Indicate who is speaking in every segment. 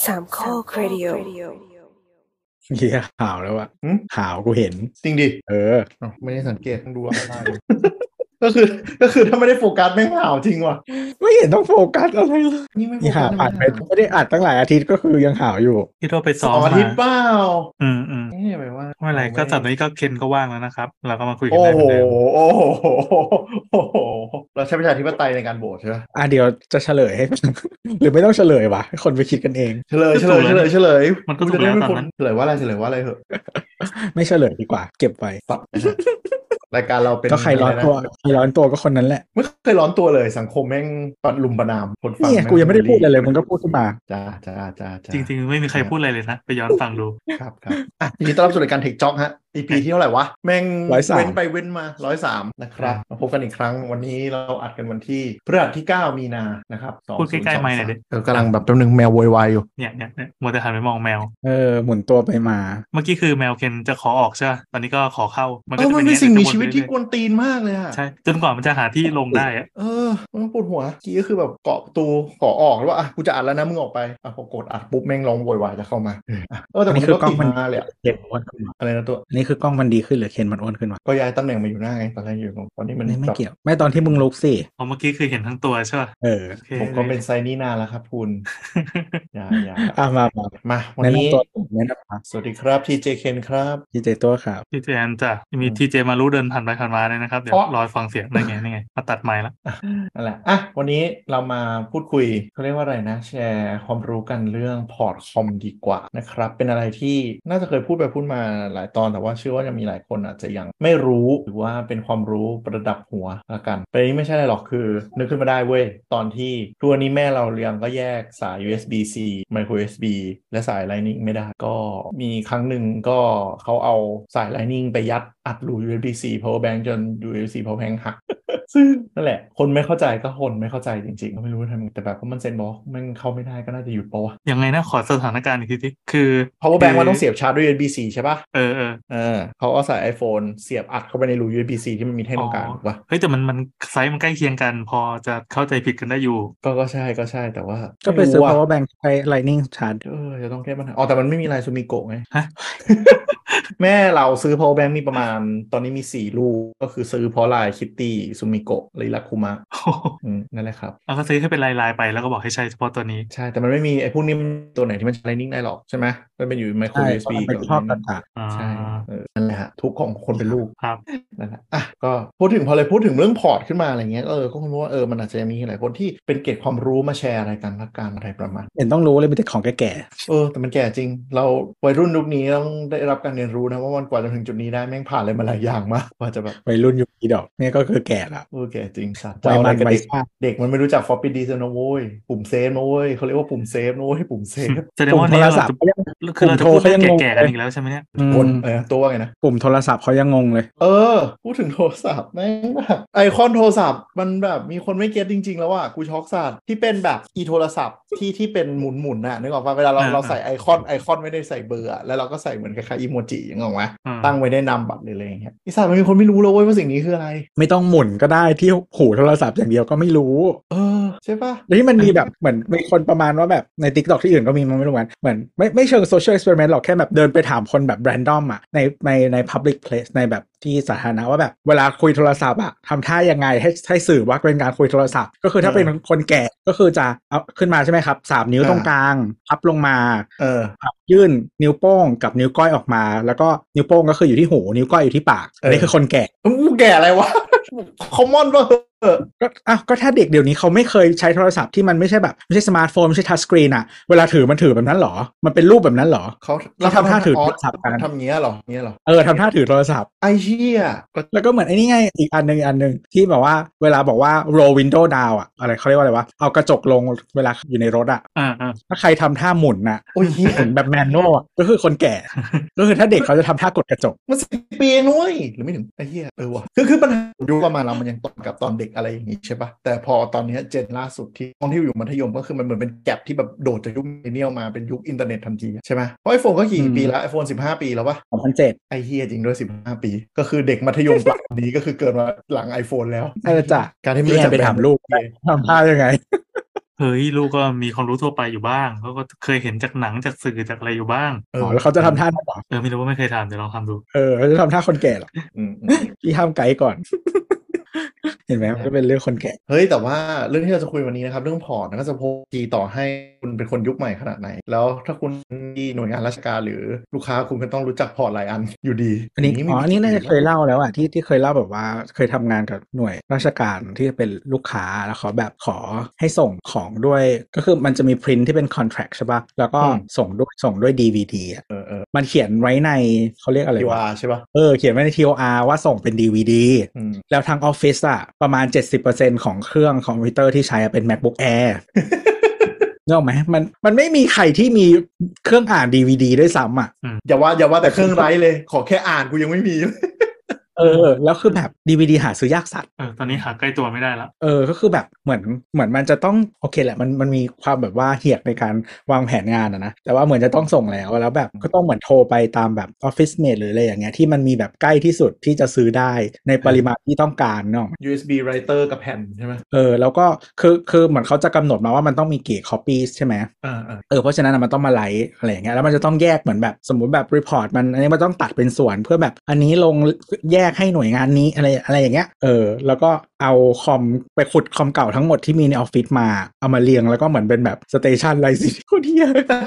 Speaker 1: สามข้อครดิโอ
Speaker 2: เฮียข่าวแล้วอะข่าวกูเห็น
Speaker 3: จริงดิไม่ได้สังเกตต้องดูว่าได้ ก็คือถ้าไม่ได้โฟกัสไม่ข่าวจริงว่ะ
Speaker 2: ไม่เห็นต้องโฟกัสอะไรเลย
Speaker 3: นี่ไม่โฟ
Speaker 2: นี่
Speaker 3: กั
Speaker 2: หา
Speaker 3: ส
Speaker 2: ผ่านไปไม่ได้อัดตั้งหลายอาทิตย์ก็คือยังข่าวอยู่
Speaker 4: ที่เราไปซ้อม
Speaker 3: 2 อา
Speaker 4: มา
Speaker 3: ทิตย์เปล่า
Speaker 4: นี่
Speaker 3: แปลว่า
Speaker 4: ไม่เป็นไรก็สัปดาห์นี้ก็เคนก็ว่างแล้วนะครับเราก็มาคุยกัน
Speaker 3: โอ้
Speaker 4: ได้เห
Speaker 3: โห
Speaker 4: มือนเดิม
Speaker 3: โอ้โหเราใช้ประชาธิปไตยในการโหวตใช่ไหม
Speaker 2: เดี๋ยวจะเฉลยให้ หรือไม่ต้องเฉลยวะให้คนไปคิดกันเอง
Speaker 3: เฉลย
Speaker 4: มันก็ถูกแล้วตอนนั้น
Speaker 3: เฉลยว่าอะไรเหอะ
Speaker 2: ไม่เฉลยดีกว่า เก็บไว้
Speaker 3: ตัดรายการเราเป็น
Speaker 2: ก็ใครร้อนตัวก็คนนั้นแหละ
Speaker 3: ไม่เคยร้อนตัวเลยสังคมแม่งปัดลุมประนามคนฟัง
Speaker 2: นี่กูยังไม่ได้พูดอะไรเลยมึงก็พูดขึ้นมา
Speaker 3: จ้า
Speaker 4: จริงๆไม่มีใครพูดอะไรเลยนะไปย้อนฟังดู
Speaker 3: ครับยินดีต้อนรับสู่รายการ Tech Talk ฮะ EP ที่เท่าไหร่วะแม่ง
Speaker 2: 103
Speaker 3: เว้นไปเว้นมา103นะครับมาพบกันอีกครั้งวันนี้เราอัดกันวันที่พฤหัสที่9มีนานะครับ
Speaker 4: พูดใกล้ๆไมค์หน่อยดิ
Speaker 3: กำลังแบบแป๊บนึงแมวโวยวายอยู่
Speaker 4: เนี่ยมัวแต่หันไปมองแมว
Speaker 2: หมุนตัวไปมา
Speaker 4: เมื่อกี้คือแมวเคนจะขอออกใช่ไหมตอนนี้ก็ขอเข้ามันก็จะ
Speaker 3: มันเป็นสิ่งมีชีวิตที่กวนตีนมากเลยอะ
Speaker 4: ใช่จนกว่ามันจะหาที่ลงได้อะ
Speaker 3: มันปวดหัวกี้ก็คือแบบเกาะประตูขอออกแล้วว่ากูจะอัดแล้วนะมึงออกไปพอกดอัดปุ๊บแม่งร้องโวยวายจะเข้ามาแต่มันก็ติดมาเลยอะ
Speaker 2: เคนอ้วนขึ้นมา
Speaker 3: อะไรนะตัว
Speaker 2: นี่คือกล้องมันดีขึ้นหรือเคนมันอ้วนขึ้นวะ
Speaker 3: ก็ย้ายตำแหน่งมาอยู่หน้าไงตอนแรกอยู่ตอนนี้มัน
Speaker 2: ไม่เกี่ยวไม่ตอนที่มึงลุกสิ
Speaker 4: พอเมื่อกี้คือเห็นทั้งตัวใช่ป่ะ โอเค
Speaker 3: ผมก็เป็นไซนี่นานแล้วครับคุณอย่า
Speaker 2: มา
Speaker 3: วันนี้
Speaker 2: แนะนำตัว
Speaker 3: สวัสดีครับทีเจเคนครับ
Speaker 2: พี่เจตัวครับ
Speaker 4: ทีเจนจ้ะมีทีเจมารู้เดินผ่านไปผ่านมาเลยนะครับเดี๋ยวรอฟังเสียงได้ไงนี่ไงมาตัดไมค์แล้ว
Speaker 3: นั่นแหละวันนี้เรามาพูดคุยเขาเรียกว่าอะไรนะแชร์ความรู้กันเรื่องพอร์ตคอมดีกว่านะครับเป็นอะไรที่น่าจะเคยพูดไปพูดมาหลายตอนแต่ว่าเชื่อว่าจะมีหลายคนอาจจะยังไม่รู้หรือว่าเป็นความรู้ประดับหัวละกันประเด็นนี้ไม่ใช่อะไรหรอกคือนึกขึ้นมาได้เว้ยตอนที่ทุกวันนี้แม่เราเรียงก็แยกสาย USB-C micro USB และสาย Lightning ไม่ได้ก็มีครั้งหนึ่งก็เขาเอาสาย Lightning ไปยัดอัดรู USB-C power bank จน USB power bank หัก ซึ่งนั่นแหละคนไม่เข้าใจก็คนไม่เข้าใจจริงๆก็ไม่รู้ทำไงแต่แบบมันเซ็นบอกมันเข้าไม่ได้ก็น่าจะหยุดปะวะ
Speaker 4: ยังไงนะขอสถานการณ์อีกทีที่คือ
Speaker 3: power bank มันต้องเสียบชาร์จด้วย USB-C ใช่ปะ เขาเอาสาย iPhone เสียบอัดเข้าไปในรู USB-C ที่มันมีแท่งตรงกลางถูกปะ
Speaker 4: เฮ้ยแต่มันไซส์มันใกล้เคียงกันพอจะเข้าใจผิดกันได้อยู่
Speaker 3: ก็ใช่แต่ว่า
Speaker 2: ก็ไปซื้อ power bank ใช้ lightning charge
Speaker 3: จะต้องแก้ปัญหาแต่มันไม่มีลายซูมิโกะไง แม่เราซื้อ power bank มีประมาณตอนนี้มี4ลูกก็คือซื้อเพราะลายคิตตี้ซูมิโกะหรือลาคุมะนั่นแหละครับ
Speaker 4: เอาก็ซื้อให้เป็นลายๆไปแล้วก็บอกให้ใช้เฉพาะตัวนี้
Speaker 3: ใช่แต่มันไม่มีไอ้พวกนี้ตัวไหนที่มันใช้ Lightning ได้หรอกใช่ไหมมันเป็นอยู่ micro USB
Speaker 2: เป็นครอบกระดาษ
Speaker 3: ใช่นั่นแหละฮะทุกของคนเป็นลูก
Speaker 4: ครับ
Speaker 3: นั่นแหละก็พูดถึงเรื่องพอร์ตขึ้นมาอะไรเงี้ยก็คงรู้ว่ามันอาจจะมีหลายคนที่เป็นเกร็ดความรู้มาแชร์อะไรกันละกันอะไรประมาณ
Speaker 2: เห็นต้องรู้เลยมีแต่ของแก่
Speaker 3: แต่มันแก่จริงเราวัยรุ่นยุคนี้ต้องได้รับการเรียนรู้นะว่าวันกว่าจะถึงจุดนี้ได้แม่งผ่านอะไรมาหลายอย่างมากกว่าจะแบบ
Speaker 2: วัยรุ่นยุคนี้ดอกนี่ก็คือแก่ละ
Speaker 3: แก่จริงสัตว์จะเอาอะไรกับเด็กมันไม่รู้จัก floppy disk นะโว้ยปุ่มเซฟนะเว้ยเขาเรียกว่าปุ่มเซฟนะเว้ยปุ่มเซฟ
Speaker 4: แสดงว่าเนี่ยคือเราจะพูดเรื่องแก่ๆกันอีกแล้วใช่ไหมเนี่ย
Speaker 3: ตัวว่าไงนะ
Speaker 2: ปุ่มโทรศัพท์เขายังงงเลย
Speaker 3: พูดถึงโทรศัพท์แม่งแบบไอคอนโทรศัพท์มันแบบมีคนไม่เก็ตจริงๆแล้วกูช็อกสัตว์ที่เป็นแบบอีโทรศัพท์ที่เป็นหมุนๆน่ะนึกออกป่ะเวลาเราใส่ไอคอนไม่ได้ใส่เบอร์แล้วเราก็ใส่เหมือนคล้ายๆอีโมจิอย่างเงี้ยตั้งไว้ได้นามบัตรเลยอะไรอย่างเงี้ยไอสัตว์มันมีคนไม่รู้เลยว่าสิ่งนี้คืออะไร
Speaker 2: ไม่ต้องหมุนก็ได้ที่หูโทรศัพท์อย่างเดียวก็ไม่รู้
Speaker 3: ใช่ป่ะ
Speaker 2: แล้วที่มันมีแบบเหมือนมีคนประมาณว่าแบบใน TikTok ที่อื่นก็มีมันไม่รู้เหมือนไม่เชิง social experiment หรอกแค่แบบเดินไปถามคนแบบ random ใน public place ในแบบที่สาธารณะว่าแบบเวลาคุยโทรศัพท์ทำท่ายังไงให้สื่อว่าเป็นการคุยโทรศัพท์ก็คือถ้าเป็นคนแก่ก็คือจะเอาขึ้นมาใช่ไหมครับ3 นิ้วตรงกลางพับลงมายื่นนิ้วโป้งกับนิ้วก้อยออกมาแล้วก็นิ้วโป้งก็คืออยู่ที่หูนิ้วก้อยอยู่ที่ปากอันนี้คือคนแก่
Speaker 3: แก่อะไรวะ common ป่ะ
Speaker 2: ก็ถ้าเด็กเดี๋ยวนี้เขาไม่เคยใช้โทรศัพท์ที่มันไม่ใช่แบบไม่ใช่สมาร์ทโฟนไม่ใช่ทัชสกรีนเวลาถือมันถือแบบนั้นหรอมันเป็นรูปแบบนั้นหรอ
Speaker 3: เขา
Speaker 2: ทำท่าถือโทรศัพท์
Speaker 3: กันทำเงี้ยหรอ
Speaker 2: ทำท่าถือโทรศัพท์
Speaker 3: ไอ้เหี้ย
Speaker 2: แล้วก็เหมือนไอ้นี่ไงอีกอันนึงที่แบบว่าเวลาบอกว่า roll window down อะไรเขาเรียกว่าอะไรวะเอากระจกลงเวลาอยู่ในรถถ้าใครทำท่าหมุน
Speaker 3: โอ้ย
Speaker 2: หมุนแบบแมนนวลก็คือคนแก่ ก็คือถ้าเด็กเขาจะทำท่ากดกระจก
Speaker 3: มัน10 ปีนุ้ยหรือไม่ถึงไอ้เหี้ยว่ะคือปัญหายุคประมาณเรามันยังตอนกับตอนเด็กอะไรอย่างงี้ใช่ปะแต่พอตอนนี้เจนล่าสุดที่อยู่มัธยมก็คือมันเหมือนเป็นแกปที่แบบโดดจากยุคมิลเลนเนียลมาเป็นยุคอินเทอร์เน็ตทันทีใช่ไหมเพราะไอโฟนก็กี่ปีแล้ว iPhone 15 ปีแล้วปะ
Speaker 2: 2007
Speaker 3: ไอเฮียจริงด้วย15 ปีก็คือเด็กมัธยมปลายนี้ก็คือเกิดมาหลัง iPhone แล้ว
Speaker 2: ใช่จ้ะ
Speaker 3: การที่ไม่รู้จัก
Speaker 2: ไปถามลูกทำท่ายังไง
Speaker 4: เฮ้ยลูกก็มีความรู้ทั่วไปอยู่บ้างเขาก็เคยเห็นจากหนังจากสื่อจากอะไรอยู่บ้าง
Speaker 2: อ๋อแล้วเขาจะทำท่านั้นเหรอ
Speaker 4: ไม่รู้ว่าไม่เคยทำเดี๋ยวลองทำดู
Speaker 2: เขาจะทำท่าคนแก่เหรอพี่ห้ามไกด์ก่อน เห็นไหมมันก็เป็นเรื่องคนแก่
Speaker 3: เฮ้ยแต่ว่าเรื่องที่เราจะคุยวันนี้นะครับเรื่องพอร์ตก็จะพบทีต่อให้คุณเป็นคนยุคใหม่ขนาดไหนแล้วถ้าคุณที่หน่วยงานราชการหรือลูกค้าคุณก็ต้องรู้จักพอร์ตหลายอันอยู่ดี
Speaker 2: อันนี้น่าจะเคยเล่าแล้วอ่ะที่เคยเล่าแบบว่าเคยทำงานกับหน่วยราชการที่เป็นลูกค้าแล้วเขาแบบขอให้ส่งของด้วยก็คือมันจะมีพรินท์ที่เป็นคอนแทรคใช่ป่ะแล้วก็ส่งด้วย DVD อ่ะมันเขียนไว้ในเขาเรียกอะไรวะ
Speaker 3: TOR ใช่ป่ะ
Speaker 2: เขียนไว้ใน TOR ว่าส่งเป็น DVD แล้วทางออฟฟิศอ่ะประมาณ 70% ของเครื่องคอมพิวเตอร์ที่ใช้เป็น MacBook Air นึกออกไหมมันไม่มีใครที่มีเครื่องอ่าน DVD ด้วยซ้ำอ่ะ
Speaker 3: อย่าว่าแต่เครื่องไร้เลยขอแค่อ่านกูยังไม่มี
Speaker 2: แล้วคือแบบ DVD หาซื้อยากสัตว์
Speaker 4: ตอนนี้หาใกล้ตัวไม่ได้แล้ว
Speaker 2: ก็คือแบบเหมือนมันจะต้องโอเคแหละมันมีความแบบว่าเหียกในการวางแผนงานนะแต่ว่าเหมือนจะต้องส่งแล้วแบบก็ต้องเหมือนโทรไปตามแบบ Office Mate หรืออะไรอย่างเงี้ยที่มันมีแบบใกล้ที่สุดที่จะซื้อได้ในปริมาณที่ต้องการเนาะ
Speaker 3: USB writer กับแผ่นใช่ไหม
Speaker 2: แล้วก็คือเหมือนเขาจะกำหนดมาว่ามันต้องมีกี่ copies ใช่ไหมเพราะฉะนั้นมันต้องมาไลฟ์อะไรอย่างเงี้ยแล้วมันจะต้องแยกเหมือนแบบสมมุติแบบ report อันนี้มันต้องตัดเป็นส่วนเพื่อแบบอันนี้ลงแยกให้หน่วยงานนี้อะไรอย่างเงี้ยแล้วก็เอาคอมไปขุดคอมเก่าทั้งหมดที่มีในออฟฟิศมาเอามาเรียงแล้วก็เหมือนเป็นแบบสเตชันไลฟ์ซีดีโคตรเหี้ย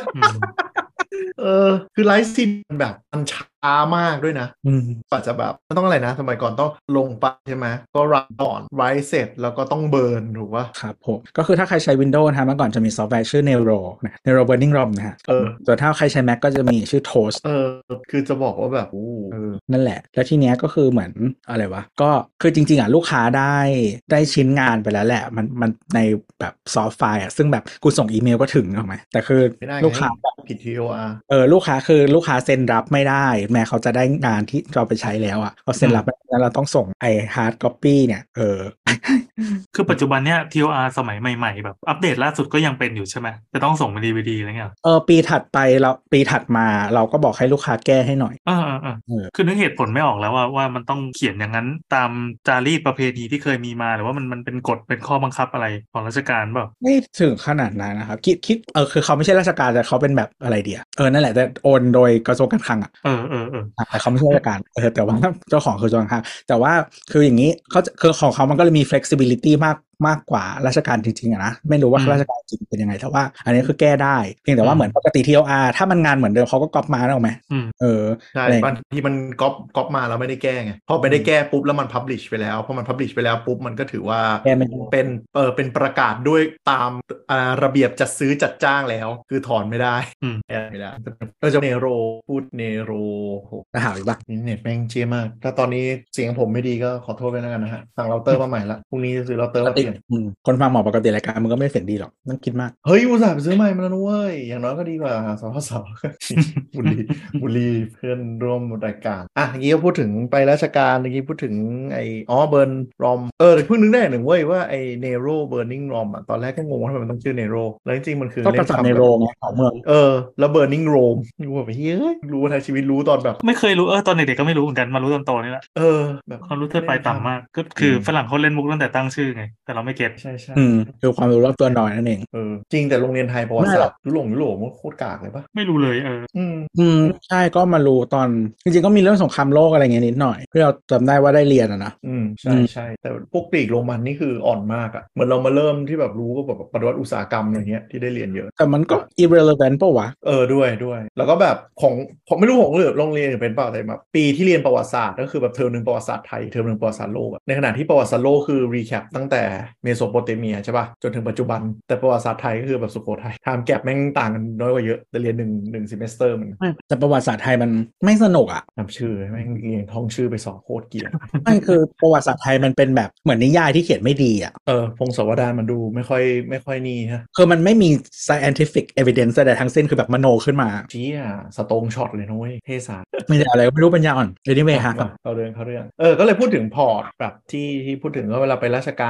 Speaker 3: คือไลฟ์ซีดีแบบมันช้ามากด้วยนะอาจจะแบบไม่ต้องอะไรนะสมัยก่อนต้องลงไปใช่ไหมก็รันก่อนไรเสร็จแล้วก็ต้องเบิร์นถูกป่ะ
Speaker 2: ครับผมก็คือถ้าใครใช้ Windows นะเมื่อก่อนจะมีซอฟต์แวร์ชื่อ Nero Burning ROM นะฮะส่วนถ้าใครใช้ Mac ก็จะมีชื่อ Toast
Speaker 3: คือจะบอกว่าแบบ
Speaker 2: นั่นแหละแล้วทีเนี้ยก็คือเหมือนอะไรวะก็คือจริงๆลูกค้าได้ชิ้นงานไปแล้วแหละมันในแบบซอฟต์ไฟล์ซึ่งแบบกูส่งอีเมลก็ถึงถูกไหมแต่คือลูกค้า
Speaker 3: ผิด TOR
Speaker 2: ลูกค้าเซ็นรับไม่ได้แม้เขาจะได้งานที่เราไปใช้แล้วเขาเซ็นรับแล้วเราต้องส่งไอ้ hard copy เนี่ย
Speaker 4: คือปัจจุบันเนี้ย TOR สมัยใหม่ๆแบบอัปเดตล่าสุดก็ยังเป็นอยู่ใช่ไหมจะต้องส่งเป็น DVD อะไรเงี้ย
Speaker 2: ปีถัดมาเราก็บอกให้ลูกค้าแก้ให้หน่อย
Speaker 4: คือนึกเหตุผลไม่ออกแล้วว่ามันต้องเขียนอย่างนั้นตามจารีตประเพณีที่เคยมีมาหรือว่ามันเป็นกฎเป็นข้อบังคับอะไรของราชการเปล่า
Speaker 2: ไม่ถึงขนาดนั้นนะครับคิดคือเขาไม่ใช่ราชการแต่เขาเป็นแบบอะไรเดียนั่นแหละแต่โอนโดยกระทรวงการคลังแต่เขาไม่ใช่ราชการแต่ว่าเจ้าของคือกระทรวงการคลังแต่ว่าคืออย่างนี้คือของเขามันก็เลยมี flexibility มากกว่าราชการจริงๆนะไม่รู้ว่าราชการจริงเป็นยังไงแต่ว่าอันนี้คือแก้ได้เพียงแต่ว่าเหมือนปกติ TOR ถ้ามันงานเหมือนเดิมเขาก็ก๊อปมาได้ไหม
Speaker 3: ใช่บางทีมันก๊อปมาแล้วไม่ได้แก้ไงพอไม่ได้แก้ปุ๊บแล้วมัน publish ไปแล้วพอมัน publish ไปแล้วปุ๊บมันก็ถือว่าเป็นประกาศด้วยตามระเบียบจัดซื้อจัดจ้างแล้วคือถอนไม่ได้ไม่ได้จะเนโรพูดเนโร
Speaker 2: จะหาอีกป่ะ
Speaker 3: เน็ตแม่งเจี๊ยมากถ้าตอนนี้เสียงผมไม่ดีก็ขอโทษไปแล้วกันนะฮะสั่งเราเตอร์มาใหม่ละพรุ่งนี้จะซื้อเราเตอร์มาเปลี่ยน
Speaker 2: คนฟังหมอปกติรายการมึงก็ไม่เสียงดีหรอกต้องคิดมาก
Speaker 3: เฮ้ยอุตส่าห์ไปซื้อใหม่มาแล้วเว้ยอย่างน้อยก็ดีกว่าสาวสาวบุรีเพื่อนร่วมรายการเมื่อกี้ก็พูดถึงไปราชการเมื่อกี้พูดถึงไอ้เบิร์นรอมแต่เพิ่งนึกได้หนึ่งเว้ยว่าไอ้เนโรเบิร์นิงรอมตอนแรกก็งงว่าทำไมมันต้องชื่อเนโรแล้วจริงๆมันคือ
Speaker 2: ก็กษัตริย์เนโรไงของเมือง
Speaker 3: แล้วเบิร์นิงโรมรู้แบบเฮ้ยรู้ว่าทั้งชีวิตรู้ตอนแบบ
Speaker 4: ไม่เคยรู้ตอนเด็กๆก็ไม่รู้เหมือนกันมารู้ตอนโตนี่แหละแบบความรู้ทั่วไปต่ำมากก็คือฝรั่งเขาเล่นมุกตั้งแต่ตั้งชื่อไงแต่เราไม่เก็ต
Speaker 3: ใช่
Speaker 2: คือความรู้รอบตัวน้อยนั่นเอง
Speaker 3: จริงแต่โรงเรียนไทยประวัติศาสตร์ยุโรปมันโคตรกากเลยปะ
Speaker 4: ไม่รู้เลย
Speaker 2: ใช่ก็มารู้ตอนจริงๆก็มีเรื่องสงครามโลกอะไรเงี้ยนิดหน่อยที่เราจำได้ว่าได้เรียนนะ
Speaker 3: ใช่แต่พวกกรีกโรมันนี่คืออ่อนมากเหมือนเรามาเริ่มที่แบบรู้ก็แบบปฏิวัติอุตสาหกรรมอะไรเงี้ยที่ได้เรียนเยอะ
Speaker 2: แต่มันก็ irrelevant ป่ะวะ
Speaker 3: ด้วยแล้วก็แบบของไม่รู้ของโรงเรียนเป็นเปล่าแต่แบบปีที่เรียนประวัติศาสตร์ก็คือแบบเทอมนึงประวัติศาสตร์ไทยเทอมนึงประวัติศาสตร์โลกในขณะที่ประวัติศาสตร์โลกคือรีแคปตั้งแต่เมโสโปเตเมียใช่ป่ะจนถึงปัจจุบันแต่ประวัติศาสตร์ไทยก็คือแบบสุโขทัยไทม์แกปแม่งต่างกันน้อยกว่าเยอะแต่เรียนหนึ่ง semester มัน
Speaker 2: แต่ประวัติศาสตร์ไทยมันไม่สนุก
Speaker 3: จำชื่อแม่งเรียนท่องชื่อไป2โคตรเกลียด
Speaker 2: ไม่คือประวัติศาสตร์ไทยมันเป็นแบบเหมือนนิยายที่เขียนไม่ดี
Speaker 3: พงศาวดารมันดูไม่ค่อยนี่ฮะ
Speaker 2: คือมันไม่มี scientific evidence ใดทั้งสิ้นคือแบบมโนขึ้นมา
Speaker 3: เจี๊ยสตงช็อตเลยนะเว้ยเทศา
Speaker 2: ไม่ได้อะไรไม่รู้ปัญญาอ่อนanyway ฮะ
Speaker 3: เขาเรื่องก็เลยพูดถึงพอร์ตแบบที่พูดถึงว่าเวลาไปราชการมัน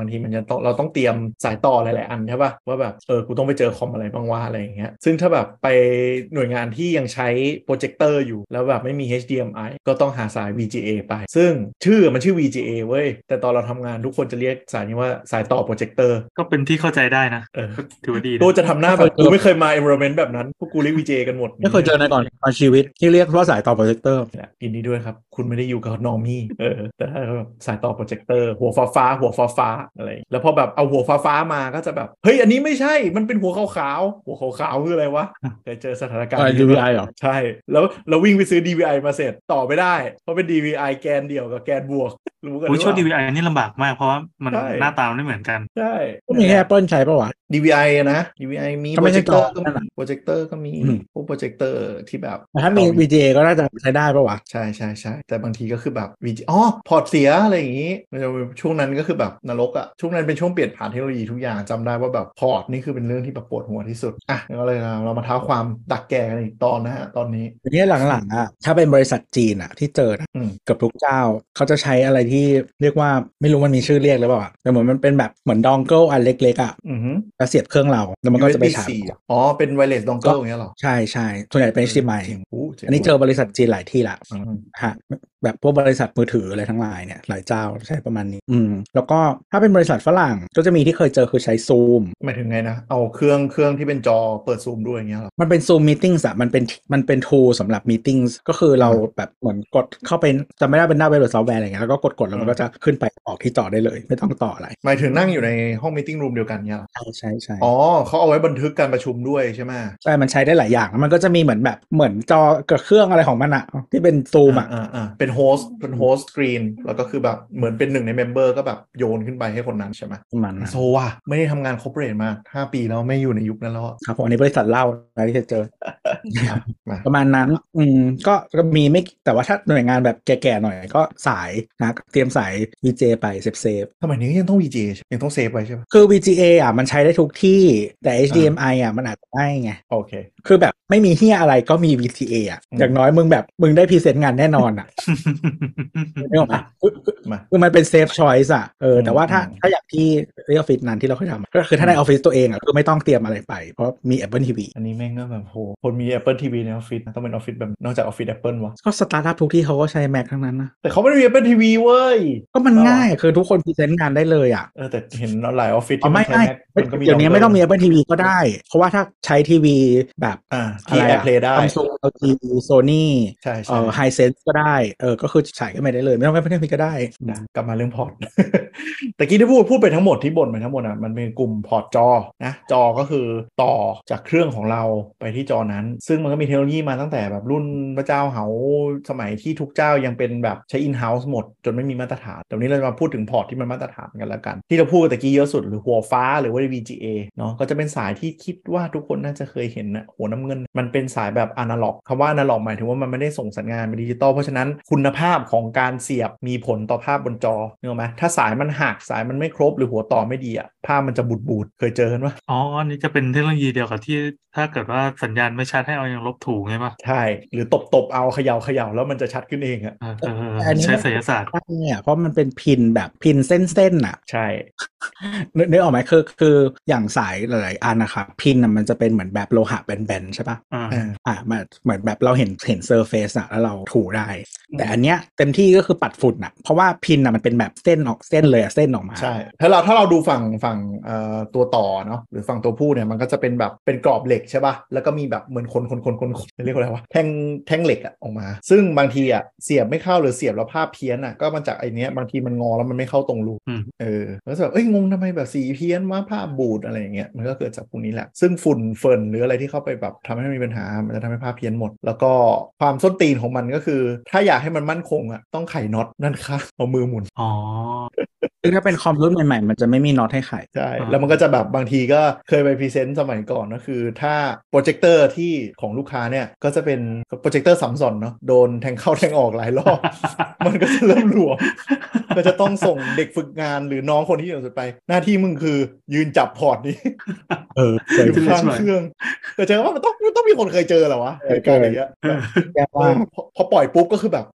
Speaker 3: บางทีมันจะต้องเราต้องเตรียมสายต่อหลายๆอันใช่ป่ะว่าแบบกูต้องไปเจอคอมอะไรบ้างว่าอะไรอย่างเงี้ยซึ่งถ้าแบบไปหน่วยงานที่ยังใช้โปรเจคเตอร์อยู่แล้วแบบไม่มี HDMI ก็ต้องหาสาย VGA ไปซึ่งชื่อมันชื่อ VGA เว้ยแต่ตอนเราทำงานทุกคนจะเรียกสายนี้ว่าสายต่อโปรเจคเตอร์
Speaker 4: ก็เป็นที่เข้าใจได้นะก็ถือว่าดีนะ
Speaker 3: ตัวจะทำหน้าแบบกูไม่เคยมา environment แบบนั้นพวกกูเรียก VGA กันหมด
Speaker 2: ไม่เคยเจอในก่อนชีวิตที่เรียกว่าสายต่อโปรเจคเตอร์
Speaker 3: ยินดีด้วยครับคุณไม่ได้อยู่กับนอร์มี่แต่ถ้าแบบสายต่อโปรเจคเตอร์หัวฟ้าอะไรแล้วพอแบบเอาหัวฟ้ามาก็จะแบบเฮ้ยอันนี้ไม่ใช่มันเป็นหัวขาวหัวขาวคืออะไรวะเคยเจอสถานการณ์นี้
Speaker 2: DVI เหรอ
Speaker 3: ใช่แล้ววิ่งไปซื้อ DVI มาเสร็จต่อไม่ได้เพราะเป็น DVI แกนเดี่ยวกับแกนบวกรู้กันหรือเป
Speaker 4: ช่วง
Speaker 3: ล่า
Speaker 4: DVI นี่ลำบากมากเพราะว่ามันหน้าตาไม่เหมือนกัน
Speaker 3: ใช่
Speaker 2: ก็มีแค่ Apple ใช้ป่ะวะ
Speaker 3: DVI นะ DVI มีโปรเจคเตอร์ก็มีโปรเจคเตอร์ก็มีพวกโปรเจคเตอร์ที่แบบ
Speaker 2: ถ้ามี VGA ก็น่าจะใช้ได้ป่ะวะ
Speaker 3: ใช่แต่บางทีก็คือแบบพอร์ตเสียอะไรอย่างงี้มันจะช่วงนั้นก็คือแบบนรกอะช่วงนั้นเป็นช่วงเปลี่ยนผ่านเทคโนโลยีทุกอย่างจำได้ว่าแบบพอร์ตนี่คือเป็นเรื่องที่แบบปวดหัวที่สุดอ่ะก็เลยเรามาท้าความดักแก่กันอีกตอนนะฮะตอนนี้
Speaker 2: ทีนี้หลังๆอะถ้าเป็นบริษัทจีนอะที่เจอเกือบทุกเจ้าเขาจะใช้อะไรที่เรียกว่าไม่รู้มันมีชื่อเรียกหรือเปล่าแต่เหมือนมันเป็นแบบเหมือนดองเกิลอันเล็กๆอะแล้วเสียบเครื่องเราแล้วมันก็จะไปชาร์จ
Speaker 3: เป็นไวเลสดองเกิลอย่างเงี้ยหรอ
Speaker 2: ใช่ส่วนใหญ่เป็น HDMI อันนี้เจอบริษัทจีนหลายที่ละฮะแบบพวกบริษัทมือถืออะไรทั้งหลายเนี่ยหลายเจ้าใช้ประมาณนี้แล้วก็ถ้าเป็นบริษัทฝรั่งก็จะมีที่เคยเจอคือใช้ Zoom
Speaker 3: หมายถึงไงนะเอาเครื่องที่เป็นจอเปิด Zoom ด้วยอย่างเงี้ยหรอ
Speaker 2: มันเป็น Zoom Meetings อะมันเป็น tool สำหรับ Meetings ก็คือเราแบบเหมือนกดเข้าไปจะไม่ได้เป็นหน้าเว็บหรือซอฟต์แวร์อะไรเงี้ยแล้วก็กดแล้วมันก็จะขึ้นไปออกที่จอได้เลยไม่ต้องต่ออะไร
Speaker 3: หมายถึงนั่งอยู่ในห้อง Meeting Room เดียวกันเนี่ยหรอ
Speaker 2: ใช่
Speaker 3: เขาเอาไว้บันทึกการประชุมด้วยใช่ไหม
Speaker 2: ใช่มันใช้ได้หลายอย่างมันก็จะมีเหมือนจอกับเครื่องอะไรของมันอะที่เป็น Zoom อะ
Speaker 3: เป็นโฮสต์สกรีนแล้วก็คือแบบเหมือนเป็นหนึ่งในเมมเบอร์ก็แบบโยนขึ้นไปให้คนนั้นใช่ไหม
Speaker 2: มัน
Speaker 3: โซว่ะไม่ได้ทำงานคอร์ปอเรทมา5 ปีแล้วไม่อยู่ในยุคนั้นแล้ว
Speaker 2: ครับผมอันนี้บริษัทเล่านะที่จะเจอ ประมาณนั้นก็มีไม่แต่ว่าถ้าหน่วยงานแบบแก่ๆหน่อยก็สายนะเตรียมสาย VGA ไปเซฟ
Speaker 3: สมัยนี้ยังต้อง VGA ยังต้องเซฟไว้ใช่ไหม
Speaker 2: คือ VGA อ่ะมันใช้ได้ทุกที่แต่ HDMI อ่ะมันอาจจะไม่ไง
Speaker 3: โอเค
Speaker 2: คือแบบไม่มีเฮียอะไรก็มี VGA อ่ะอย่างน้อยมึงได้พรีเซนต์งานแน่นอนอ่ะไม่ออกมาคือมันเป็นเซฟชอยส์อ่ะแต่ว่าถ้าอย่างที่เรียกออฟฟิศนั้นที่เราเคยทำก็คือถ้าในออฟฟิศตัวเองอ่ะคือไม่ต้องเตรียมอะไรไปเพราะมี Apple TV
Speaker 3: อันนี้แม่งก็แบบโหคนมี Apple TV ในออฟฟิศต้องเป็นออฟฟิศแบบนอกจากออฟฟิศ Apple วะ
Speaker 2: ก็สตาร์ทอัพทุกที่เขาก็ใช้ Mac ทั้งนั้นนะ
Speaker 3: แต่เขาไม่ได้มี Apple TV เว้ย
Speaker 2: ก็มันง่ายคือทุกคนพรีเซนต์งานได้เลยอ่ะ
Speaker 3: แต่เห็นหลายออฟฟิศที่มันใช้ Mac มันก็มี
Speaker 2: เดี๋ยวนี้ไม่ต้องมี Apple TV ก็ได้เพราะว่าถ้าใช้ทีวีแบบ
Speaker 3: ที่ AirPlay ได้
Speaker 2: Samsung LG Sony
Speaker 3: ใช่
Speaker 2: Hisense ก็ได้ก็คือฉายกันไปได้เลยไม่ต้อง Apple TV ก็ได้
Speaker 3: กลับมาเรื่องพอร์ต แต่กี้ที่พูดไปทั้งหมดที่บ่นไปทั้งหมดอ่ะมันเป็นกลุ่มพอร์ตจอนะจอก็คือต่อจากเครื่องของเราไปที่จอนั้นซึ่งมันก็มีเทคโนโลยีมาตั้งแต่แบบรุ่นพระเจ้าเหาสมัยที่ทุกเจ้ายังเป็นแบบใช้ in-house หมดจนไม่มีมาตรฐานแต่วันนี้เราจะมาพูดถึงพอร์ตที่มันมาตรฐานกันแล้วกันที่เราพูดตะกี้เยอะสุดหรือหัวฟ้าหรือว่า VGA เนาะก็จะเป็นสายที่คิดว่าทุกคนน่าจะเคยเห็นนะหัวน้ำเงินมันเป็นสายแบบอนาล็อกคำว่าอนาล็อกหมายถึงว่ามันไม่ได้ส่งสัญญาณเป็นดิจิตอลเพราะฉะนั้นคุณภาพของการเสียบมีผลต่อภาพบนจอนึกออกไหมถ้าสายมันหักสายมันไม่ครบหรือหัวต่อไม่ดีอ่ะภาพมันจะบูดเคยเจอกันปะ
Speaker 4: อันนี้จะเป็นเทคโนโลยีเดียวกับที่ถ้าเกิดว่าสัญญาณไม่ชัดให้เอายังลบถูกไงปะ
Speaker 3: ใช่หรือตบเอาเขย่าแล้วมันจะชัดขึ้นเองอ่ะ
Speaker 4: ใช้ไสยศาสตร์
Speaker 2: เนี่ยเพราะมันเป็นพินแบบพินเส้นอ่ะ
Speaker 3: ใช่
Speaker 2: นึกออกไหมคืออย่างสายหลายๆอันนะครับพินมันจะเป็นเหมือนแบบโลหะแบนๆใช่ปะมันเหมือนแบบเราเห็นเซอร์เฟซอะแล้วเราถูได้แต่อันเนี้ยเต็มที่ก็คือปัดฝุ่นอะเพราะว่าพินมันเป็นแบบเส้นเลยเส้นออกมา
Speaker 3: ใช่ถ้าเราดูฝั่งตัวต่อเนาะหรือฝั่งตัวผู้เนี่ยมันก็จะเป็นแบบเป็นกรอบเหล็กใช่ป่ะแล้วก็มีแบบเหมือนคนเรียกว่าอะไรวะแท่งเหล็กอะออกมาซึ่งบางทีอะเสียบไม่เข้าหรือเสียบแล้วภาพเพี้ยนอะก็มาจากไอเนี้ยบางทีมันงอแล้วมันไม่เข้าตรงรูแล้วแบบงงทำไมแบบสีเพี้ยนว่าภาพบูดอะไรอย่างเงี้ยมันก็เกิดจากพวกนี้แหละซึ่งฝุ่นเฟิร์นหรืออะไรที่เข้าไปแบบทำให้มันมีปัญหามันจะทำให้ภาพเพี้ยนหมดแล้วก็ความส้นตีนของมันก็คือถ้าอยากให้มันมั่นคงอะต้องไขน็อตนั่นค่ะเอามือหมุน
Speaker 2: คือถ้าเป็นคอมรุ่นใหม่ๆมันจะไม่มีน็อตให้ไข
Speaker 3: ใช่แล้วมันก็จะแบบบางทีก็เคยไปพรีเซนต์สมัยก่อนก็คือถ้าโปรเจคเตอร์ที่ของลูกค้าเนี่ยก็จะเป็นโปรเจคเตอร์Samsungเนาะโดนแทงเข้าแทงออกหลายรอบ มันก็จะเริ่มหลวมก็จะต้องส่งเด็กฝึกงานหรือน้องคนที่อยู่สุดไปหน้าที่มึงคือยืนจับพอร์ตนี้อยู่ข้างเครื่องแต่เจอว่ามันต้องมีคนเคยเจอเหรอวะเหตุการณ์อย่างเงี้ยพอปล่อยปุ๊บก็คือแบบ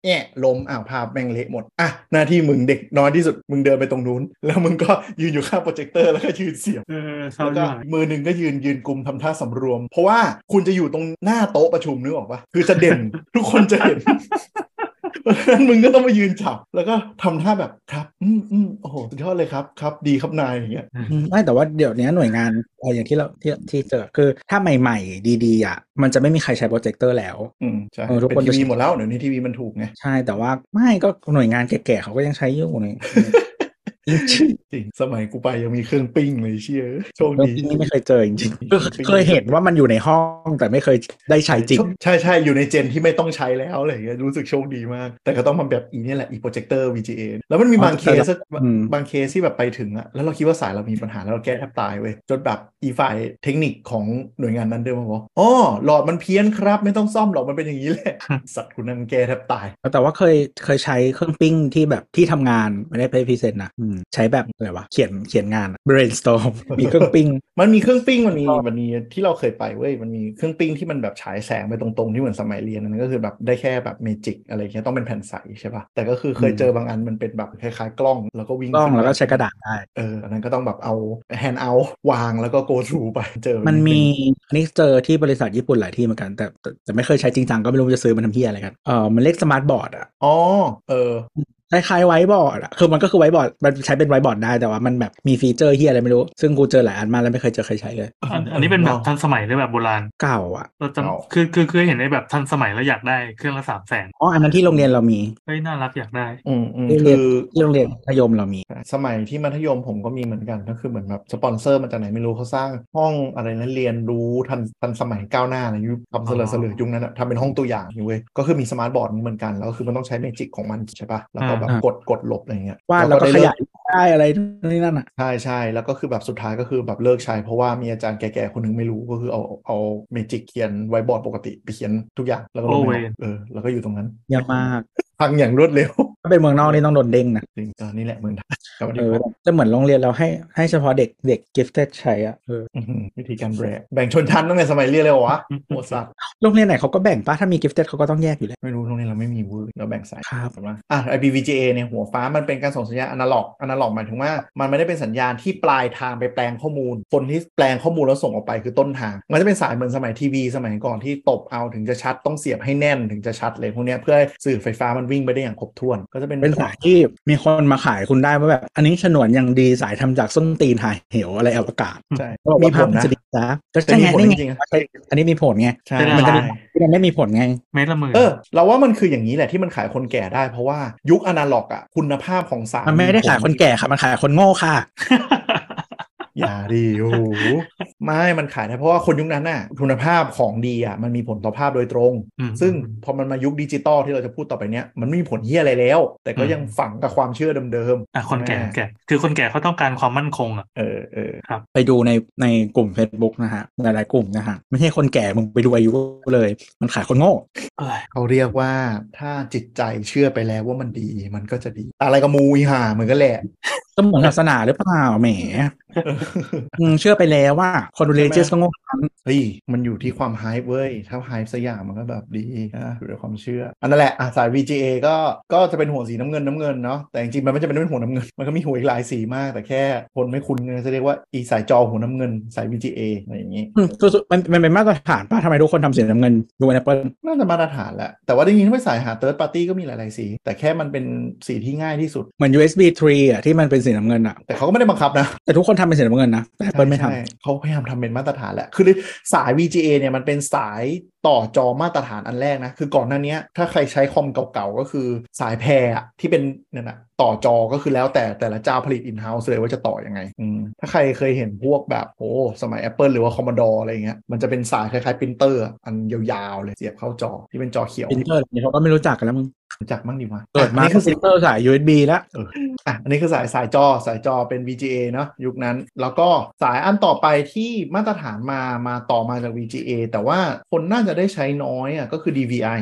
Speaker 3: ล้มภาพแม่งเละหมดหน้าที่มึงเด็กน้อยที่สุดมึงเดินไปตรงนู้นแล้วมึงก็ยืนอยู่ข้างโปรเจคเตอร์แล้วก็ยืนเสียบแล้วก็มือหนึ่งก็ยืนกุมทำท่าสำรวมเพราะว่าคุณจะอยู่ตรงหน้าโต๊ะประชุมนึกออกปะคือจะเด่น ทุกคนจะเห็น เพราะฉะนั้นมึงก็ต้องมายืนจับแล้วก็ทำท่าแบบครับโอ้โหสุดยอดเลยครับดีครับนายอย่างเงี้ย
Speaker 2: ไม่แต่ว่าเดี๋ยวนี้หน่วยงานอย่างที่เราที่เจอคือถ้าใหม่ๆดีๆมันจะไม่มีใครใช้โปรเจคเตอร์แล้ว
Speaker 3: ใช่ทุกคนทีวีหมดแล้วเดี๋ยวนี้ทีวีมันถูกไง
Speaker 2: ใช่แต่ว่าไม่ก็หน่วยงานแก่ๆเขาก็ยังใช้อยู่เลย
Speaker 3: จริงสมัยกูไปยังมีเครื่องปิ้งเลยเชี่ยโชคดี
Speaker 2: นี่ไม่เคยเจอจริงๆเคยเห็นว่ามันอยู่ในห้องแต่ไม่เคยได้ใช้จริง
Speaker 3: ใช่อยู่ในเจนที่ไม่ต้องใช้แล้วอะไรอย่างเงี้ยรู้สึกโชคดีมากแต่ก็ต้องมาแบบนี่แหละโปรเจคเตอร์ VGA แล้วมันมีบางเคสที่แบบไปถึงแล้วเราคิดว่าสายเรามีปัญหาแล้วเราแก้แทบตายเว้ยจนแบบฝ่ายเทคนิคของหน่วยงานนั้นเดินมาบอกหลอดมันเพี้ยนครับไม่ต้องซ่อมหรอกมันเป็นอย่างนี้แหละสัตว์คุณนั่งแก้แทบตาย
Speaker 2: แต่ว่าเคยใช้เครื่องปิ้งที่แบบที่ทำงานไม่ได้ไปพรีเซนต์นะใช้แบบอะไรวะเขียนงาน brainstorm มีเครื่องปิ้ง
Speaker 3: มันมีเครื่องปิ้งมันมีที่เราเคยไปเว้ยมันมีเครื่องปิ้งที่มันแบบฉายแสงไปตรงๆที่เหมือนสมัยเรียนนั่นก็คือแบบได้แค่แบบเมจิกอะไรเงี้ยต้องเป็นแผ่นใสใช่ป่ะแต่ก็คือเคยเจอบางอันมันเป็นแบบคล้ายๆกล้องแล้วก็วิ่ง
Speaker 2: กล้องแล้วก็ใช้กระดาษได้
Speaker 3: อันนั้นก็ต้องแบบเอาแฮนด์เอาท์วางแล้วก็ go through ไปเจอ
Speaker 2: มันมีอันนี้เจอที่บริษัทญี่ปุ่นหลายที่เหมือนกันแต่ไม่เคยใช้จริงจังก็ไม่รู้จะซื้อมันทำเหี้ยอะไรกันมันเรียกสมาร์ทบอร์ดคล้ายๆไวท์บอร์ดคือมันก็คือไวท์บอร์ดมันใช้เป็นไวท์บอร์ดได้แต่ว่ามันแบบมีฟีเจอร์เฮียอะไรไม่รู้ซึ่งกูเจอหลายอันมาแล้วไม่เคยเจอใครใช้เลย
Speaker 4: อันนี้เป็นแบบทันสมัยหรือแบบโบราณ
Speaker 2: เก่า
Speaker 4: เราจำคือเห็นในแบบทันสมัยแล้วอยากได้เครื่องละ300,000
Speaker 2: อันนั้นที่โรงเรียนเรามี
Speaker 4: เฮ้ยน่ารักอยากได้
Speaker 3: คือ
Speaker 2: ที่โรงเรียนมัธยมเรามี
Speaker 3: สมัยที่มัธยมผมก็มีเหมือนกันก็คือเหมือนแบบสปอนเซอร์มาจากไหนไม่รู้เขาสร้างห้องอะไรนั้นเรียนรู้ทันสมัยก้าวหน้าในยุคทำเสลือยุคนั้นทำเป็นห้องตัวอย่างอยู่เว้ยก็คือมีสมาร์ทบอร์ดเหมือนกันแล้วคือมันต้องใช้เมจิกของมันใช่ปะแล้วก็แบบกดลบอะไรเงี้ย
Speaker 2: ว่าแล้วก็ขยายได้อะไรนี่นั่น
Speaker 3: ใช่แล้วก็คือแบบสุดท้ายก็คือแบบเลิกใช้เพราะว่ามีอาจารย์แก่ๆคนนึงไม่รู้ก็คือเอาเมจิกเขียนไว้บอร์ดปกติไปเขียนทุกอย่างแล้วก็ลบไม่ออกแล้วก็อยู่ตรงนั้น
Speaker 2: เยอะมาก
Speaker 3: พังอย่างรวดเร็ว
Speaker 2: ถ้าเป็นเมืองนอกนี่ต้องโดนเด้งนะ
Speaker 3: จริงนี่แหละเมืองไทย
Speaker 2: จะเหมือนโรงเรียนเราให้เฉพาะเด็กกิฟเต็ดใช้
Speaker 3: วิธีการแบ่งชนชั้นตั้งแต่สมัยเรียนเลยวะโหดสัตว์
Speaker 2: โรงเรียนไหนเขาก็แบ่งป่ะถ้ามีกิฟเต็ดเขาก็ต้องแยกอยู่แล้ว
Speaker 3: ไม่รู้โรงเรียนเราไม่มีเวอร์เราแบ่งสาย
Speaker 2: ครับ
Speaker 3: IPVGA เนี่ยหัวฟ้ามันเป็นการส่งสัญญาณอนาล็อกหมายถึงว่ามันไม่ได้เป็นสัญญาณที่ปลายทางไปแปลงข้อมูลคนที่แปลงข้อมูลแล้วส่งออกไปคือต้นทางมันจะเป็นสายเหมือนสมัยทีวีสมัยก่อนที่ตบเอาถึงจะชัดต้องเสียบให้แน่นถึงจะชัดเลยพวกนี้เพื่อสื่อไฟฟ้ามันวิ่งไปได้อย่างครบถ้วนก็จะเป็น
Speaker 2: สายที่มีคนมาขายคุณได้ว่าแบบอันนี้ฉนวนยังดีสายทำจากส้นตีนหายเหวอะไรอวกาศ
Speaker 3: ใช่
Speaker 2: มีผลนะก็ใช่ไงนี่ไงอันนี้มีผลไงมันจะไม่มีผลไง
Speaker 4: เมตรละหมื่น
Speaker 3: เราว่ามันคืออย่างนี้แหละที่มันขายคนแก่ได้เพราะว่ายุคอนาล็อกคุณภาพของสาร
Speaker 2: มันไม่ได้ขายคนแก่ค่ะมันขายคนโง่ค่ะ
Speaker 3: อย่าดิโอ้โหไม่มันขายได้เพราะว่าคนยุคนั้นน่ะคุณภาพของดีมันมีผลต่อภาพโดยตรงซึ่งพอมันมายุคดิจิตอลที่เราจะพูดต่อไปเนี้ยมันไม่มีผลเหี้ยอะไรแล้วแต่ก็ยังฝังกับความเชื่อเดิม
Speaker 4: คนแก่คือคนแก่เขาต้องการความมั่นคง
Speaker 3: ครับ
Speaker 2: ไปดูในกลุ่ม Facebook นะฮะหลายๆกลุ่มนะฮะไม่ใช่คนแก่มึงไปดูอายุเลยมันขายคนโง่
Speaker 3: เขาเรียกว่าถ้าจิตใจเชื่อไปแล้วว่ามันดีมันก็จะดีอะไรกับมูอีห่าเหมือนกันแหละ
Speaker 2: ก็เหมือนศาสนาหรือเปล่าแหมเชื่อไปแล้วว่าคนเรเจสก็โง่
Speaker 3: เฮ้ยมันอยู่ที่ความไฮป์เว้ยถ้าไฮป์สักอย่างมันก็แบบดีนะอยู่ในความเชื่ออันนั้นแหละสาย VGA ก็จะเป็นหัวสีน้ำเงินเนาะแต่จริงๆมันไม่จำเป็นต้องเป็นหัวน้ำเงินมันก็มีหัวอีกหลายสีมากแต่แค่คนไม่คุ้นจะเรียกว่าอีสายจอหัวน้ำเงินสาย VGA อะไรอย่างงี้
Speaker 2: มันเป็นมาตรฐานป่ะทำไมทุกคนทำสีน้ำเงินดู Apple
Speaker 3: น่าจะมาตรฐานแหละแต่ว่าจริงๆถ้าไปสายหา Third Party ก็มีหลายๆสีแต่แค่มันเป็นสีที่ง่ายที่สุด
Speaker 2: เหมือน USB 3ที่มันเป็นสีน้ำเงิน
Speaker 3: แต่เขาก็ไม่ได้บังคับนะ
Speaker 2: แต่ทุกคนทำเป็นสีน้ำเงินนะแต่ Apple ไม่ทำ
Speaker 3: เขาพยายามทำเป็นมาตรฐานแหละคือสาย VGA เนี่ยมันเป็นสายต่อจอมาตรฐานอันแรกนะคือก่อนหน้านี้ถ้าใครใช้คอมเก่าๆก็คือสายแพรที่เป็นนั่นนะต่อจอก็คือแล้วแต่ละเจ้าผลิต in-house เลยว่าจะต่อยังไงถ้าใครเคยเห็นพวกแบบสมัย Apple หรือว่า Commodore อะไรเงี้ยมันจะเป็นสายคล้ายๆปรินเตอร์อันยาวๆเลยเสียบเข้าจอที่เป็นจอเขียว
Speaker 2: ปรินเตอร์นี่เขาก็ไม่รู้จักกันแล้วมึง
Speaker 3: รู้จักมั่งดีวะ
Speaker 2: เกิดมาคือปรินเตอร์สาย USB แล้ว
Speaker 3: อันนี้คือสายจอเป็น VGA เนาะยุคนั้นแล้วก็สายอันต่อไปที่มาตรฐานมาต่อมาจาก VGA แต่ว่าคนน่าจะได้ใช้น้อยก็คือ DVI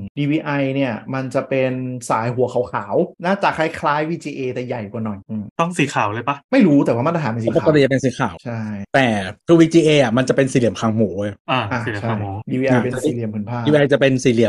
Speaker 3: DVI เนี่ยมันจะเป็นสายหัวขาวๆน่าจะคล้ายๆ VGA แต่ใหญ่กว่าหน่อย
Speaker 4: ต้องสีขาวเลยปะ
Speaker 3: ไม่รู้แต่ว่ามาตรฐานเป็นสีขาว
Speaker 2: ปกติเป็นสีขาว
Speaker 3: ใช่
Speaker 2: แต่ตัว VGA มันจะเป็นสี่เหลี่ยมคางหมู
Speaker 4: สี่เหลี่ยมคางหมู
Speaker 3: DVI เป็นสี่เหลี่ยมผืนผ้า
Speaker 2: DVI จะเป็นสี่เหลี่ยม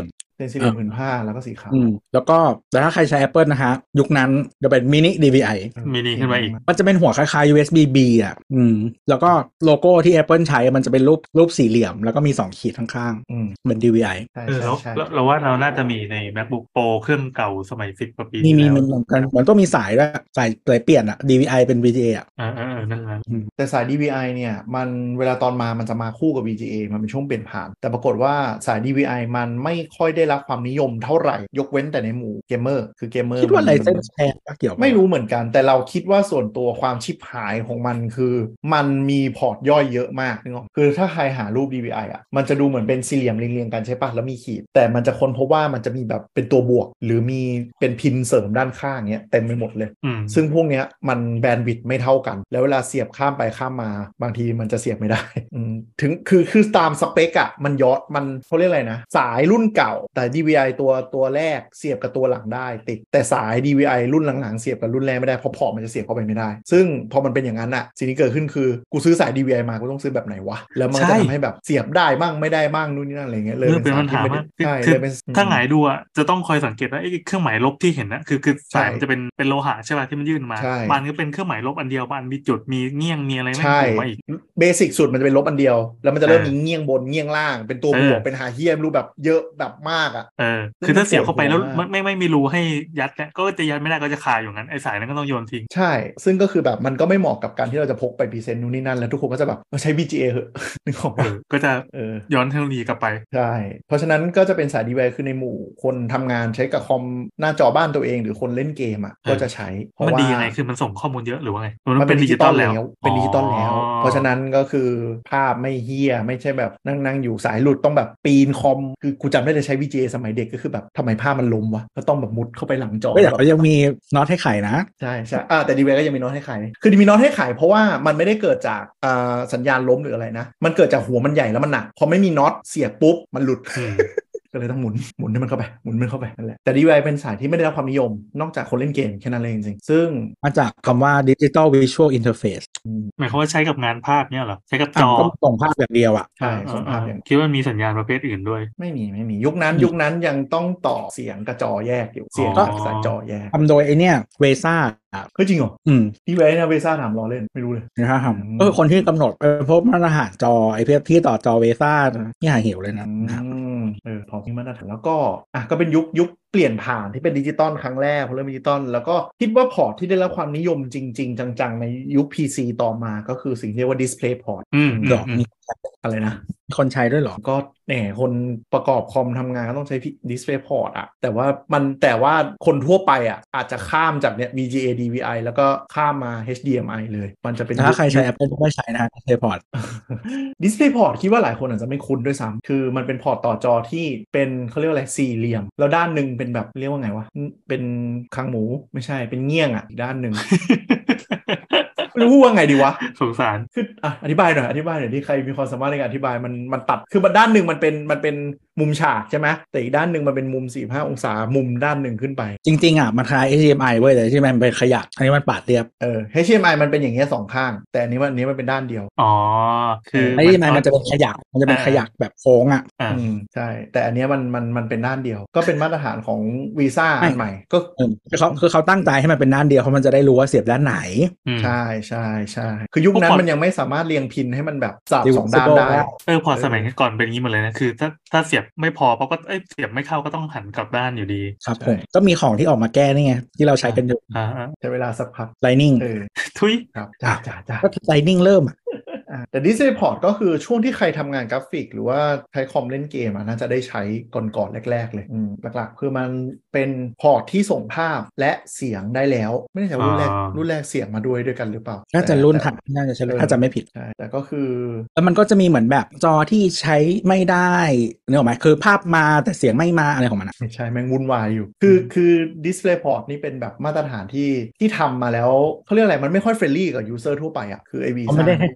Speaker 3: เป็นสี่เหลี่ยมผืนผ้าแล้วก็สีขาว
Speaker 2: แล้วก็แต่ถ้าใครใช้ Apple นะฮะยุคนั้นจะเป็น Mini DVI
Speaker 4: มินิขึ้นมาอีก
Speaker 2: มันจะเป็นหัวคล้ายๆ USB-B อ่ะแล้วก็โลโก้ที่ Apple ใช้มันจะเป็นรูปสี่เหลี่ยมแล้วก็มี2ขีดข้างๆเหมือน DVI
Speaker 4: แล้วเราว่าเราน่าจะมีใน MacBook Pro เครื่องเก่าสมัย10 กว่าปี
Speaker 2: มี
Speaker 4: ที่แล้ว
Speaker 2: เหมือนกันมันต้องมีสายด้วยสายเปลี่ยนอ่ะ DVI เป็น VGA อ่ะ
Speaker 4: นั่นแหละ
Speaker 3: แต่สาย DVI เนี่ยมันเวลาตอนมามันจะมาคู่กับ VGA มันเป็นช่วงเปลี่ยนผ่านแต่ปรากฏว่าสาย DVI มันไม่ค่อยได้รับความนิยมเท่าไหร่ยกเว้นแต่ในหมู่เกมเมอร์คือเกมเมอร์
Speaker 2: คิดว่าอะไรเส้นแชร์เกี่ยว
Speaker 3: ไม่รู้เหมือนกันแต่เราคิดว่าส่วนตัวความชิบหายของมันคือมันมีพอร์ตย่อยเยอะมากนึกออกคือถ้าใครหารูป DVI อ่ะมันจะดูเหมือนเป็นสี่เหลี่ยมเรียงๆกันใช่ปะแล้วมีขีดแต่มันจะค้นพบว่ามันจะมีแบบเป็นตัวบวกหรือมีเป็นพินเสริมด้านข้างเนี้ยเต็มไปหมดเลยซึ่งพวกเนี้ยมันแบนด์วิดต์ไม่เท่ากันแล้วเวลาเสียบข้ามไปข้ามมาบางทีมันจะเสียบไม่ได้ถึงคือตามสเปคอ่ะมันย้อนมันเขาเรียกอะไรนะสายรุ่นเก่าแต่ DVI ตัวแรกเสียบกับตัวหลังได้ติดแต่สาย DVI รุ่นหลังๆเสียบกับรุ่นแรกไม่ได้เพราะพอร์ตมันจะเสียบเข้าไปไม่ได้ซึ่งพอมันเป็นอย่างนั้นอ่ะสิ่งที่เกิดขึ้นคือกูซื้อสาย DVI มากูต้องซื้อแบบไหนวะแล้วมันจะทำให้แบบเสียบได้บ้างไม่ได้บ้างนู่นนี่นั่นอะไรเงี้ยเลย
Speaker 4: เป็นปัญหามากคือถ้าหงายดูอ่ะจะต้องคอยสังเกตว่าเครื่องหมายลบที่เห็นนะคือสายมันจะเป็นโลหะใช่ป่ะที่มันยื่นมามันก็เป็นเครื่องหมายลบอันเดียวมันมีจุดมีเงี้ยงมีอะไรไม่ถูกมาอีก
Speaker 3: เบสิกสุดมันจะเป็นลบอันเดียวแล้วมันจะเริ่มมีเงี้ยงบนเงี้ยงล่างเป็นตัวบวกเป็นหาเฮี้ยมรู้แบบเยอะแบบมากอ่ะ
Speaker 4: คือถ้าเสียบเข้าไปแล้วไม่มีรูให้ยัดเนี่ยก็จะยัดไม่ได้ก็จะคาอยู่งั้นไอ้สายนั้นก็ต้องโยนทิ้ง
Speaker 3: ใช่ซึ่งก็คือแบบมันก็ไม่เหมาะกับการที่เราจะพกไปพรีเซนต์นู่นนี่นั่นแล้วทุกคนก็จะแบบใช้ VGA เหอะนึกออกปะ
Speaker 4: ก็จะย้อนเทคโนโลยีกลับไป
Speaker 3: ใช่เพราะฉะนั้นก็จะเป็นสาย DVI คือในหมู่คนทำงานใช้กับคอมหน้าจอบ้านตัวเองหรือคนเล่นเกมอ่ะก็จะใช้เพราะว่า
Speaker 4: มันดียังไงคือมันส่งข้อมูลเยอะหรือว่าไง
Speaker 3: มันเป็นดิจิตอลแล้วเป็นดิจิตอลแล้วเพราะฉะนั้นก็คือภาพไม่เฮี้ยไม่ใช่แบบนั่งอยู่สายหลุดต้องแบบปีนคอมคือกูจำได้เลยใช้ VGA สมัยเด็กก็คือแบบทำไมภาพมันล้มวะก็ต้องแบบมุดเข้าไปหลังจอ
Speaker 2: แต่ก็ยังมีน็อตให้ไขนะ
Speaker 3: ใช่แต่ DVI ก็ยังมีน็อตให้ไขคือมีน็อตให้ไขเพราะว่ามันไม่ได้เกิดจากสัญญาณล้มหรืออะไรนะมันเกิดจากหัวมันใหญ่แล้วมันหนักพอไม่มีน็อตเสียบปุ๊บมันหลุดก็เลยต้องหมุนให้มันเข้าไปหมุนมันเข้าไปนั่นแหละแต่ DVI เป็นสายที่ไม่ได้รับความนิยมนอกจากคนเล่นเกมแค่นั้นเลยจริงๆซึ่ง
Speaker 2: มาจากคำว่า Digital Visual Interface
Speaker 4: หมายความว่าใช้กับงานภาพเนี่ยเหรอใช้กับจอ
Speaker 2: ก็ส่งภาพแบบเดียวอ่ะ
Speaker 3: ใช่ส่งภาพอย่าง
Speaker 4: คิดว่ามีสัญญาณประเภทอื่นด้วย
Speaker 3: ไม่มียุคนั้นยังต้องต่อเสียงกับจอแยกอยู่เสียงกับสายจอแยก
Speaker 2: ทำโดยไอเนี้ยเวซ่า
Speaker 3: จริงเหรอพี่เวซ่าเวซ่าถามล้อเล่นไม่รู้เลย
Speaker 2: นะครับคนที่กำหนดพวกมาตรฐานจอไอเพียที่ต่อจอเวซ่าที่หาเหวเลยนะ
Speaker 3: พอที่มาตรฐานแล้วก็ก็เป็นยุคเปลี่ยนผ่านที่เป็นดิจิตอลครั้งแรกพอเริ่มดิจิตอลแล้วก็คิดว่าพอร์ตที่ได้รับความนิยมจริงๆจังๆในยุค PC ต่อมาก็คือสิ่งที่เรียกว่า Display Port
Speaker 2: ดอกมี
Speaker 3: อะไรนะ
Speaker 2: คนใช้ด้วยหรอ
Speaker 3: ก็คนประกอบคอมทำงานก็ต้องใช้ Display Port แต่ว่าคนทั่วไปอาจจะข้ามจากเนี่ย VGA DVI แล้วก็ข้ามมา HDMI เลยมันจะเป็น
Speaker 2: ถ้าใครใช้ Apple ไม่ใช้นะ Display Port
Speaker 3: Display Port คิดว่าหลายคนอาจจะไม่คุ้นด้วยซ้ำคือมันเป็นพอร์ตต่อจอที่เป็นเขาเรียกว่าอะไรสี่เหลี่ยมแล้วด้านหนึ่งเป็นแบบเรียกว่าไงวะเป็นคางหมูไม่ใช่เป็นเงี้ยงอีกด้านหนึ่งไม่รู้ว่าไงดีวะ
Speaker 4: สงสาร
Speaker 3: คืออธิบายหน่อยที่ใครมีความสามารถในการอธิบายมันตัดคือด้านหนึ่งมันเป็นมุมฉากใช่ไหมแต่อีกด้านหนึ่งมันเป็นมุม45องศามุมด้านหนึ่งขึ้นไป
Speaker 2: จริงๆมันคล้าย HDMI เว้ยแต่ที่มันเป็นขยักอันนี้มันปาดเรียบ
Speaker 3: HDMI มันเป็นอย่างเงี้ย2ข้างแต่อันนี้มันเป็นด้านเดียว
Speaker 4: คือ
Speaker 2: HDMI มันจะเป็นขยักแบบโค้ง
Speaker 3: ใช่แต่อันนี้มันเป็นด้านเดียวก็เป็นมาตรฐานของ Visa อันใหม่ก็
Speaker 2: คือเขาตั้งใจให้มันเป็นด้านเดียวเพราะมันจะได้รู้ว่าเสียบด้านไหน
Speaker 3: ใช่คือยุคนั้นมันยังไม่สามารถเรียงพินให้มันแบบสับสองด้านได้
Speaker 4: พอสมัยก่อนเป็นอย่างนี้หมดเลยนะคือถ้าเสียบไม่พอเพราะก็เสียบไม่เข้าก็ต้องหันกลับด้านอยู่ดี
Speaker 2: ครับผมก็มีของที่ออกมาแก้นี่ไงที่เราใช้กันอยู่
Speaker 3: ใช้เวลาสักพัก
Speaker 2: Lightning
Speaker 4: ทุย
Speaker 3: ครับจ้า
Speaker 2: ก็ Lightning เริ่ม
Speaker 3: แต่ Display Port ก็คือช่วงที่ใครทำงานกราฟิกหรือว่าใช้คอมเล่นเกมน่าจะได้ใช้ก่อนแรกๆเลยหลักๆคือมันเป็นพอร์ตที่ส่งภาพและเสียงได้แล้วไม่แน่ใจรุ่นแรกเสียงมาด้วยกันหรือเปล่า
Speaker 2: น่าจะรุ่นถัดน่าจะใช่ถ้าจะไม่ผิด
Speaker 3: ใช่แต่ก็คือ
Speaker 2: แล้วมันก็จะมีเหมือนแบบจอที่ใช้ไม่ได้นึกออกไหมคือภาพมาแต่เสียงไม่มาอะไรของมัน
Speaker 3: ใช่แม่งวุ่นวายอยู่คือ Display Port นี่เป็นแบบมาตรฐานที่ทำมาแล้วเขาเรียกอะไรมันไม่ค่อยเฟรนลี่กับยูเซอร์ทั่วไปคือไอวี
Speaker 2: ไม่ได้ให้คนทั่วไป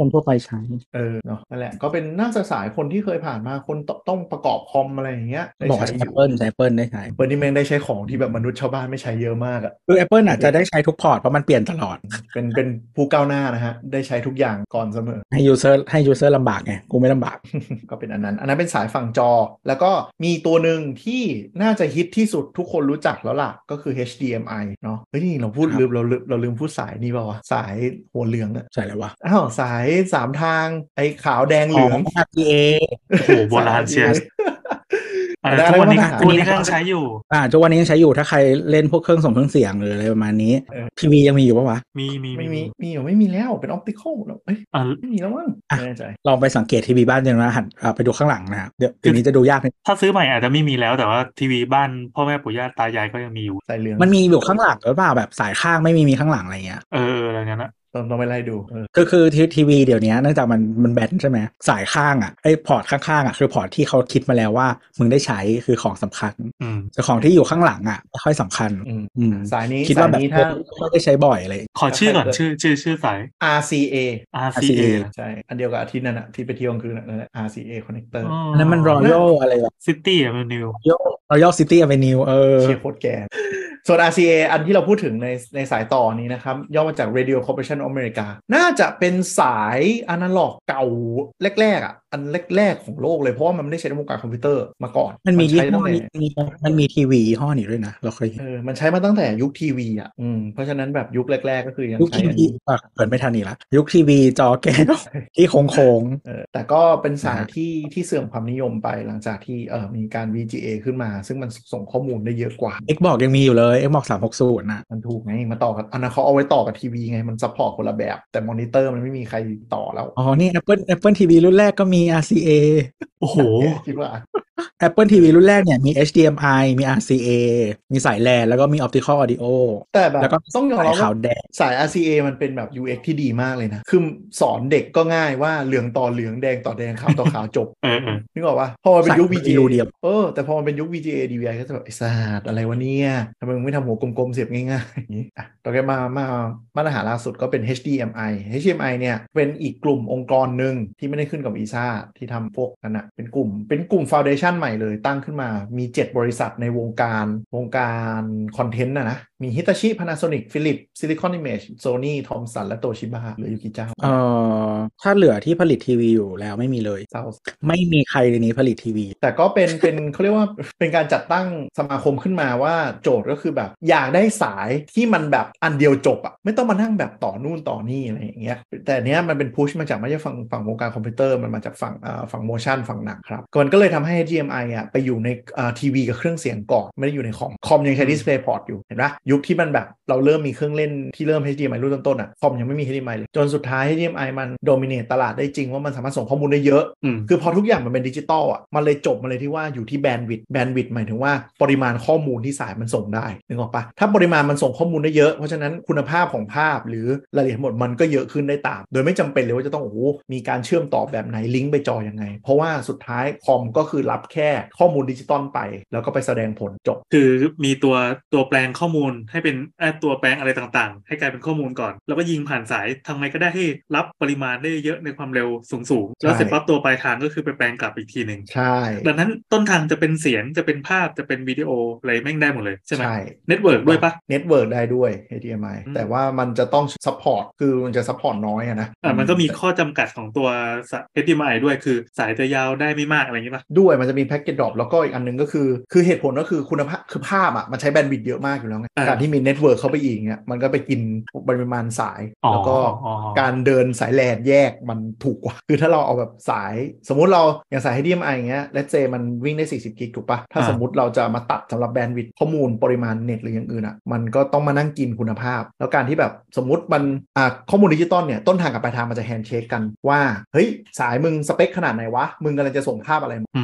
Speaker 2: ใช้
Speaker 3: เนาะนั่นแหละก็เป็นน่าจะสายคนที่เคยผ่านมาคนต้องประกอบคอมอะไรอย่างเงี้ยได้
Speaker 2: บอก
Speaker 3: ใช้
Speaker 2: ว่า
Speaker 3: อยู่
Speaker 2: Apple ใช้ Apple ได้ใช้
Speaker 3: Apple นี่แม่งได้ใช้ของที่แบบมนุษย์ชาวบ้านไม่ใช้เยอะมากอ่ะ
Speaker 2: คือ Apple อาจจะได้ใช้ทุกพอร์ตเพราะมันเปลี่ยนตลอด
Speaker 3: เป็นผู้ก้าวหน้านะฮะได้ใช้ทุกอย่างก่อนเสมอ
Speaker 2: ให้ user ลำบากไงกูไม่ลำบาก
Speaker 3: ก็เป็นอันนั้นเป็นสายฝั่งจอแล้วก็มีตัวหนึ่งที่น่าจะฮิตที่สุดทุกคนรู้จักแล้วล่ะก็คือ HDMI เนาะเฮ้ยนี่เราพูดลืมพูดสายนี่ป่าวะสายหัวเหลืองอะ
Speaker 2: ใช่แล้ววะ
Speaker 3: สาย3ทางไอ้ขาวแดงเหลือง
Speaker 2: RGA
Speaker 4: โอ้โหโบราณเชียร์ทุกวันนี้ก็ยังใช้อยู่
Speaker 2: ทุกวันนี้ยังใช้อยู่ถ้าใครเล่นพวกเครื่องส่งเครื่องเสียงหรืออะไรประมาณนี้ทีวียังมีอยู่ปะวะ
Speaker 3: ไม่มีแล้วเป็นออปติคอลแล้วไม่มีแล้วมั้งไม่แน่ใจ
Speaker 2: ลองไปสังเกตทีวีบ้านยังนะหันไปดูข้างหลังนะครับเดี๋ยวนี้จะดูยาก
Speaker 4: ถ้าซื้อใหม่อาจจะไม่มีแล้วแต่ว่าทีวีบ้านพ่อแม่ปู่ย่าตายายก็ยังมีอยู่
Speaker 3: สายเหลือง
Speaker 2: มันมีอยู่ข้างหลังหรือเปล่าแบบสายข้างไม่มีข้างหลังอะไรเงี้ย
Speaker 4: อะไรเงี้ยนะ
Speaker 3: ต้องไปไล่ดู
Speaker 2: คือทีวีเดี๋ยวนี้เนื่องจากมันแบนใช่ไหมสายข้างอ่ะไอ้พอร์ตข้างๆอ่ะคือพอร์ตที่เขาคิดมาแล้วว่ามึงได้ใช้คือของสำคัญแต่ของที่อยู่ข้างหลังอ่ะไม่ค่อยสำคัญ
Speaker 3: สายนี้
Speaker 2: คิดว่าแบบไม่ได้ใช้บ่อยเลย
Speaker 4: ขอชื่อก่อนชื่อสาย
Speaker 3: RCA
Speaker 4: ใช่
Speaker 3: อันเดียวกับอาทิตย์นั้นอะที่ไปเที่ยวคืนนั่นแหละ RCA connector
Speaker 2: อันนั้นมัน Royal อะไรวะ
Speaker 4: City Avenue
Speaker 2: Royal City Avenue
Speaker 3: เชียร์โคตรแก่ส่วน RCA อันที่เราพูดถึงในสายต่อนี้นะครับย่อมาจาก Radio Corporation of America น่าจะเป็นสายอนาล็อกเก่าแรกๆอ่ะอันแรกๆของโลกเลยเพราะว่ามันไม่ได้ใช้ในวงการคอมพิวเตอร์มาก่อน
Speaker 2: มันมียี่ห้อมันมีทีวียี่ห้อนี้ด้วยนะเราเคย
Speaker 3: มันใช้มาตั้งแต่ยุคทีวีอ่ะเพราะฉะนั้นแบบยุคแรกๆก็คือยังใช้
Speaker 2: อันนี้เปิดไม่ทันนี่ละยุคทีวีจอแก้วที่โค้ง
Speaker 3: แต่ก็เป็นสายที่เสื่อมความนิยมไปหลังจากที่มีการ VGA ขึ้นมาซึ่งมันส่งข้อมูลได้เยอะกว่า
Speaker 2: Xbox ยังมีอยู่เลย Xbox 360น่ะ
Speaker 3: มันถูกไงมาต่อกับอันนั้นเขาเอาไว้ต่อกับทีวีไงมันซัพพอร์ตคนละแบบแต่มอนิเตอร์มันไม่มีใครต่อแล้ว
Speaker 2: นี่ Apple TV รุ่นแรกก็มี RCA
Speaker 4: โอ้โห
Speaker 3: คิดว่า
Speaker 2: Apple TV รุ่นแรกเนี่ยมี HDMI มี RCA มีสาย LAN แล้วก็มี Optical Audio
Speaker 3: แต่แบบ
Speaker 2: แล้วก็
Speaker 3: ต้องยอมรับว่าสาย RCA มันเป็นแบบ UX ที่ดีมากเลยนะคือสอนเด็กก็ง่ายว่าเหลืองต่อเหลืองแดงต่อแดงขาวต่อขาวจบนึกออกป่ะพอมันเป็นยุค VGA แต่พอมันเป็นยุค VGA DVI ก็จะแบบไอ้ศาสตร์อะไรวะเนี่ยทำไมมึงไม่ทำหัวกลมๆเสียบง่ายๆอย่างนี้ต่อไปมาตรฐานล่าสุดก็เป็น HDMI เนี่ยเป็นอีกกลุ่มองค์กรหนึ่งที่ไม่ได้ขึ้นกับ ESA ที่ทำพวกนั้นนะเป็นกลุ่ม Foundation ใหม่เลยตั้งขึ้นมามี7บริษัทในวงการคอนเทนต์นะมี Hitachi Panasonic Philips Silicon Image Sony Thomson และ Toshiba เหลืออยู่กี่เจ้า
Speaker 2: ถ้าเหลือที่ผลิตทีวีอยู่แล้วไม่มีเลยไม่มีใครในนี้ผลิตทีวี
Speaker 3: แต่ก็เป็นเขาเรียกว่าเป็นการจัดตั้งสมาคมขึ้นมาว่าโจทย์ก็คือแบบอยากได้สายที่มันแบบอันเดียวจบอะไม่ต้องมานั่งแบบต่อนู่นต่อนี่อะไรอย่างเงี้ยแต่เนี้ยมันเป็นพุชมาจากไม่ใช่ฝั่งวงการคอมพิวเตอร์มันมาจากฝั่งโมชั่นฝั่งหนังครับมันก็เลยทำให้ HDMI อ่ะไปอยู่ในทีวีกับเครื่องเสียงก่อนไม่ได้อยู่ในคอมยังใช้ Display Port อยู่เห็นปะยุคที่มันแบบเราเริ่มมีเครื่องเล่นที่เริ่ม HDMI รุ่นต้นๆอ่ะคอมยังไม่มี HDMI เลยจนสุดท้าย HDMI มันโดมิเนตตลาดได้จริงว่ามันสามารถส่งข้อมูลได้เยอะคือพอทุกอย่างมันเป็นดิจิตอลอ่ะมันเลยจบมาเลยที่ว่าอยู่ที่แบนด์วิดต์หมายถึงว่าปริมาณข้อมูลที่สายมันส่งได้นึกออกปะถ้าปริมาณมันส่งข้อมูลได้เยอะเพราะฉะนั้นคุณภาพของภาพหรือรายละเอียดหมดมันก็เยอะขึ้นได้ตามโดยไม่จำเป็นเลยว่าจะต้องมีการเชื่อมต่อแบบไหนลิงก์ไปจอยังไงเพราะว่าสุดท้ายคอมก็คือรับแค่ข้อมูลดิจิตอลไปแล้วก็ไปแสดงผลจบ
Speaker 4: คือมีตัวแปลงข้อมูลให้เป็นตัวแปลงอะไรต่างๆให้กลายเป็นข้อมูลก่อนแล้วก็ยิงผ่านสายทำไงก็ได้ให้รับปริมาณได้เยอะในความเร็วสูงแล้วเสร็จปั๊บตัวปลายทางก็คือไปแปลงกลับอีกทีนึง
Speaker 3: ใช่
Speaker 4: ดังนั้นต้นทางจะเป็นเสียงจะเป็นภาพจะเป็นวิดีโออะไรแม่งได้หมดเลยใช่ไหม
Speaker 3: ใช่
Speaker 4: เน็ตเวิร์กด้วยปะ
Speaker 3: เน็ตเวิร์กได้ด้วย HDMI แต่ว่ามันจะต้องซัพพอร์ตคือมันจะซัพพอร์ตน้อยนะ
Speaker 4: มันก็มีข้อจำกัดของตัว HDMI ด้วยคือสายจะยาวได้ไม่มากอะไรอย่างนี้ปะ
Speaker 3: ด้วยมันจะมีแพ็กเกจดรอปแล้วก็อีกอันนึงก็คือเหตุผลก็คือคุณภาพคือภาพมันใช้แบนด์วิดต์เยอะมากอยู่แล้วไงการที่มีเน็ตเวิร์กเข้าไปอีกเนี่ยมันก็ไปกินปริมาณสายแล้วก็การเดินสายแลนแยกมันถูกกว่าคือถ้าเราเอาแบบสายสมมุติเราอย่างสาย HDMI อย่างเงี้ยเลทเซมันวิ่งได้40กิกถูกปะถ้าสมมุติเราจะมาตัดสำหรับแบนด์วิดต์ข้อมูลปริมาณเน็ตหรืออย่างอื่นมันก็ต้องมานั่งกินคุณภาพแล้วการที่แบบสมมุติมันข้อมูลดิจิตอลเนี่ยต้นทางกับปลายทางมันจะแฮนด์เชคกันว่าเฮ้ยสายมึงสเปคขนาดไหนวะมึงกำลังจะส่งภาพอะไรนึกออกไหม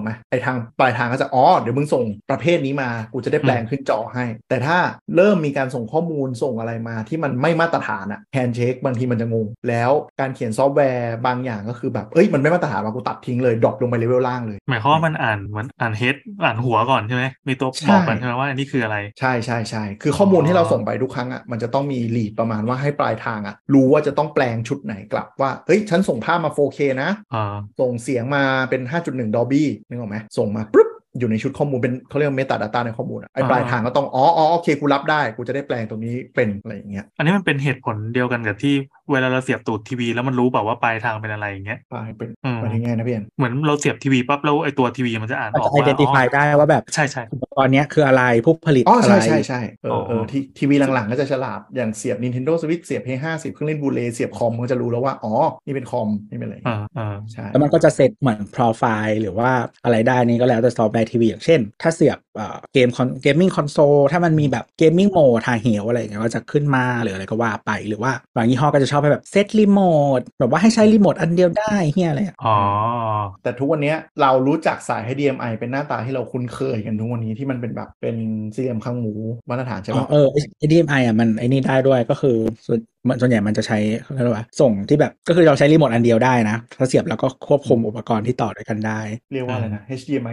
Speaker 3: ไหมไอ้ทางปลายทางก็จะเดี๋ยวมึงส่งประเภทนี้มากูจะได้แปลงขึ้นจอให้แต่ถ้าเริ่มมีการส่งข้อมูลส่งอะไรมาที่มันไม่มาตรฐานอะแฮนด์เชคบางทีมันจะงงแล้วการเขียนซอฟต์แวร์บางอย่างก็คือแบบมันไม่มาตรฐานมากูตัดทิ้งเลยดรอปลงไปเลเวลล่างเลย
Speaker 4: หมายความว่ามันอ่านเฮดอ่านหัวก่อนใช่ไหมมีตัวบอกกันใช่ไหมว่าอันนี้คืออะไร
Speaker 3: ใช่คือข้อมูลที่เราส่งไปทุกครั้งอ่ะมันจะต้องมีลีดประมาณว่าให้ปลายทางอ่ะรู้ว่าจะต้องแปลงชุดไหนกลับว่าฉันส่งภาพมา 4K นะส่งเสียงมาเป็น 5.1 Dolby นึกออกไหมส่งมาปุ๊บอยู่ในชุดข้อมูลเป็นเขาเรียกว่า Meta Data ในข้อมูลไอ้ปลายทางก็ต้องโอเคกูรับได้กูจะได้แปลงตรงนี้เป็นอะไรอย่างเงี้ย
Speaker 4: อันนี้มันเป็นเหตุผลเดียวกันกับที่เวลาเราเสียบตูดทีวีแล้วมันรู้เปล่าว่าปลายทางเป็นอะไรอย่างเงี้ย
Speaker 3: เป็นมาถึงไงนะพี่เอ็น
Speaker 4: เหมือนเราเสียบทีวีปั๊บแล้วไอ้ตัวทีวีมันจะอ่านออกว่า
Speaker 2: identify ได้ว่าแบบ
Speaker 4: ใช่
Speaker 2: ตอนนี้คืออะไรผู้ผลิตอะไร
Speaker 3: ใช่ทีวีหลังๆก็จะฉลาดอย่างเสียบ Nintendo Switch เสียบ P50 เครื่องเล่นบูเลเสียบคอมมันจะรู้แล้วว่านี่เป็นคอมนี่เป็นอะไร
Speaker 2: ใช่แล้วมันก็จะเซตเหมือนโปรไฟล์หรือว่าอะไรได้นี่ก็แล้วแต่ซอฟต์แวร์ทีวีอย่างเช่นถ้าเสียบเกมมิ่งคอนโซลถ้ามันมีแบบเกมมิ่งโหมดหาเหวอะไรอย่างเงี้ยก็จะขึ้นมาหรืออะไรก็ว่าไปหรือว่าบางยี่ห้อก็จะชอบให้แบบเซตรีโมทแบบว่าให้ใช้รีโมทอันเดียวได้เฮียอะไร
Speaker 3: แต่ทุกวันนี้เรารู้จักสาย HDMI เป็นหน้าตาที่เราคุ้นเคยกันทุกวันนี้ที่มันเป็นแบบเป็นสี่เหลี่ยมข้างหมูมาตรฐานใช่ปะ
Speaker 2: HDMI มันไอ้นี่ได้ด้วยก็คือส่วนใหญ่มันจะใช้เรียกว่าส่งที่แบบก็คือเราใช้รีโมทอันเดียวได้นะถ้าเสียบแล้วก็ควบคุมอุปกรณ์ที่ต่อด้วยกันได้
Speaker 3: เรียกว่าอะไรนะ HDMI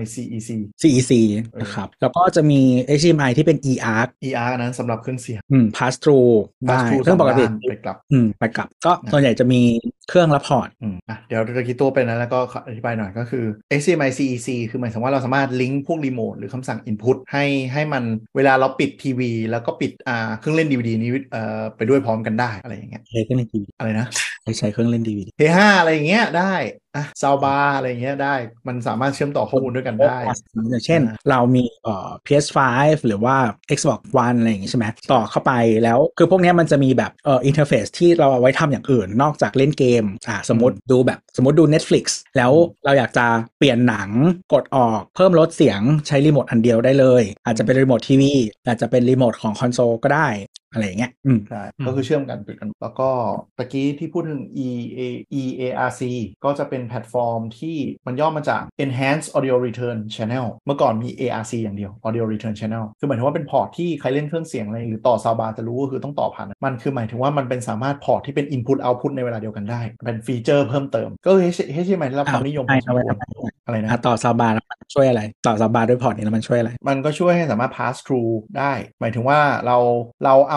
Speaker 2: CEC นะครับแล้วก็จะมี HDMI ที่เป็น eARC
Speaker 3: นั้นสำหรับเครื่องเสียง
Speaker 2: pass through ได้เครื่องปกติ
Speaker 3: ไปกลับ
Speaker 2: ก็ส่วนใหญ่จะมีเครื่องรับพอร์ต
Speaker 3: เดี๋ยวตะกี้ตัวเป็นนั้นแล้วก็อธิบายหน่อยก็คือ HDMI CEC คือหมายถึงว่าเราสามารถลิงก์พวกรีโมทหรือคำสั่ง input ให้มันเวลาเราปิดทีวีแล้วก็ปิดเครื่องเล่น DVD นี้ไปด้วยพร้อมกันได้อะไรอย่างเงี้ย
Speaker 2: ใช้เครื่องเล่น DVD
Speaker 3: อะไรนะ
Speaker 2: ใช้เครื่องเล่น DVD
Speaker 3: P5 อะไรอย่างเงี้ยได้ซาวบาร์อะไรอย่างเงี้ยได้มันสามารถเชื่อมต่อข้อมูลด้วยกันได้
Speaker 2: อย่างเช่นเรามีPS5 หรือว่า Xbox One อะไรอย่างงี้ใช่ไหมต่อเข้าไปแล้วคือพวกนี้มันจะมีแบบอินเทอร์เฟซที่เราเอาไว้ทำอย่างอื่นนอกจากเล่นเกมสมมติดู Netflix แล้วเราอยากจะเปลี่ยนหนังกดออกเพิ่มลดเสียงใช้รีโมทอันเดียวได้เลยอาจจะเป็นรีโมททีวีอาจจะเป็นรีโมทของคอนโซลก็ได้อะไรอย่างเงี้ย
Speaker 3: ใช่ก็คือเชื่อมกันปิดกันแล้วก็ตะกี้ที่พูดถึง EARC ก็จะเป็นแพลตฟอร์มที่มันย่อมาจาก Enhanced Audio Return Channel เมื่อก่อนมี ARC อย่างเดียว Audio Return Channel คือหมายถึงว่าเป็นพอร์ตที่ใครเล่นเครื่องเสียงอะไรหรือต่อซาวบาร์จะรู้ก็คือต้องต่อผ่านมันคือหมายถึงว่ามันเป็นสามารถพอร์ตที่เป็น Input Output ในเวลาเดียวกันได้เป็นฟีเจอร์เพิ่มเติมก็ HDMI ได้รับความนิยม
Speaker 2: อะไรนะต่อซาวบาร์แล้วมันช่วยอะไรต่อซาวบาร์ด้วยพอร์ตนี้แล้วมันช่วยอะไร
Speaker 3: มันก็ช่วยให้สามารถ pass through ได้หมายถึงว่าเราเอา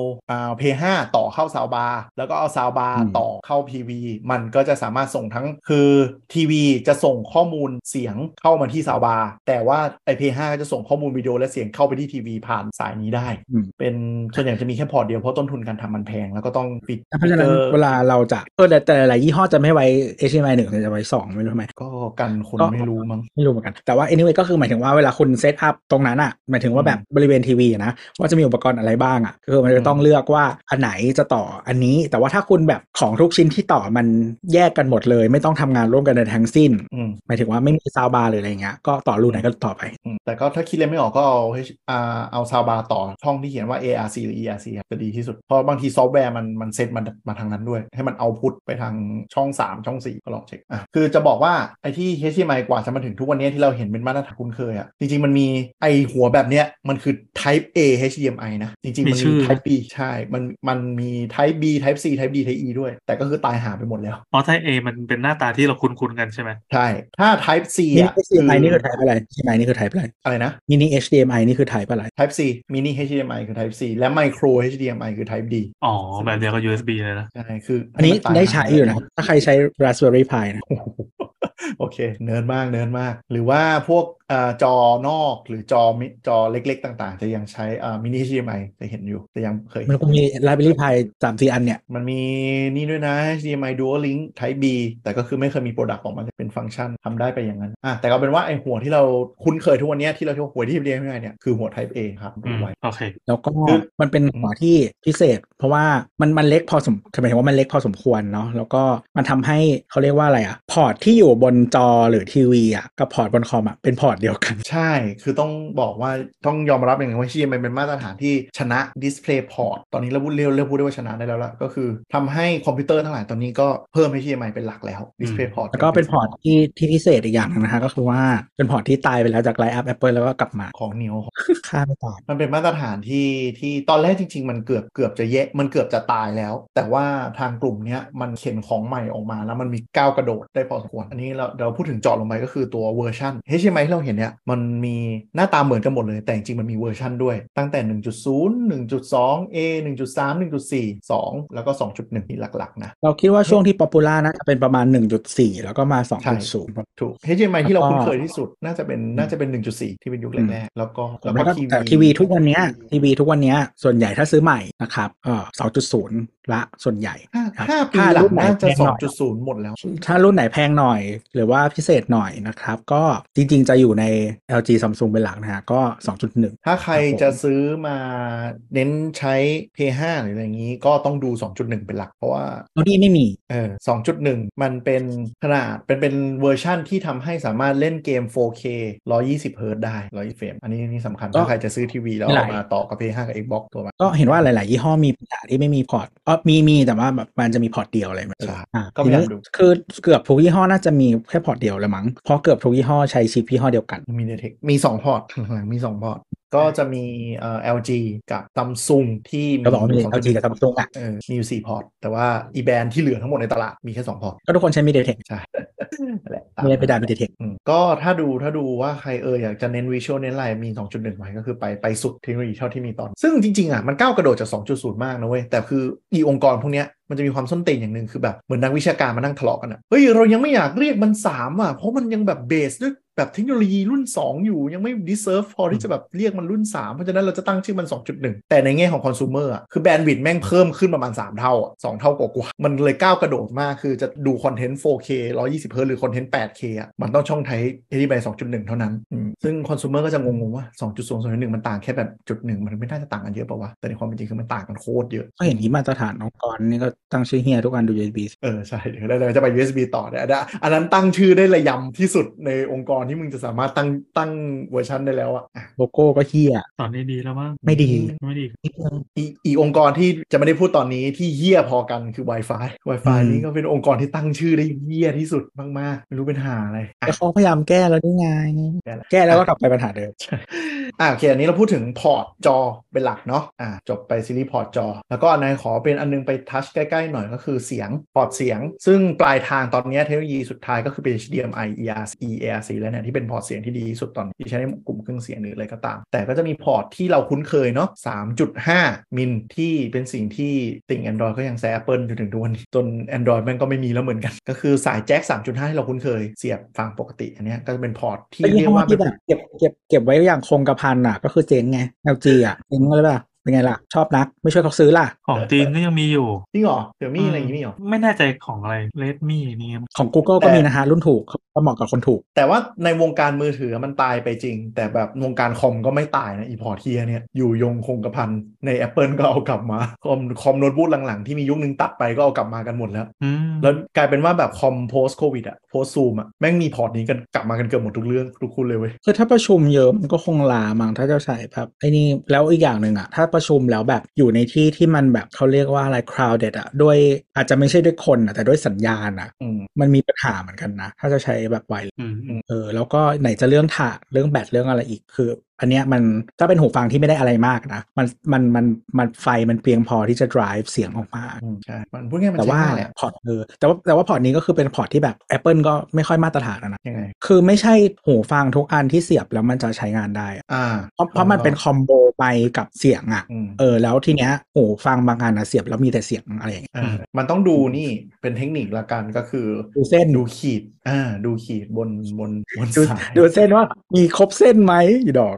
Speaker 3: P5 ต่อเข้าซาวบาร์แล้วก็เอาซาวบาร์ต่อเข้า PV มันก็จะสามารถส่งทั้งคือทีวีจะส่งข้อมูลเสียงเข้ามาที่ซาวบาร์แต่ว่าไอ้ P5 ก็จะส่งข้อมูลวิดีโอและเสียงเข้าไปที่ทีวีผ่านสายนี้ได้เป็นส่วนใหญ่จะมีแค่พอร์ตเดียวเพราะต้นทุนการทำมันแพงแล้วก็ต้องปิด
Speaker 2: เพราะฉะนั้นเวลาเราจะแต่หลายยี่ห้อจะไม่ไว้ HDMI 1แต่จะไว้2ไม่รู้ทำไม
Speaker 3: ก็กันคนไม่รู้มั้ง
Speaker 2: ไม่รู้เหมือนกันแต่ว่า anyway ก็คือหมายถึงว่าเวลาคุณเซตอัพตรงนั้นอ่ะหมายถึงว่าแบบบริเวณทีวีนะว่าจะมีอุปกรณ์อะไรบ้างอ่ะคือมันจะต้องเลือกว่าอันไหนจะต่ออันนี้แต่ว่าถ้าคุณแบบของทุกชิ้นที่ต่อมันแยกกันหมดเลยไม่ต้องทำงานร่วมกันในทั้งสิ้นหมายถึงว่าไม่มีซาวบาร์หรืออะไรเงี้ยก็ต่อรูไหนก็ต่อไป
Speaker 3: แต่ก็ถ้าคิดเลยไม่ออกก็เอาซาวบาร์ต่อช่องที่เขียนว่า ARC หรือ ERC จะดีที่สุดเพราะบางทีซอฟต์แวร์มันเซตมาทางนั้นด้วยให้มันเอาพุทไปทางช่อง3ช่อง4ก็ลองเช็คคือจะบอกว่าไอ้ที่ HDMI กว่าจะมาถึงทุกวันนี้ที่เราเห็นเป็นมาตรฐานคุ้นเคยจริงๆมันมีไอหัวแบบเนี้ยมันคือ Type A HDMI นะจริงๆมันมี Type B ใช่มันมี Type B Type C Type D Type E ด้วยแต่ก็คือตายหาไปหมดแล้ว
Speaker 4: Type A มันเป็นหน้าตาที่เราคุ้นกันใช่ไหม
Speaker 3: ใช่ถ้า Type C
Speaker 2: HDMI นี่คือ Type อะไร HDMI นี่คือ Type อะไร
Speaker 3: นะ
Speaker 2: Mini HDMI นี่คือ Type อะไร
Speaker 3: Type C Mini HDMI คือ Type C และ Micro HDMI คือ Type D
Speaker 4: แบบเดียวกับ USB เลยนะ
Speaker 3: ใช่คือ
Speaker 2: อันนี้ได้ใช้อยู่นะถ้าใครใช้ Raspberry Pi นะ
Speaker 3: โอเคเนิร์ดมากหรือว่าพวกจอนอกหรือจอเล็กๆต่างๆจะยังใช้Mini HDMI จะเห็นอยู่แต่ยังเคย
Speaker 2: มันก็มี Raspberry Pi 3-4 อันเนี่ย
Speaker 3: มันมีนี่ด้วยนะ HDMI Dual Link Type B แต่ก็คือไม่เคยมีโปรดักต์ออกมาเป็นฟังก์ชันทำได้ไปอย่างนั้นแต่ก็เป็นว่าไอหัวที่เราคุ้นเคยทุกวันนี้ที่เราเรียกว่าหัวที่เรียกง่ายๆเนี่ยคือหัว Type A ครับดูไว้
Speaker 4: โอเค
Speaker 2: แล้วก็มันเป็นหัวที่พิเศษเพราะว่ามันเล็กพอสมหมายถึงว่ามันเล็กพอสมควรเนาะแล้วก็มันทำให้เขาเรียกว่าอะไรพอร์ตที่อยู่บนจอหรือทีวีอ่ะกับพอร์ตบนคอมอ่ะเป็นพอร์ตเดียวกัน
Speaker 3: ใช่คือต้องบอกว่าต้องยอมรับอย่างหนึงว่า HDMI เป็นมาตรฐานที่ชนะ Display Port ตอนนี้เราพูดเรียกพูดได้ว่าชนะได้แล้วล่ะก็คือทำให้คอมพิวเตอร์ทั้งหลายตอนนี้ก็เพิ่ม HDMI เป็นหลักแล้ว Display Port
Speaker 2: แล้วก็เป็นพอร์ตที่พิเศษอีกอย่างนึงนะฮะก็คือว่าเป็นพอร์ตที่ตายไปแล้วจากไลน์อัพ Apple แล้วก็กลับมา
Speaker 3: ของเหนียว
Speaker 2: ค่าไม่ตาย
Speaker 3: มันเป็นมาตรฐานที่ตอนแรกจริงๆมันเกือบจะมันเกือบจะตายแล้วแต่ว่าทางกลุ่มเนี้ยมันเข็นของใหม่ออกมาแล้วมันมีก้าวกระโดดได้พอสมควรอันนี้เราพูดถึงเจาะลงไปก็คือตัวเวอร์ชัน HDMI ที่เราเห็นเนี่ยมันมีหน้าตาเหมือนกันหมดเลยแต่จริงๆมันมีเวอร์ชันด้วยตั้งแต่ 1.0 1.2 A 1.3 1.4 2แล้วก็ 2.1 ที่หลักๆนะ
Speaker 2: เราคิดว่าช่วงที่ป๊อปปูล่าน่าจะเป็นประมาณ 1.4 แล้วก็มา
Speaker 3: ใช่
Speaker 2: 2.0
Speaker 3: ถูก HDMI ที่เรา
Speaker 2: แล้วก็
Speaker 3: คุ้นเคยที่สุดน่าจะเป็น 1.4 ที่เป็นยุคแรกๆแล้วก็
Speaker 2: แต่ทีวีทุกวันเนี้ยส่วนใหญ่ถ้าซื้อใหม่นะครับ2.0 ละส่วนใหญ่ครับ
Speaker 3: 5 ปีหลังน่าจะ 2.0 หมดแล้ว
Speaker 2: ถ้ารุ่นไหนแพงหน่อยหรือว่าพิเศษหน่อยนะครับก็จริงๆจะอยู่ใน LG Samsung เป็นหลักนะฮะก็ 2.1
Speaker 3: ถ้าใครจะซื้อมาเน้นใช้ P5 หรืออะไรอย่างนี้ก็ต้องดู 2.1 เป็นหลักเพราะว่า
Speaker 2: นี่ไม่มี
Speaker 3: 2.1 มันเป็นขนาดเป็นเวอร์ชั่นที่ทำให้สามารถเล่นเกม 4K 120 Hz ได้120เฟรมอันนี้สำคัญถ้าใครจะซื้อทีวีแล้วเอามาต่อกับ P5 กับ Xbox ตัวมัน
Speaker 2: ก็เห็นว่าหลายๆยี่ห้อมีปัญหาที่ไม่มีพอร์ตมีแต่ว่าแบบมันจะมีพอร์ตเดียวอะไรแบบนี้
Speaker 3: ก็พยายามดู
Speaker 2: คือเกือบทุกยี่ห้อน่าจะมีแค่พอร์ตเดียวเลยมั้งเพราะเกือบทุกยี่ห้อใช้ชิปยี่ห้อเดียวกัน
Speaker 3: MediaTek มี2พอร์ตมี 2 พอร์ตก็จะมีLG กับ Samsung ที่มี
Speaker 2: ก็บอกว่ามี LG กับ Samsung อ่ะ
Speaker 3: มีอยู่4พอร์ตแต่ว่าอีแบรนด์ที่เหลือทั้งหมดในตลาดมีแค่2พอร์ต
Speaker 2: ก็ทุกคนใช้ MediaTek
Speaker 3: ใช่แหละ
Speaker 2: ไม่ได้ไปด่า MediaTek
Speaker 3: ก็ถ้าดูว่าใครอยากจะเน้นวิชวลเน้นอะไรมี 2.1 ไว้ก็คือไปสุดเทคโนโลยีเท่าที่มีตอนซึ่งจริงๆอ่ะมันก้าวกระโดดจาก 2.0 มากนะเว้ยแต่คือองค์กรพวกเนี้ยมันจะมีความส้นตีนอย่างหนึ่งคือแบบเหมือนนักวิชาการมานั่งทะเลาะกันอ่ะเฮ้ยเรายังไม่อยากเรียกมัน3อ่ะเพราะมันยังแบบเบสด้วยแบบเทคโนโลยีรุ่น2อยู่ยังไม่ deserve พอที่จะแบบเรียกมันรุ่น3เพราะฉะนั้นเราจะตั้งชื่อมัน 2.1 แต่ในแง่ของคอน sumer อ่ะคือแบนด์วิดต์แม่งเพิ่มขึ้นประมาณ3เท่าอ่ะ2เท่ากว่ามันเลยก้าวกระโดดมากคือจะดูคอนเทนต์ 4K 120 Hz หรือคอนเทนต์ 8K อ่ะมันต้องช่องไทย HDMI 2.1 เท่านั้นซึ่งคอน sumer ก็จะงงว่า 2.0 2.1 มันต่างแค่แบบ1มันไม่น่าจะต่างกันเยอะป่าววะแต่ในความเป็นจริงคือมันต่างกันโคตรเยอะ
Speaker 2: ก็เห็นที่มาตรฐานองค์กรนี่ก็ตั้งชื่อเฮียทุกอันดู USB
Speaker 3: ใช่เดี๋ยวเราจะไป USB ต่อเนี่ยอันนั้นตั้งชื่อได้ระยำที่สุดในองค์กรที่มึงจะสามารถตั้งเวอร์ชันได้แล้วอะ
Speaker 2: โลโก้ก็เฮีย
Speaker 4: ตอนนี้ดีแล้วมั้ง
Speaker 2: ไม่ดี
Speaker 3: อีองค์กรที่จะไม่ได้พูดตอนนี้ที่เฮียพอกันคือ Wi-Fi นี่ก็เป็นองค์กรที่ตั้งชื่อได้เฮียที่สุดมากๆไม่รู้เป็นหาอะไร
Speaker 2: แต่เขาพยายามแก้แล้วนี่ไงแก้แล้วก็กลับไปปัญหาเดิม
Speaker 3: โอเคอันนี้เราพูดถึงพอร์ตจอเป็นหลักเนาะจบไปซีรีส์พอร์ตจอแล้วก็นายขอเป็นอันนึงไปทัชใกล้ๆหน่อยก็คือเสียงพอร์ตเสียงซึ่งปลายทางตอนนี้เทคโนโลยีสุดท้ายก็คือเป็น HDMI ERC แล้วเนี่ยที่เป็นพอร์ตเสียงที่ดีที่สุดตอนที่ใช้ในกลุ่มเครื่องเสียงหรืออะไรก็ตามแต่ก็จะมีพอร์ตที่เราคุ้นเคยเนาะ 3.5 มิลที่เป็นสิ่งที่ติ่ง Android ก็ยังแซะ Apple จนถึงทุกวันนี้จน Android มันก็ไม่มีแล้วเหมือนกันก็คือสายแจ็ค 3.5 ที่เราคุ้นเคยเสียบฟังปกติอันนี้ก็จะเป็นพอร์ตที่เรียกว่า
Speaker 2: แบบเก็บไว้อย่างคงกระพันอ่ะก็คือเจ๊งไง LG อ่ะเจ๊งเลยป่ะเป็นไงล่ะชอบนักไม่ช่วยเขาซื้อล่ะ
Speaker 4: ของจีนก็ยังมีอยู่
Speaker 3: จริงเหรอเดี๋ยวมีอะไรอย่างนี้มีเหรอ
Speaker 4: ไม่แน่ใจของอะไร Redmi นี่
Speaker 2: ของ Google ก็มีนะฮะรุ่นถูกก็เหมาะกับคนถูก
Speaker 3: แต่ว่าในวงการมือถือมันตายไปจริงแต่แบบวงการคอมก็ไม่ตายนะอีพอร์ตเทียเนี่ยอยู่ยงคงกระพันใน Apple ก็เอากลับมาคอมโน้ตบุ๊กหลังๆที่มียุคนึงตัดไปก็เอากลับมากันหมดแล้วแล้วกลายเป็นว่าแบบคอม post covid อะ post zoom อะแม่งมีพอร์ตนี้กันกลับมากันเกือบหมดทุกเรื่องทุกคุณเลยเว้ย
Speaker 2: คือถ้าประชุมเยอะมันก็คงลามั้งถ้าจะใช้แบบไอ้นี่แล้วอีกอย่างหนึ่งอะถ้าประชุมแล้วแบบอยู่ในที่ที่มันแบบเขาเรียกว่าอะไร crowded อะด้วยอาจจะไม่ใช่ด้วยคนอะแต่ด้วยสัญญาณอะมันมีปัญหาเหมือนกันนะถ้าจะใช้แบบไวแล้วก็ไหนจะเรื่องถ่านเรื่องแบตเรื่องอะไรอีกคืออันเนี้ยมันถ้าเป็นหูฟังที่ไม่ได้อะไรมากนะมันไฟมันเพียงพอที่จะ drive เสียงออกมา
Speaker 3: ใช่มันพูดง่ายมัน
Speaker 2: แต่ว่าพอร์ตแต่ว่าพอร์ตนี้ก็คือเป็นพอร์ตที่แบบ Apple ก็ไม่ค่อยมาตรฐานนะ
Speaker 3: ยังไง
Speaker 2: คือไม่ใช่หูฟังทุกอันที่เสียบแล้วมันจะใช้งานได้เพราะมันเป็นคอมโบไปกับเสียงอ่ะแล้วทีเนี้ยหูฟังบางอันนะเสียบแล้วมีแต่เสียงอะไรอย่างเงี้ย
Speaker 3: มันต้องดูนี่เป็นเทคนิคละกันก็คือ
Speaker 2: ดูเส้น
Speaker 3: ดูขีดดูขีดบนสาย
Speaker 2: ดูเส้นว่ามีครบเส้นไหมอยู่ดอก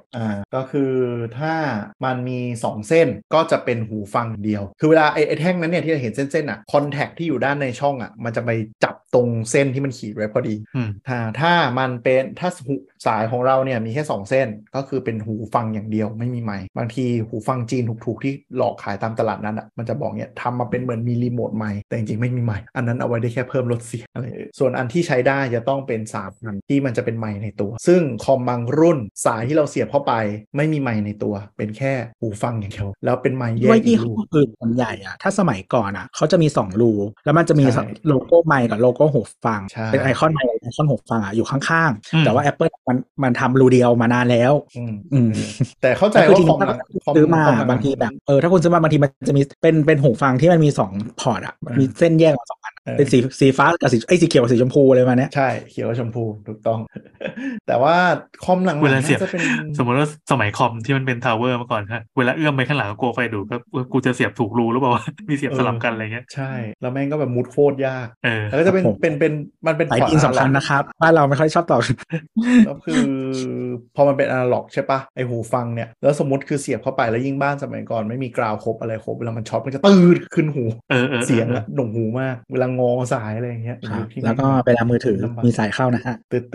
Speaker 3: ก็คือถ้ามันมี2เส้นก็จะเป็นหูฟังเดียวคือเวลาไอ้แท่งนั้นเนี่ยที่เราเห็นเส้นๆคอนแทคที่อยู่ด้านในช่องมันจะไปจับตรงเส้นที่มันขีดไว้พอดีถ้ามันเป็นถ้าสายของเราเนี่ยมีแค่2เส้นก็คือเป็นหูฟังอย่างเดียวไม่มีไมค์บางทีหูฟังจีนถูกๆที่หลอกขายตามตลาดนั้นมันจะบอกเนี่ยทำมาเป็นเหมือนมีรีโมทไมค์แต่จริงๆไม่มีไมค์อันนั้นเอาไว้ได้แค่เพิ่มลดเสียงอะไรส่วนอันที่ใช้ได้จะต้องเป็น3อันที่มันจะเป็นไมค์ในตัวซึ่งคอมบางรุ่นสายที่เราเสียบเข้าไปไม่มีไมค์ในตัวเป็นแค่หูฟังอย่างเดียวแล้วเป็นไมค์แยกอีกรู
Speaker 2: อื่นส่วนใหญ่ถ้าสมัยก่อนเขาจะมี2รูแล้วมันจะมีโลโก้ไมค์กับโลโก้หูฟังเป็นไอคอนไมค์ไอคอนหูฟังอยู่ข้างๆแต่ว่า Apple มันทำรูเดียวมานานแล้ว
Speaker 3: แต่เข้าใจว่าคอม
Speaker 2: ซื้อมาบางทีแบบถ้าคุณซื้อมาบางทีมันจะมีเป็นหูฟังที่มันมี2พอร์ตมีเส้นแยกออก2อันเป็นสีฟ้ากับสีเขียวกับสีชมพูเลยมาเนี่ย
Speaker 3: ใช่เขียวกับชมพูถูกต้องแต่ว่าคอมหลังๆน่าจะเป็น
Speaker 4: สมมติว่าสมัยคอมที่มันเป็นทาวเวอร์มาก่อนครับเวลาเอื้อมไปข้างหลังก็กลัวไฟดูดก็กูจะเสียบถูกรูหรือเปล่ามีเสียบสลับกันอะไรเงี้ย
Speaker 3: ใช่แล้วแม่งก็แบบมุดโคตรยากแล้วก็จะเป็นมันเป็น
Speaker 2: สายดินสำคัญนะครับบ้านเราไม่ค่อยชอบต่อ
Speaker 3: แล้วคือพอมันเป็นอนาล็อกใช่ปะไอหูฟังเนี่ยแล้วสมมติคือเสียบเข้าไปแล้วยิ่งบ้านสมัยก่อนไม่มีกราวครบอะไรครบเวลามันช็อตมันจะตื้ดขึ้นหูเสียงหน่วงหูมากเวลางอสายอะไรอย่างเงี้ย
Speaker 2: แล้วก็เวลามือถือมีสายเข้านะฮะ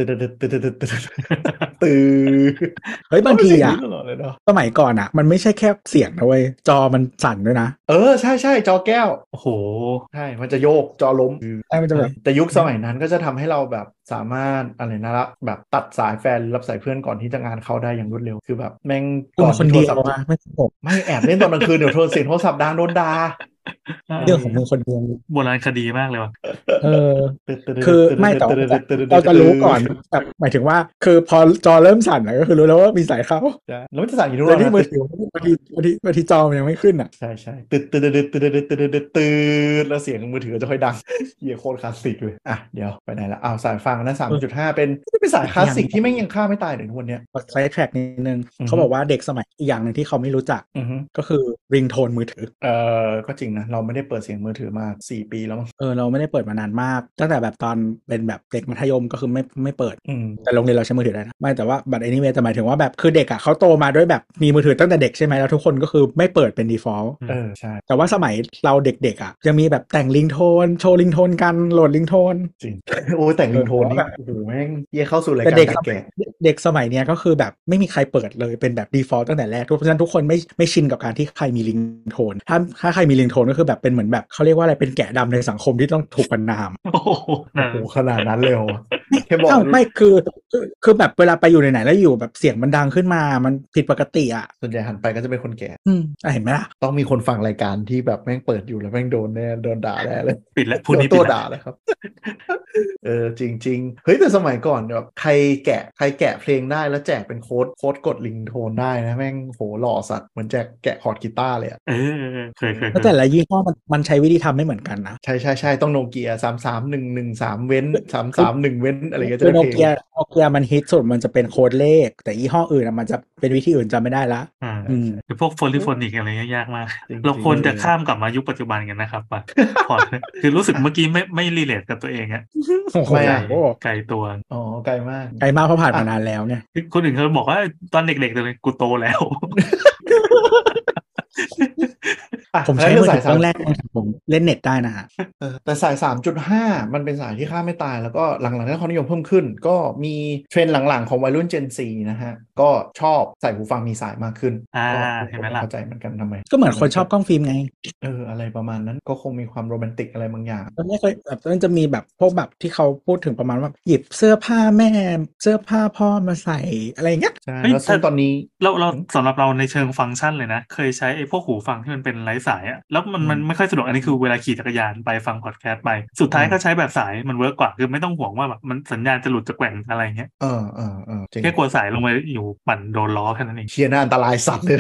Speaker 3: ตื่น
Speaker 2: เฮ้ยบางทีสมัยก่อนมันไม่ใช่แค่เสียงนะเว้ยจอมันสั่นด้วยนะ
Speaker 3: ใช่จอแก้ว
Speaker 4: โอ้โห
Speaker 3: ใช่มันจะโยกจอล้ม
Speaker 2: มันจะแบบ
Speaker 3: แต่ยุคสมัยนั้นก็จะทำให้เราแบบสามารถอะไรนะละแบบตัดสายแฟนรับสายเพื่อนก่อนที่จะงานเข้าได้อย่างรวดเร็วคือแบบแม่ง
Speaker 2: ก่อนคนเดียว
Speaker 3: ไม่แอบเล่นตอนกลางคืนเดี๋ยวโทรศัพท์ดังโดนด่า
Speaker 2: เรื่องของมึงคนเดียว
Speaker 4: โบราณคดีมากเลยว่ะ
Speaker 2: คือไม่แต่เราจะรู้ก่อนแบบหมายถึงว่าคือพอจอเริ่มสั่นก็คือรู้แล้วว่ามีสายเข้า
Speaker 3: แล้วมันจะสั่นอยู่
Speaker 2: ด้วยที่มือถือบางทีจอมันยังไม่ขึ้น
Speaker 3: ใช่ตื่นแล้วเสียงมือถือจะค่อยดังเหี้ยโคตรคลาสสิกเลยเดี๋ยวไปไหนละสายฟังนั้น 3.5 เป็นสายคลาสสิกที่แม่งยังฆ่าไม่ตายเลยทุกวันนี้
Speaker 2: ไซด์แทร็กนิดนึงเขาบอกว่าเด็กสมัยอีกอย่างนึงที่เขาไม่รู้จักก็คือริงโทนมือถือ
Speaker 3: ก็จริงนะเราไม่ได้เปิดเสียงมือถือมา4 ปีแล้วมั้ง
Speaker 2: เราไม่ได้เปิดมานานมากตั้งแต่แบบตอนเป็นแบบเด็กมัธยมก็คือไม่เปิดแต่โรงเรียนเราใช้มือถือได้นะไม่แต่ว่าบัตรanyway แต่หมายถึงว่าแบบคือเด็กเขาโตมาด้วยแบบมีมือถือตั้งแต่เด็กใช่ไหมแล้วทุกคนก็คือไม่เปิดเป็น default
Speaker 3: ใช่
Speaker 2: แต่ว่าสมัยเราเด็กๆยังมีแบบแต่งริงโทนโชว์ริงโทนกันโหลดริงโทน
Speaker 3: จริงโอ้แต่งริงโทนนี่โอ้โหแม่งเข้าสู่รายการแก่
Speaker 2: เด็กสมัยเนี้ยก็คือแบบไม่มีใครเปิดเลยเป็นแบบ default ตั้งแต่แรกเพราะฉะนั้นทุกคนไม่ชินกับการที่ใครมีริงโทนถ้าใครมีริงโทนก็คือแบบเป็นเหมือนแบบเขาเรียกว่าอะไรเป็นแกะดำในสังคมที่ต้องถูกประณาม
Speaker 3: โอ้โหขนาดนั้นเลยเหรอ
Speaker 2: แค่บอกไม่คือแบบเวลาไปอยู่ไหนแล้วอยู่แบบเสียงมันดังขึ้นมามันผิดปกติ
Speaker 3: ส่วนใหญ่หันไปก็จะเป็นคนแก่
Speaker 2: เห็นไหมล่ะ
Speaker 3: ต้องมีคนฟังรายการที่แบบแม่งเปิดอยู่แล้วแม่งโดนด่าแน่เลย
Speaker 4: ปิดแล้วพูดนี้
Speaker 3: ตัวด่าเลยครับจริงเฮ้ยแต่สมัยก่อนแบบใครแกะเพลงได้แล้วแจกเป็นโค้ดกดลิงโทนได้นะแม่งโหหล่อสัตว์เหมือนแจกแกะคอร์ดกีตาร์เลย
Speaker 4: เคย
Speaker 2: แล้วแต่ละยี่ห้อมันใช้วิธีทำไม่เหมือนกันนะ
Speaker 3: ใช่ต้องโนเกีย33113เว้น331เว้นอะไรก็จะได้เพลง
Speaker 2: โนเกียมันฮิตสุดมันจะเป็นโค้ดเลขแต่ยี่ห้ออื่นมันจะเป็นวิธีอื่นจำไม่ได้ละ
Speaker 4: คือพวกโฟลิโฟนิกอะไรยากมากเราควรจะข้ามกลับมายุคปัจจุบันกันนะครับพอคือรู้สึกเมื่อกี้ไม่รีเลทกับตัวเอง
Speaker 3: ไม่
Speaker 4: ไกลตัว
Speaker 3: ไกลมาก
Speaker 2: เพราะผ่านมานานแล้วเนี่ย
Speaker 4: คนอื่นเขาบอกว่าตอนเด็กๆเลยกูโตแล้ว
Speaker 2: ผมใช้มือถือเครื่องแรกผมเล่นเน็ตได้นะฮะ
Speaker 3: แต่สาย 3.5 มันเป็นสายที่ฆ่าไม่ตายแล้วก็หลังๆได้ความนิยมเพิ่มขึ้นก็มีเทรนด์หลังๆของวัยรุ่น Gen Z นะฮะก็ชอบใส่หูฟังมีสายมากขึ้น
Speaker 4: เห็นไหมล่ะ
Speaker 3: เข้าใจเหมือนกันทำไม
Speaker 2: ก็เหมือนคนชอบกล้องฟิล์มไง
Speaker 3: อะไรประมาณนั้นก็คงมีความโรแมนติกอะไรบางอย่าง
Speaker 2: ตอนนี้เคยแบบมันจะมีแบบพวกแบบที่เขาพูดถึงประมาณว่าหยิบเสื้อผ้าแม่เสื้อผ้าพ่อมาใส่อะไรอย่างเงี้ย
Speaker 3: ใช่แล้วซึ่งตอนนี้
Speaker 4: เราสำหรับเราในเชิงฟังก์ชันเลยนะเคยใช้ไอ้พวกหูฟังที่มันเป็นไร้สายแล้วมันไม่ค่อยสะดวกอันนี้คือเวลาขี่จักรยานไปฟังพอดแคสต์ไปสุดท้ายก็ใช้แบบสายมันเวิร์กกว่าคือไม่ต้องห่วงว่าแบบมันสัญญาณจะหลุดจะแกว่งอะไรเงี้ยแค่กลัวสายลงไปอยู่ปั่นโดนล้อแค่นั้นเอง
Speaker 3: เชียร์น่าอันตรายสัตว์เลย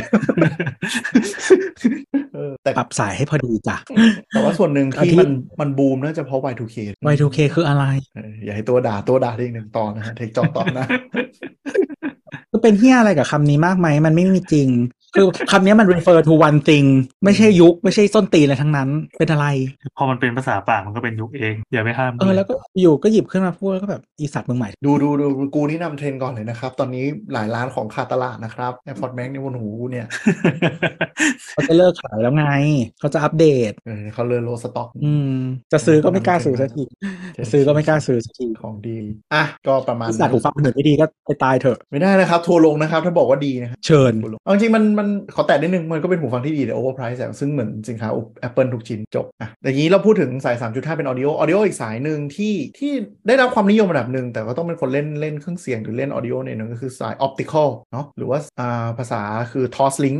Speaker 2: แต่ปรับสายให้พอดีจ้ะ
Speaker 3: แต่ว่าส่วนหนึ่งที่มันบูมน่าจะเพราะ Y2K
Speaker 2: Y2K คืออะไร
Speaker 3: อย่าให้ตัวด่าได้อีก1 ตอนนะฮะเทคจอตอนนะ
Speaker 2: ก็เป็นเหี้ยอะไรกับคำนี้มากไหมมันไม่มีจริงคือคำนี้มัน refer to one thing ไม่ใช่ยุคไม่ใช่ส้นตีนอะไรทั้งนั้นเป็นอะไร
Speaker 4: พอมันเป็นภาษาปากมันก็เป็นยุคเองอย่าไปห้ามเลย
Speaker 2: แล้วก็อยู่ก็หยิบขึ้นมาพูดแล้วก็แบบอีสัตว์มึงใหม่
Speaker 3: ดูกูนี่นำเทรนก่อนเลยนะครับตอนนี้หลายร้านของขาดตลาดนะครับ AirPods Max ในบนหูเนี่ย
Speaker 2: เขาจะเลิกขายแล้วไงเขาจะอัปเดต
Speaker 3: เขาเลยโลสต็อก
Speaker 2: จะซื้อก็ไม่กล้าซื้อสักทีจะซื้อก็ไม่กล้าซื้อสักที
Speaker 3: ของดีก็ประมาณ
Speaker 2: สัตว์หูฟังคนอื่นไม่ดีก็ไปตายเถอะ
Speaker 3: ไม่ได้นะครับทัวลงนะครับถ้าบอกว่าดีนะครับ
Speaker 2: เชิญ
Speaker 3: จริงมันขอแตะนิดนึงมันก็เป็นหูฟังที่ดีแต่โอเวอร์ไพรซ์ซึ่งเหมือนสินค้า Apple ทุกชิ้นจบอย่างนี้เราพูดถึงสาย 3.5 เป็น audio อีกสายหนึ่งที่ได้รับความนิยมระดับหนึ่งแต่ก็ต้องเป็นคนเล่นเครื่องเสียงหรือเล่น audio เนี่ยนึงก็คือสาย optical เนาะหรือว่าภาษาคือ Toslink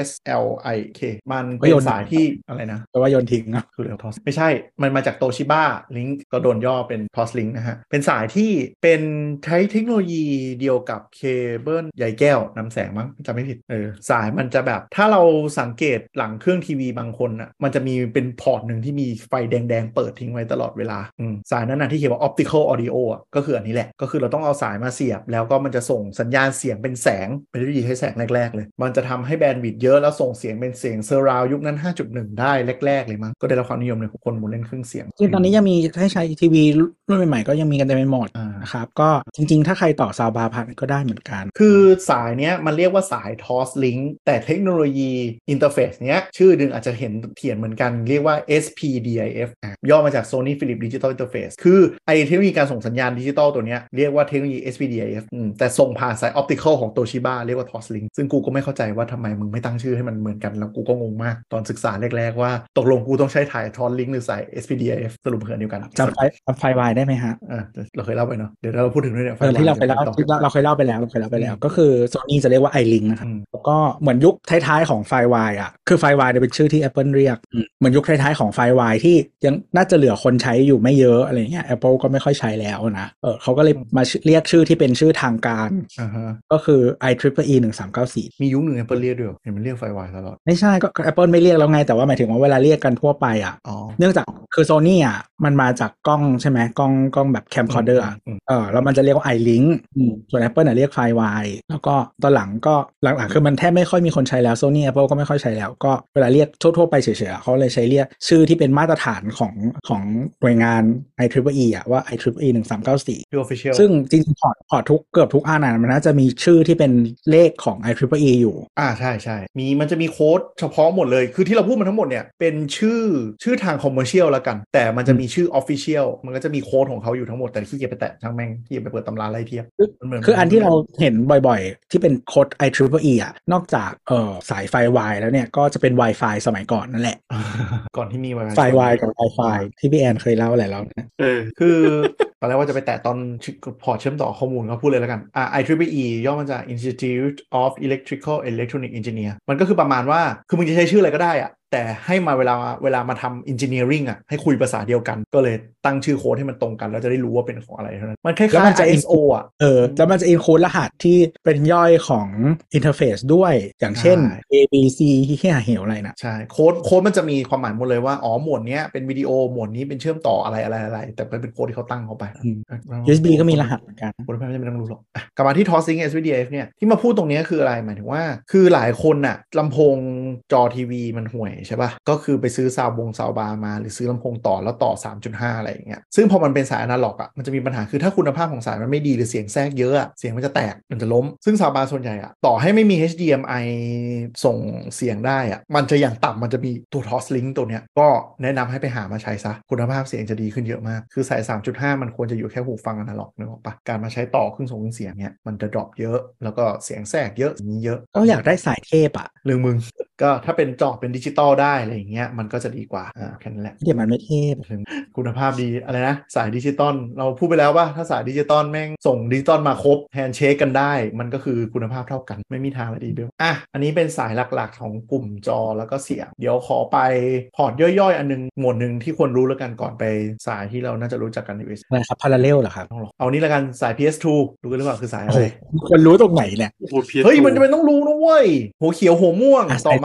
Speaker 3: TOSLIK มันเป็นสายที่อะไรนะ
Speaker 2: แปลว่าโยนทิ้ง
Speaker 3: คือเรื่อง TOS ไม่ใช่มันมาจาก Toshiba Link ก็โดนย่อเป็น Toslink นะฮะเป็นสายที่เป็นใช้เทคโนโลยีเดียวกับเคเบิลใยแก้วนำแสงมั้งจำไม่ผิดสายมันจะแบบถ้าเราสังเกตหลังเครื่องทีวีบางคนมันจะมีเป็นพอร์ตหนึ่งที่มีไฟแดงๆเปิดทิ้งไว้ตลอดเวลาสายนั้นที่เขียนว่า optical audio ก็คืออันนี้แหละก็คือเราต้องเอาสายมาเสียบแล้วก็มันจะส่งสัญญาณเสียงเป็นแสงเป็นวิธีใช้แสงแรกๆเลยมันจะทำให้แบนด์วิดต์เยอะแล้วส่งเสียงเป็นเสียงเซอร์ราวยุคนั้น 5.1 ได้แรกๆเลยมั้งก็ได้รับความนิยมในคนเล่นเครื่องเสียง
Speaker 2: จริงตอนนี้ยังมีให้ใช้ทีวีรุ่นใหม่ๆก็ยังมีกันเต็มไปหมดนะครับก็จริงๆถ้าใครต่อซาวบาร์ผ่านก็ได้เหมือนกัน
Speaker 3: คือสายเนี้ยมันเรียกว่าสาย Toslink แต่เทคโนโลยีอินเทอร์เฟซเนี้ยชื่อดึงอาจจะเห็นเขียนเหมือนกันเรียกว่า SPDIF ย่อมาจาก Sony Philips Digital Interface คือไอเทคโนโลยีการส่งสัญญาณดิจิตอลตัวเนี้ยเรียกว่าเทคโนโลยี SPDIF แต่ส่งผ่านสาย Optical ของ Toshiba เรียกว่า Toslink ซึ่งกูก็ไม่เข้าใจว่าทำไมมึงไม่ตั้งชื่อให้มันเหมือนกันแล้วกูก็งงมากตอนศึกษาแรกๆว่าตกลงกูต้องใช้ถ่าย Toslink หรือสาย SPDIF สรุปเหมือนเดียวกัน
Speaker 2: จำไฟวายได้ไหมฮะ
Speaker 3: เราเคยเล่าไปเนาะเดี๋ยวเราพูดถึงเรื่อง
Speaker 2: ที่เราเคยเล่าไปแล้วก็คือ Sony จะเรียกว่า iLink นะครับแล้วก็เหมือนยุคท้ายๆของไฟวายคือไฟวายเป็นชื่อที่ Apple เรียกเหมือนยุคท้ายๆของไฟวายที่ยังน่าจะเหลือคนใช้อยู่ไม่เยอะอะไรเงี้ย Apple ก็ไม่ค่อยใช้แล้วนะเขาก็เลยมาเรียกชื่อที่เป็นชื่อทางการก็คือ IEEE 1394
Speaker 3: มียุคหนึ่ง Apple เรียกด้วยเห็นมันเรียกไฟวายตลอด
Speaker 2: ไม่ใช่ก็ Apple ไม่เรียกแล้วไงแต่ว่าหมายถึงว่าเวลาเรียกกันทั่วไปเนื่องจากคือ Sony มันมาจากกล้องใช่ไหมกล้องแบบ camcorder แล้วมันจะเรียกว่า iLink ส่วน Apple เรียกไฟวายแล้วก็ตอนหลังคือมันแทบไม่ค่อยมีคนใช้แล้ว Sony Apple ก็ไม่ค่อยใช้แล้วก็เวลาเรียกทั่วไปเฉยๆเขาเลยใช้เรียกชื่อที่เป็นมาตรฐานของหน่วยงาน IEEE ว่า IEEE 1394ซึ่งจริงๆพอร์ตเกือบทุกอันมันน่าจะมีชื่อที่เป็นเลขของ IEEE อยู่
Speaker 3: ใช่มันจะมีโค้ดเฉพาะหมดเลยคือที่เราพูดมาทั้งหมดเนี่ยเป็นชื่อทาง commercial แล้วกันแต่มันจะมีชื่อ official มันก็จะมีโค้ดของเขาอยู่ทั้งหมดแต่ขี้เกียจไปแตะช่างแม่งขี้เกียจไปเปิดตำราไล่เทียบ
Speaker 2: คืออันที่เราเห็นบ่อยๆที่เป็นโค้ด IEEE นอกจากสายไฟวายแล้วเนี่ยก็จะเป็น Wi-Fi สมัยก่อนนั่นแหละ
Speaker 3: ก่อนที่มี Wi-Fi
Speaker 2: ไฟวายกับ Wi-Fi ที่พี่แอนเคยเล่าอะไรแล้วนะ
Speaker 3: คือตอนแรกว่าจะไปแตะตอนพอร์ตเชื่อมต่อข้อมูลก็พูดเลยแล้วกันIEEE ย่อมาจาก Institute of Electrical Electronic Engineer มันก็คือประมาณว่าคือมึงจะใช้ชื่ออะไรก็ได้แต่ให้มาเวลามาทำ engineering ให้คุยภาษาเดียวกันก็เลยตั้งชื่อโค้ดให้มันตรงกันแล้วจะได้รู้ว่าเป็นของอะไรเท่านั้นมันคล้ายๆ ISO
Speaker 2: แล้วมันจะ include รหัสที่เป็นย่อยของ interface ด้วยอย่างเช่น A B C ที่เหวอะไรนะ
Speaker 3: ใช่โค้ดมันจะมีความหมายหมดเลยว่าหมวดนี้เป็นวิดีโอหมวดนี้เป็นเชื่อมต่ออะไรแต่เป็นโค้ดที่เขาตั้งเข้าไป
Speaker 2: USB ก็มีรหัสเหมือนกัน
Speaker 3: คนไม่ต้องรู้หรอกกลับมาที่ Toslink SPDIF เนี่ยที่มาพูดตรงนี้คืออะไรหมายถึงว่าคือหลายคนลำโพงจอทีวีมันห่วยใช่ป่ะก็คือไปซื้อซาวบาร์มาหรือซื้อลำโพงต่อแล้วต่อ 3.5 อะไรอย่างเงี้ยซึ่งพอมันเป็นสายอนาล็อกมันจะมีปัญหาคือถ้าคุณภาพของสายมันไม่ดีหรือเสียงแทรกเยอะเสียงมันจะแตกมันจะล้มซึ่งซาวบาร์ส่วนใหญ่ต่อให้ไม่มี HDMI ส่งเสียงได้มันจะอย่างต่ำมันจะมีตัว Toslink ตัวเนี้ยก็แนะนำให้ไปหามาใช้ซะคุณภาพเสียงจะดีขึ้นเยอะมากคือสาย 3.5 มันควรจะอยู่แค่หูฟังอนาล็อกนึกออกปะการมาใช้ต่อเครื่องส่งเสียงเนี่ยมันจะดรอปเยอะแล้วก็เสียงแทรกเยอะนี้เยอะ
Speaker 2: ก็อยากได้สายเทพ
Speaker 3: เรื่องมึงก็ถ้าเป็นจอเป็นดิจิตอลได้อะไรอย่างเงี้ยมันก็จะดีกว่าแค่นั้นแหละ
Speaker 2: เดี๋ยวมันไม่เทพ
Speaker 3: คุณภาพดีอะไรนะสายดิจิตอลเราพูดไปแล้วว่าถ้าสายดิจิตอลแม่งส่งดิจิตอลมาครบแฮนด์เชคกันได้มันก็คือคุณภาพเท่ากันไม่มีทางอะไรดีเบลอันนี้เป็นสายหลักๆของกลุ่มจอแล้วก็เสียงเดี๋ยวขอไปพอร์ตย่อยๆอันนึงหมวดนึงที่ควรรู้แล้วกันก่อนไปสายที่เราน่าจะรู้จักกันอยู่
Speaker 2: อะไรครับ parallel เหรอครับ
Speaker 3: เอานี้แล้วกันสาย PS2 รู้กันหรือเปล่าคือสายอะไร
Speaker 2: ควรรู้ตรงไหนเนี่ย
Speaker 3: เฮ้ยมันจะเป็นต้องรู้นะเว้ยหัวเขียวหัวม่วงต่อมา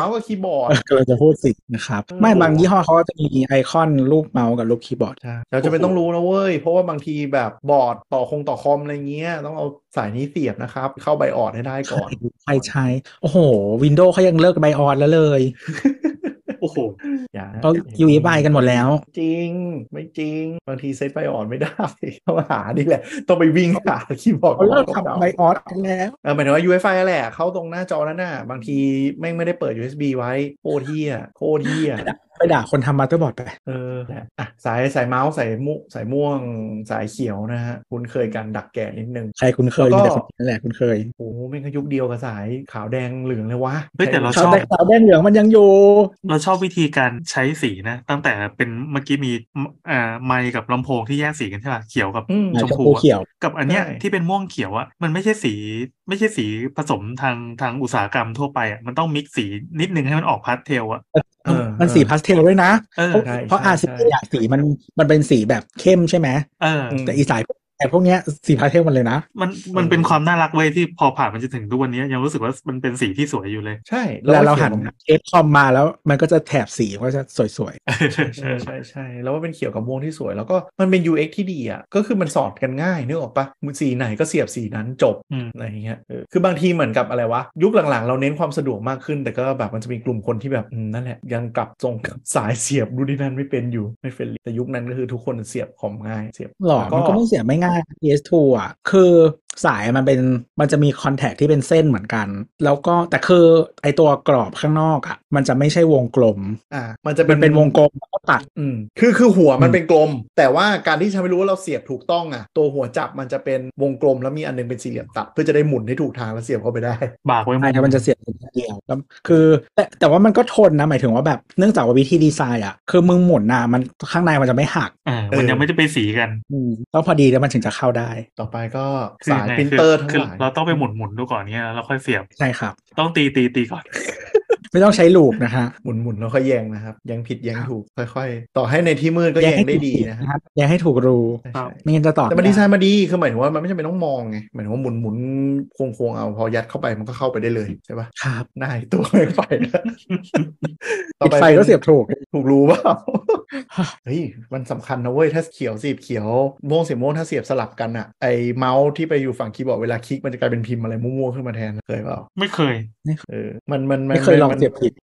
Speaker 3: มาส์กับคีย์บอร์ด
Speaker 2: ก็เลยจะพูดสินะครับไม่บางยี่ห้อเขาก็จะมีไอคอนรูปเมาส์กับรูปคีย์บอร์ด
Speaker 3: ใช่เราจะไม่ต้องรู้นะเว้ยเพราะว่าบางทีแบบบอร์ดต่อคอมอะไรเงี้ยต้องเอาสายนี้เสียบนะครับเข้าไบออดให้ได้ก่อน
Speaker 2: ใช่โอ้โหวินโดว์เขายังเลิกไบออดแล้วเลย
Speaker 4: โอ้โห
Speaker 2: เขา UEFI กันหมดแล้ว
Speaker 3: จริงไม่จริงบางทีเซตไบออดไม่ได้ต้องหานี่แหละต้องไปวิ่งหาคีย์บอร์ด
Speaker 2: เขาเลิกทำไบออดกันแล้ว
Speaker 3: หมายถึงว่า UEFI แหละเข้าตรงหน้าจอนั่นน่ะบางทีแม่งไม่ได้เปิด USB ไว้โคตรเหี้ย
Speaker 2: ไปด่าคนทำมาเตอร์บอร์ดไป
Speaker 3: สายเมาส์สายม่วงสายเขียวนะฮะคุณเคยกันดักแก่นิดนึง
Speaker 2: ใครคุณเคยมีแต่คนนั่นแหละคุณเคย
Speaker 3: โอ้แม่งก็ยุคเดียวกับสายขาวแดงเหลืองเลยวะ
Speaker 4: แต่เราชอบ
Speaker 2: ขาวแดงเหลืองมันยังอยู่
Speaker 4: เราชอบวิธีการใช้สีนะตั้งแต่เป็นเมื่อกี้มีไมค์กับลำโพงที่แยกสีกันใช่ป่ะเขียวกับชมพู
Speaker 2: เขียว
Speaker 4: กับอันเนี้ยที่เป็นม่วงเขียวอ่ะมันไม่ใช่สีผสมทางอุตสาหกรรมทั่วไปอ่ะมันต้องมิกซ์สีนิดนึงให้มันออกพาสเทลอ่ะ
Speaker 2: มันสีพาสเทลด้วยนะเพราะRCAสีมันเป็นสีแบบเข้มใช่ไหมแต่อีสายแต่พวกเนี้ยสีพาสเทลมันเลยนะ
Speaker 4: มันเป็นความน่ารักเว้ยที่พอผ่านมันจะถึงทุกวันนี้ยังรู้สึกว่ามันเป็นสีที่สวยอยู่เลย
Speaker 3: ใช่
Speaker 2: แล้วเราหันเอฟคอมมาแล้วมันก็จะแถบสีก็จะสวย
Speaker 3: ๆใช่แล้วว่าเป็นเขียวกับม่วงที่สวยแล้วก็มันเป็น UX ที่ดีอ่ะก็คือมันสอดกันง่ายนึกออกปะสีไหนก็เสียบสีนั้นจบอะไรอย่างเงี้ยคือบางทีเหมือนกับอะไรวะยุคหลังๆเราเน้นความสะดวกมากขึ้นแต่ก็แบบมันจะมีกลุ่มคนที่แบบนั่นแหละยังกลับทรงกับสายเสียบดูดินั่นไม่เป็นอยู่ไม่เฟรนลี่แต่ยุคนั้นก็คือทุกคนเสียบคอมง่ายเสียบ
Speaker 2: หรอมันก็ไม่เสียบไม่ง่าย PS2 อ่ะคือสายมันจะมีคอนแทคที่เป็นเส้นเหมือนกันแล้วก็แต่คือไอตัวกรอบข้างนอกอ่ะมันจะไม่ใช่วงกลม
Speaker 3: มันจะ
Speaker 2: เป็นวงกลมแล้วก็ตัด
Speaker 3: คือหัวมันเป็นกลมแต่ว่าการที่ฉันไม่รู้ว่าเราเสียบถูกต้องอ่ะตัวหัวจับมันจะเป็นวงกลมแล้วมีอันนึงเป็นสี่เหลี่ยมตัดเพื่อจะได้หมุนให้ถูกทางแล้วเสียบเข้าไปได้
Speaker 4: บากไว้
Speaker 2: มันจะเสียบเดียวแล้วคือแต่ว่ามันก็ทนนะหมายถึงว่าแบบเนื่องจากว่าวิธีดีไซน์อ่ะคือมึงหมุนน่ะมันข้างในมันจะไม่หัก
Speaker 4: มันยังไม่ได้ไปสีกัน
Speaker 2: ต้องพอดีแล้วมันถึงจะเข้าได้
Speaker 3: ต่อไปก็สายปรินเตอร์ทั้งหลาย
Speaker 4: เราต้องไปหมุนดูก่อนเนี้ยแล้วค่อยเสียบ
Speaker 2: ใช่ครับ
Speaker 4: ต้องตีก่อน
Speaker 2: ไม่ต้องใช้ลูปนะฮะ
Speaker 3: หมุนแล้วค่อยแยงนะครับแยงผิดแยงถูกค่อยๆต่อให้ในที่มืดก็แยงได้ดีนะครับ
Speaker 2: แยงให้ถูกรูไม่งั้นจะต่อ
Speaker 3: แต่มันดีไซน์มาดีคือหมายถึงว่ามันไม่จำเป็นต้องมองไงหมายถึงว่าหมุนโค้งเอาพอยัดเข้าไปมันก็เข้าไปได้เลยใช่ป่ะ
Speaker 2: ครับ
Speaker 3: ได้ตัวไม่ไฟ
Speaker 2: ต่อไปก็เสียบ
Speaker 3: ถูกรู้เปล่าเฮ้ยมันสำคัญนะเว้ยถ้าเขียวสีเขียวม่วงสีม่วงถ้าเสียบสลับกันอะไอเมาส์ที่ไปอยู่ฝั่งคีย์บอร์ดเวลาคลิกมันจะกลายเป็นพิมพ์อะไรมั่วๆขึ้นมาแทนเคยเปล่า
Speaker 4: ไม่เคย
Speaker 3: มัน
Speaker 2: ไม่เคยลองเสียบผิด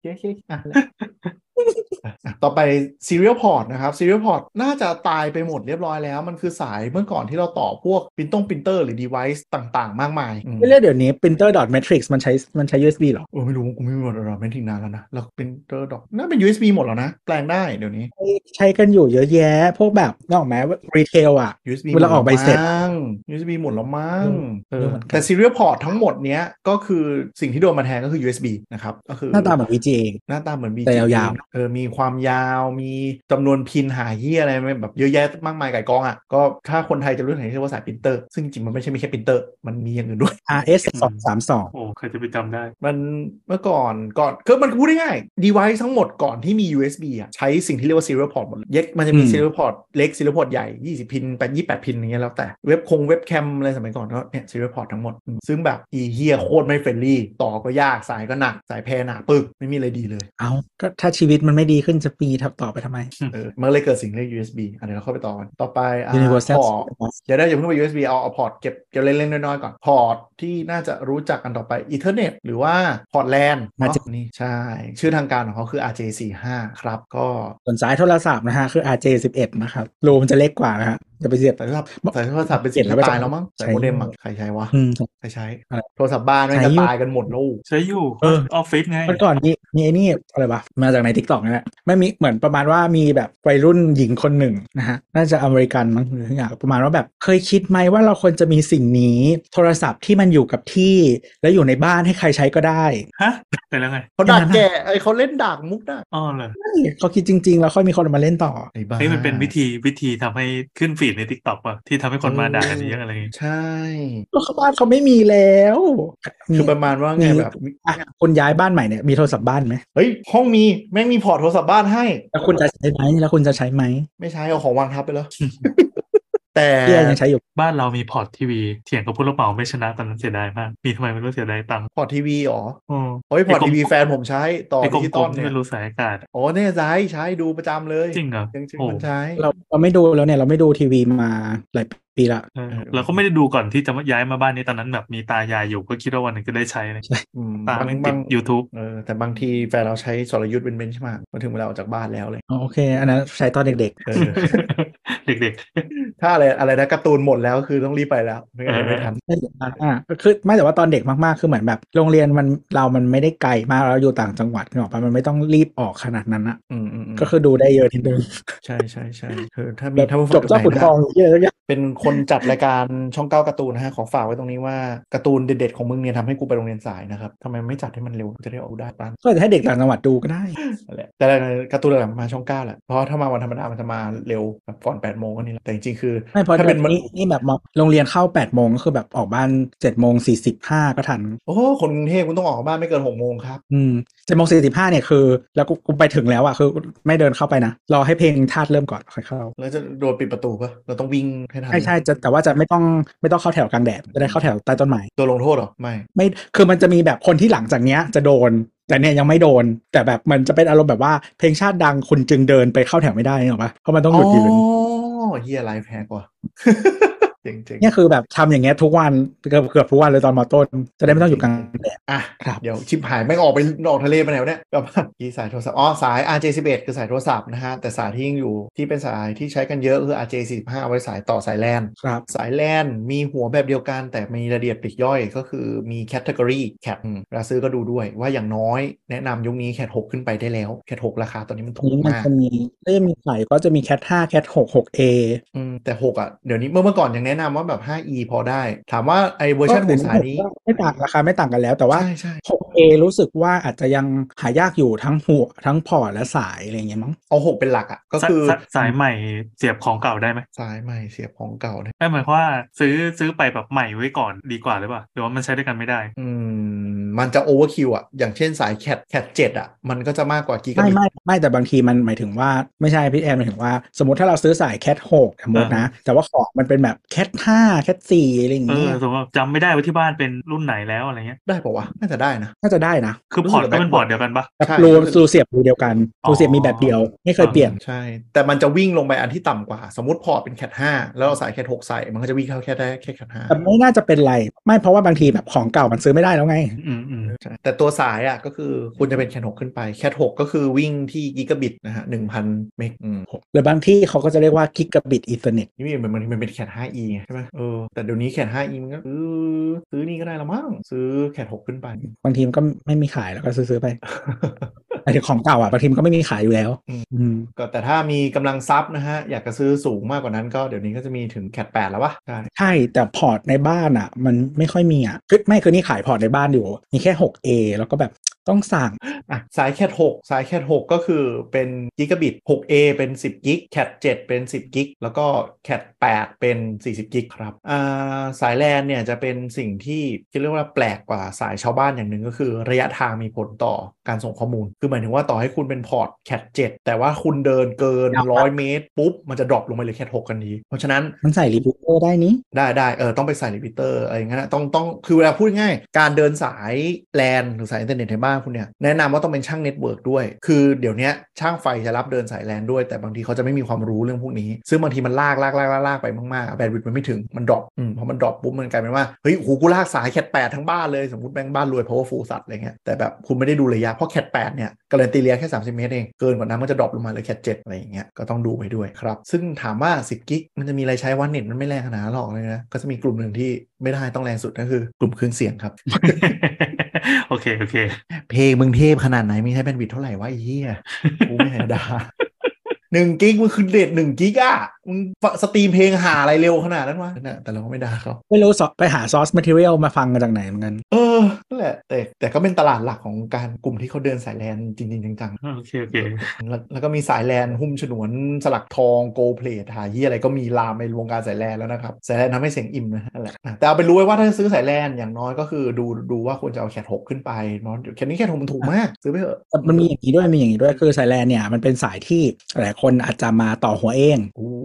Speaker 3: ต่อไป Serial Port นะครับ Serial Port น่าจะตายไปหมดเรียบร้อยแล้วมันคือสายเมื่อก่อนที่เราต่อพวกปรินเตอร์หรือ device ต่างๆมากมาย
Speaker 2: ไม่เรียกเดี๋ยวนี้ printer dot matrix มันใช้ USB หรอ
Speaker 3: ไม่รู้กูไม่รู้หรอกไม่ทิ้งนานแล้วนะแล้ว printer dot น่าเป็น USB หมดแล้วนะแปลงได้เดี๋ยวนี้
Speaker 2: ใช้กันอยู่เยอะแยะพวกแบบนอกแม้ retail อ่ะ
Speaker 3: USB
Speaker 2: เวลาออกใบเสร็จ
Speaker 3: USB หมดแล้วมั้งแต่ Serial Port ทั้งหมดเนี้ยก็คือสิ่งที่โดนมาแทนก็คือ USB นะครับก็คือ
Speaker 2: หน้าตาเหมือน VGA
Speaker 3: หน้าตาเหมือน VGA
Speaker 2: แต่ยาว
Speaker 3: ๆมีความยาวมีจำนวนพินหาเหี้ยอะไรแบบเยอะแยะมากมายไก่กองอ่ะก็ถ้าคนไทยจะรู้ถึงเรียกว่าสายปรินเตอร์ซึ่งจริงมันไม่ใช่มีแค่ปรินเตอร์มันมีอย่างอื่นด้วย
Speaker 2: RS 232
Speaker 4: โอ้ใครจะไปจำได้
Speaker 3: มันเมื่อก่อนคือมันพูดง่ายๆ device ทั้งหมดก่อนที่มี USB อ่ะใช้สิ่งที่เรียกว่า serial port หมดเลยมันจะมี serial port เล็ก serial port ใหญ่20พิน28พินอย่างเงี้ยแล้วแต่เว็บแคมอะไรสมัยก่อนก็เนี่ย serial port ทั้งหมดซึ่งแบบเหี้ยโคตรไม่เฟรนลี่ต่อก็ยากสายก็หนักสายแพรหนาปึกไม่มีอะไรดีเลย
Speaker 2: ก็ถ้าชีวิตมันไม่ดีขึ้นจะปีต่อไปทำไม
Speaker 3: มันเลยเกิดสิ่งเรียก USB เดี๋ยวเราเข้าไปต่อกันต่อไป
Speaker 2: Universal
Speaker 3: พอร์ตอย่าเพิ่งไป USB เอาพอร์ตเก็บเล่นๆน้อยๆก่อนพอร์ตที่น่าจะรู้จักกันต่อไป Ethernet หรือว่าพอร์ต LAN นี่ใช่ชื่อทางการของเขาคือ RJ45 ครับก็
Speaker 2: ส่วนสายโทรศัพท์นะฮะคือ RJ11 นะครับรูมันจะเล็กกว่านะฮะจะไปเสียบ
Speaker 3: สายโทรศัพท์เป็นสิ่งที่ตายแล้วมั้งสายโมเด็มใครใช้วะใครใช้โทรศัพท์บ้านไม่จะตายกันหมดลูก
Speaker 4: ใช้อยู่ออฟฟิศไง
Speaker 2: เมื่อก่อนมีไอ้นี่อะไรวะมาจากใน TikTok นี่แหละไม่มีเหมือนประมาณว่ามีแบบวัยรุ่นหญิงคนหนึ่งนะฮะน่าจะอเมริกันมั้งหรืออย่างประมาณว่าแบบเคยคิดไหมว่าเราควรจะมีสิ่งนี้โทรศัพท์ที่มันอยู่กับที่แล้วอยู่ในบ้านให้ใครใช้ก็ได้
Speaker 4: ฮะเป็นแล้วไง
Speaker 3: เขาดักแกเขาเล่นดักมุกได้
Speaker 4: เลย
Speaker 2: เขาคิดจริงๆแล้วค่อยมีคนมาเล่นต่อ
Speaker 4: มันเป็นวิธีทำให้ขึ้นฟีดใน TikTok ป่ะที่ทำให้คนมาด่ากันเยอะอะไร
Speaker 3: ใช่
Speaker 2: ก็บ้านเขาไม่มีแล้ว
Speaker 3: คือประมาณว่าไงแบบ
Speaker 2: คนย้ายบ้านใหม่เนี่ยมีโทรศัพท์บ้านไหม
Speaker 3: เฮ้ยห้องมีแม่งมีพอร์ตโทรศัพท์บ้านให้
Speaker 2: แล้วคุณจะใช้ไหมไม่ใช้
Speaker 3: เอาของวางทับไปแล้วแต่
Speaker 2: พี่ยังใช้อยู่
Speaker 4: บ้านเรามีพอร์ตทีวีเถียงกับผู้รับเหมาไม่ชนะตอนนั้นเสียดายมากมีทำไมไม่รู้เสียดายตังค์
Speaker 3: พอร์ตทีวีหรอ
Speaker 4: โอ้
Speaker 3: โอ้ยพอร์ต
Speaker 4: ไกลม
Speaker 3: ทีวีแฟนผมใช้ต่อ
Speaker 4: ไอ้ก
Speaker 3: ดิจิต
Speaker 4: ล
Speaker 3: อล
Speaker 4: มๆที่
Speaker 3: เนี่ย
Speaker 4: ไม่รู้สายอากาศ
Speaker 3: โอ้เนี่ยใช้ดูประจำเลย
Speaker 4: จริงเหรอ
Speaker 3: จริง
Speaker 4: โอ้
Speaker 3: ๆมันใช้
Speaker 2: เราไม่ดูแล้วเนี่ยเราไม่ดูทีวีมาหลายปีละ
Speaker 4: เราก็ไม่ได้ดูก่อนที่จะย้ายมาบ้านนี้ตอนนั้นแบบมีตายายอยู่ก็คิดว่าวันหนึงจะได้ใช้เลย ตาไม่ติด YouTube
Speaker 3: แต่บางทีแฟนเราใช้สรยุทธ์เป็นเบนช์มาร์กมาถึงเวลาออกจากบ้านแล้วเลย
Speaker 2: โอเค อันนั้นใช้ตอนเด็ก
Speaker 3: เออ
Speaker 4: เด็ก
Speaker 3: ถ้าอะไรนะการ์ตูนหมดแล้วคือต้องรีบไปแล้วไม่งั้นเดี๋ยวไม่ทัน
Speaker 2: ๆไม่คือไม่แต่ว่าตอนเด็กมากๆคือเหมือนแบบโรงเรียนมันไม่ได้ไกลมากเราอยู่ต่างจังหวัดนึกออกปะมันไม่ต้องรีบออกขนาดนั้นอะ
Speaker 3: อืม
Speaker 2: ก็คือดูได้เยอะทีนึง
Speaker 3: ใช่คือถ้า
Speaker 2: แบ
Speaker 3: มี
Speaker 2: บ
Speaker 3: ถ้าผู้
Speaker 2: จ
Speaker 3: ฟั
Speaker 2: บเจ้าขุนทองเยอะแยะ
Speaker 3: เป็นคนจัดรายการช่อง9การ์ตูนนะฮะขอฝากไว้ตรงนี้ว่าการ์ตูนเด็ดๆของมึงเนี่ยทำให้กูไปโรงเรียนสายนะครับทำไมไม่จัดให้มันเร็วจะได้ออกได้บ้าง
Speaker 2: ก็จะให้เด็กต่างจังหวัดดูก็ได้
Speaker 3: นั่นแหละแต่การ์ตูนหลังมาช่อง9แหละเพราะถ้ามาวันธรรมดามันจะมาเร็วแบบก่อน8โมงก็นี่แหละแต่จริงๆคือ
Speaker 2: ไม่เพราะ
Speaker 3: ถ้าเป็น
Speaker 2: นี่แบบโรงเรียนเข้า8 โมงก็คือแบบออกบ้าน7:45ก็ทัน
Speaker 3: โอ้คนกรุงเทพคุณต้องออกบ้านไม่เกิน6โมงครับ
Speaker 2: 7:45เนี่ยคือแล้วกูไปถึงแล้วอ่ะคือไม่เดินเข้าไปนะรอให้เพลงทาสเริ่มก่อนค่อยเข้า
Speaker 3: แล้วจะโดนปิดประตูปะเราต้องวิ่งให้ทัน
Speaker 2: ใช่แต่ว่าจะไม่ต้องเข้าแถวกลางแดดจะได้เข้าแถวใต้ต้นไม้
Speaker 3: โดนลงโทษเหรอไม่
Speaker 2: ไม่คือมันจะมีแบบคนที่หลังจากเนี้ยจะโดนแต่เนี่ยยังไม่โดนแต่แบบมันจะเป็นอารมณ์แบบว่าเพลงชาติดังคุณจึงเดินไปเข้าแถวไม่ได้หรอปะเพราะมันต้องหยุดยืน
Speaker 3: เฮียไลฟ์แฮกว่ะ จริงๆ
Speaker 2: เนี่ยคือแบบทำอย่างเงี้ยทุกวันเกือบทุกวันเลยตอนมต้นจะได้ไม่ต้องอยู่กลางแดด
Speaker 3: อ่ะ
Speaker 2: ครับ
Speaker 3: เดี๋ยวชิบหายไม่งออกทะเลไปไหนวะเนี่ยแบบกี่สายโทรศัพท์สาย RJ11 คือสายโทรศัพท์นะฮะแต่สายที่ยังอยู่ที่เป็นสายที่ใช้กันเยอะคือ RJ45 เอาไว้สายต่อสายแลน
Speaker 2: ครับ
Speaker 3: สายแลนมีหัวแบบเดียวกันแต่มีรายละเอียดปลีกย่อยก็คือมี category cat เวลาซื้อก็ดูด้วยว่าอย่างน้อยแนะนำยุคนี้ cat 6ขึ้นไปได้แล้ว cat 6ราคาตอนนี้มันถู
Speaker 2: นี้
Speaker 3: ก
Speaker 2: มัน
Speaker 3: มาก
Speaker 2: จะมีขายก็จะมี cat 5 cat 6 6A
Speaker 3: แต่6อ่ะเดี๋ยวนี้เมื่อก่อนยังแนะนำว่าแบบ 5E พอได้ถามว่าไอ้เวอร์ชันของสายนี้
Speaker 2: ไม่ต่างราคาไม่ต่างกันแล้วแต่ว่า
Speaker 3: ใช่
Speaker 2: 6A รู้สึกว่าอาจจะยังหายากอยู่ทั้งหัวทั้งพอร์ตและสายอะไรอย่างเงี้ยมั้ง
Speaker 3: เอา6เป็นหลักอ่ะก็คือ
Speaker 4: สายใหม่เสียบของเก่าได้ไหม
Speaker 3: สายใหม่เสียบของเก่าเนี่ย
Speaker 4: ไม่หมายความว่าซื้อไปแบบใหม่ไว้ก่อนดีกว่าหรือเปล่าหรือว่ามันใช้ด้วยกันไม่ได้
Speaker 3: มันจะโอเวอร์คิวอ่ะอย่างเช่นสายแคท7อ่ะมันก็จะมากกว่ากิกะบิต
Speaker 2: ไม่แต่บางทีมันหมายถึงว่าไม่ใช่พี่แอนหมายถึงว่าสมมติถ้าเราซื้อสาย cat 6สมมตินะแต่ว่าของมันเป็นแบบ cat 5 cat 4อะไรอย่างเงี้ย
Speaker 4: สมมติจำไม่ได้ว่าที่บ้านเป็นรุ่นไหนแล้วอะไรเงี้ย
Speaker 3: ได้ปะวะน่าจะได้นะ
Speaker 2: น่าจะได้นะ
Speaker 4: คือพอร์ตก็เป็นพอร์ตเดียวกันปะ
Speaker 2: แบบ
Speaker 3: ใช่
Speaker 2: รูเสียบรูเดียวกันรูเสียบมีแบบเดียวไม่เคยเปลี่ยน
Speaker 3: ใช่แต่มันจะวิ่งลงไปอันที่ต่ำกว่าสมมติพอร์ตเป็นแคท5แล้วเราใส่แคท6ใส่มันก็จะวิ่งเข้าแค่ได้แค่แคท
Speaker 2: แต่ไม่น่าจะเป็นไรไม่เพราะว่าบางทีแบบของเก่ามันซื้อไม่ได้แล้วไง
Speaker 3: 5ใช่แต่ตัวสายอ่ะก็คือคุณจะเป็นแคท6ขึ้นไปแคท6ก็คือวิ่งที่กิกะบิตนะฮะ 1,000 เมก
Speaker 2: หรือบางที่เขาก็จะเรียกว่า gigabit ethernet
Speaker 3: นี่มันเป็นแคท 5E ไงใช่ไหมแต่เดี๋ยวนี้แคท 5E มันก็ซื้อนี่ก็ได้ละมั้งซื้อแคท6ขึ้นไป
Speaker 2: บางทีมันก็ไม่มีขายแล้วก็ซื้อไป ไอ้ของเก่าอ่ะบางทีมันก็ไม่มีขายอยู่แล้ว
Speaker 3: ก็แต่ถ้ามีกำลังทรัพย์นะฮะอยากจะซื้อสูงมากกว่านั้นก็เดี๋ยวนี้ก็จะมีถึงแคท8แล้ววะใช่
Speaker 2: แต่พอร์ตในบ้านอ่ะมันไม่ค่อยมีอ่ะคือนี่ขายพอร์ตในบ้านอยู่มีแค่ 6A แล้วก็แบบต้องสั่ง
Speaker 3: สายแคท6ก็คือเป็นกิกะบิต 6A เป็น10กิกแคท7เป็น10กิกแล้วก็แคท8เป็น40กิกครับสายแลนเนี่ยจะเป็นสิ่งที่เรียกว่าแปลกกว่าสายชาวบ้านอย่างหนึ่งก็คือระยะทางมีผลต่อการส่งข้อมูลคือหมายถึงว่าต่อให้คุณเป็นพอร์ตแคท7แต่ว่าคุณเดินเกิน100 เมตรปุ๊บมันจะดรอปลงไปเลยแคท6กันทีเพราะฉะนั้น
Speaker 2: มันใส่รีพิเตอร์ได้นี้
Speaker 3: ได้ต้องไปใส่รีพิเตอร์อะไรอย่างเงี้ยต้องคือเวลาพูดง่ายการเดินสายแลนหรือสายอินเทอร์เน็ตในบ้านคุณเนี่ยแนะนำว่าต้องเป็นช่างเน็ตเวิร์กด้วยคือเดี๋ยวนี้ช่างไฟจะรับเดินสายแลนด้วยแต่บางทีเขาจะไม่มีความรู้เรื่องพวกนี้ซึ่งบางทีมันลากไปมากๆแบนด์วิดต์มันไม่ถึงมันดรอปพอมันดรอปปุ๊บมันกลายเป็นว่าเฮ้ยโหกูลากสายแคท8ทั้งบ้านเลยสมมติแบงค์บ้านรวย powerful สัตว์อะไรเงี้ยแต่แบบคุณไม่ได้ดูระยะเพราะแคท8เนี่ยการันตีระยะแค่30 เมตรเองเกินกว่านั้นมันจะดรอปลงมาเลยแคท7อะไรอย่างเงี้ยก็ต้องดูไปด้วยครับซึ่งถามว่า10กิกมันจะมีอะไรใช้วันเน็ตมันไม่แรงขนาดนั้นหรอกเลยนะก็จะมีกลุ่มหนึ่งที่ไม่ได้ต้องแรงสุดก็คือกลุ่มเครื่องเสียงครับ
Speaker 4: โอเค
Speaker 3: เพลงมึงเทพขนาดไหนมีใช้แบนด์วิดต์เท่าไหร่วะไอ้เหี้ยกูไม่ธรรมดา1 กิกมันคือเด็ด1 กิกอ่ะมึงสตรีมเพลงหาอะไรเร็วขนาดนั้นวะแต่เราก็ไม่ด่าเขา
Speaker 2: ไม่รู้ไปหาซอสแมททีเรียลมาฟังกันจากไหนเหมือนกัน
Speaker 3: นั่นแหละแต่ก็เป็นตลาดหลักของการกลุ่มที่เขาเดินสายแลนจริงๆจัง
Speaker 4: โอเค
Speaker 3: แล้วก็มีสายแลนหุ้มฉนวนสลักทองโกลเพลทหาเหี้ยอะไรก็มีลามในวงการสายแลนแล้วนะครับสายแลนทำให้เสียงอิ่มนะนั่นแหละแต่เอาไปรู้ไว้ว่าถ้าซื้อสายแลนอย่างน้อยก็คือดูว่าควรจะเอาแคท6ขึ้นไปเนาะแคทนี้แคท6มันถูกมากซื้อไปเถอะ
Speaker 2: มันมีอย่างนี้ด้วยคือสายแลนเนี่ยมันเป็นสายที่หลายคนอาจจะมาต่อหัวเอง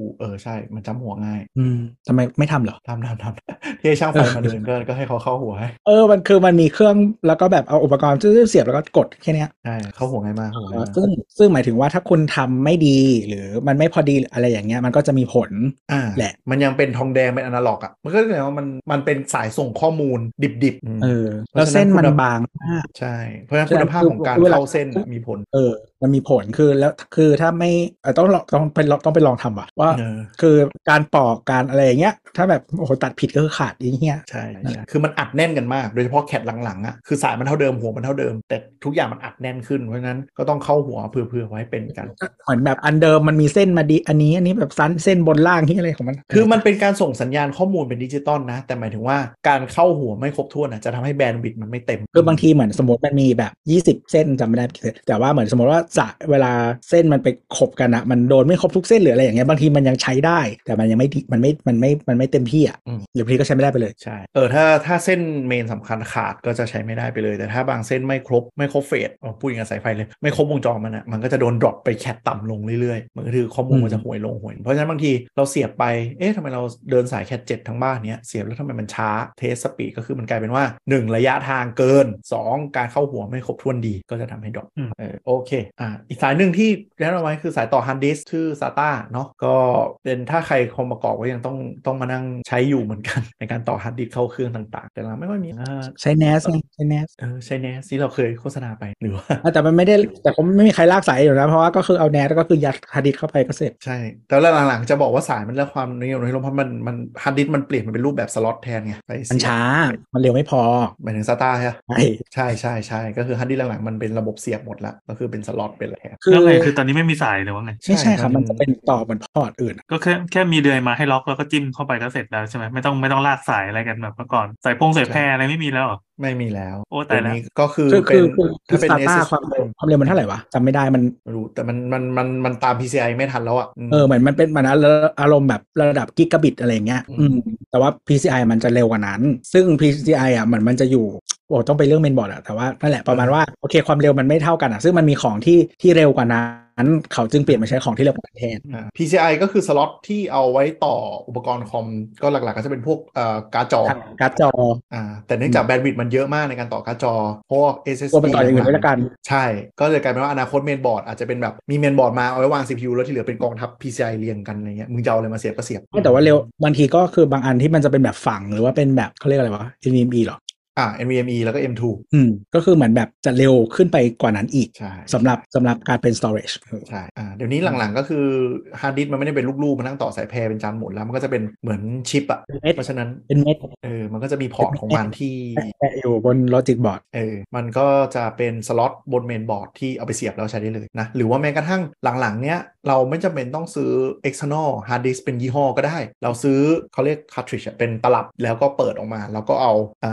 Speaker 3: ใช่มันจำหัวง่าย
Speaker 2: ทำไมไม่ทำเหรอ
Speaker 3: ทำที่ให้ช่างไฟมาเดินก็ให้เขาเข้าหัวให้
Speaker 2: มันคือมันมีเครื่องแล้วก็แบบเอาอุปกรณ์เสียบแล้วก็กดแค่นี้
Speaker 3: ใช่เข้าหัวง่ายมาก
Speaker 2: ซึ่งหมายถึงว่าถ้าคุณทำไม่ดีหรือมันไม่พอดีอะไรอย่างเงี้ยมันก็จะมีผลแหละ
Speaker 3: มันยังเป็นทองแดงเป็นอนาล็อกอ่ะมันก็แปลว่ามันเป็นสายส่งข้อมูลดิบ
Speaker 2: แล้วเส้นมันบางมาก
Speaker 3: ใช่เพราะฉะนั้นคุณภาพของการเข้าเส้นมีผล
Speaker 2: มันมีผลคือถ้าไม่ต้องไปลองทำว่าคือการปอกการอะไรอย่างเงี้ยถ้าแบบโอ้โหตัดผิดก็คือขาดอย่างเงี้ย
Speaker 3: ใช่คือมันอัดแน่นกันมากโดยเฉพาะแคทหลังๆอ่ะคือสายมันเท่าเดิมหัวมันเท่าเดิมแต่ทุกอย่างมันอัดแน่นขึ้นเพราะฉะนั้นก็ต้องเข้าหัวเพื่อไว้เป็นกัน
Speaker 2: เหมือนแบบอันเดิมมันมีเส้นมาดีอันนี้แบบสั้นเส้นบนล่างที่อะไรของมัน
Speaker 3: คือมันเป็นการส่งสัญญาณข้อมูลเป็นดิจิตอลนะแต่หมายถึงว่าการเข้าหัวไม่ครบถ้วนจะทำให้แบนด์วิดต์มันไม่เต็ม
Speaker 2: คือบางทีเหมือนสมมติมันมีแบบ20เส้นจำไม่ได้แต่ว่าเหมือนสมมติว่าเวลาเส้นมันไปขบกันมันโดนไม่ครบทุกเส้นหรืออะไรอย่างเงี้ยบางทีมันยังใช้ได้แต่มันยังไม่เต็มที่หรือบางทีก็ใช้ไม่ได้ไปเลย
Speaker 3: ใช่ถ้าเส้นเมนสำคัญขาดก็จะใช้ไม่ได้ไปเลยแต่ถ้าบางเส้นไม่ครบเฟสพูดอย่างกับสายไฟเลยไม่ครบวงจรมันก็จะโดนดรอปไปแคทต่ำลงเรื่อยๆมันก็คือข้อมูลมันจะห่วยลงเพราะฉะนั้นบางทีเราเสียบไปทำไมเราเดินสายแคท7ทั้งบ้านเนี้ยเสียบแล้วทำไมมันช้าเทสสปีดก็คือมันกลายเป็นว่า1ระยะทางเกิน2การเข้าหัวไม่ครบถ้วนดีก็จะทำให้ดรอปโอเคอีกสายหนึ่งที่แนะนำไว้คือสายต่อฮาร์ดดิสก์ชื่อ SATA เนาะก็เป็นถ้าใครคอมประกอบก็ยังต้องมานั่งใช้อยู่เหมือนกันในการต่อฮาร์ดดิสก์เข้าเครื่องต่างๆแต่เราไม่ค่อยมี
Speaker 2: ใช้ NAS ไงใช้ NAS
Speaker 3: ใช้ NAS ที่เราเคยโฆษณาไปหรือว่า
Speaker 2: แต่มันไม่ได้แต่ผมไม่มีใครลากสายอยู่นะเพราะว่าก็คือเอา NAS ก็คือยัดฮาร์ดดิสก์เข้าไปก็เสร็จ
Speaker 3: ใช่แต่หลังๆจะบอกว่าสายมันเรื่องความนิยมเพราะมันฮาร์ดดิสก์มันเปลี่ยนมันเป็นรูปแบบสล็อตแทนไง
Speaker 2: มันช้ามันเร็วไม่พอ
Speaker 3: หมายถึง SATA ใช่ก็คือฮาร์ดดิสก์หลังๆมันเป็นระบบเสียบหมดละก็คือเป็นสล็อตเป็นอะไร
Speaker 4: แล้วไงคือตอนนี้ไม่มีสายหรือว่าไง
Speaker 2: ไม่ใช่ครับมันจะเป็นต่อเหมือนพอร์ตอื่น
Speaker 4: ก็แค่มีเดือยมาให้ล็อกแล้วก็จิ้มเข้าไปก็เสร็จแล้วใช่ไหมไม่ต้องลากสายอะไรกันแบบเมื่อก่อนสายแพรอะไรไม่มีแล้ว
Speaker 3: ไม่มีแล้ว
Speaker 4: โอ้แต่แล้ว
Speaker 3: ก็คือ
Speaker 2: เป็นถ้า
Speaker 3: เป็น
Speaker 2: SATA ความเร็วมันเท่าไหร่วะจำไม่ได้มัน
Speaker 3: รู้แต่มันตาม PCI ไม่ทันแล้ว
Speaker 2: เหมือนมันเป็นมันอารมณ์แบบระดับกิกะบิตอะไรเงี้ยแต่ว่า PCI มันจะเร็วกว่านั้นซึ่ง PCI มันจะอยู่ต้องไปเรื่องเมนบอร์ดแต่ว่านั่นแหละประมาณว่าโอเคความเร็วมันไม่เท่ากันซึ่งมันมีของที่เร็วกว่านั้นเขาจึงเปลี่ยนมาใช้ของที่เร็วกว่าแทน
Speaker 3: PCI ก็คือสล็อตที่เอาไว้ต่ออุปกรณ์คอมก็หลักๆก็จะเป็นพวกการ์ดจอแต่เนื่องจากแบนด์วิดต์มันเยอะมากในการต่อการ์ดจอพวก SSD
Speaker 2: ต่ออย่างอื่นด้วยกัน
Speaker 3: ใช่ก็เลยกลายเป็นว่าอนาคตเมนบอร์ดอาจจะเป็นแบบมีเมนบอร์ดมาเอาไว้วาง CPU แล้วที่เหลือเป็นกองทัพ PCI เรียงกันอะไรเงี้ยมึงจะเอาอะไรมาเสียบก็เสียบ
Speaker 2: แต่ว่าเร็วบางทีก็คือบางอันที่มันจะเป็นแบบฝังหรือว่าเป็นแบบเขาเรียกอะไรวะ NVMe หรอ
Speaker 3: NVMe แล้วก็ M2
Speaker 2: ก็คือเหมือนแบบจะเร็วขึ้นไปกว่านั้นอีกสำหรับการเป็น storage
Speaker 3: ใช่เดี๋ยวนี้หลังๆก็คือฮาร์ดดิสก์มันไม่ได้เป็นลูกๆมานั่งต่อสายแพรเป็นจานหมดแล้วมันก็จะเป็นเหมือนชิปเพราะฉะนั้น
Speaker 2: เป็นเม็ด
Speaker 3: มันก็จะมีพอร์ตของมันที่
Speaker 2: อยู่บน logic board
Speaker 3: มันก็จะเป็นสล็อตบนเมนบอร์ดที่เอาไปเสียบแล้วใช้ได้เลยนะหรือว่าแม้กระทั่งหลังๆเนี้ยเราไม่จำเป็นต้องซื้อ external hard disk เป็นยี่ห้อก็ได้เราซื้อเขาเรียก cartridge เป็นตลับแล้วก็เปิดออกมาแล้วก็เอา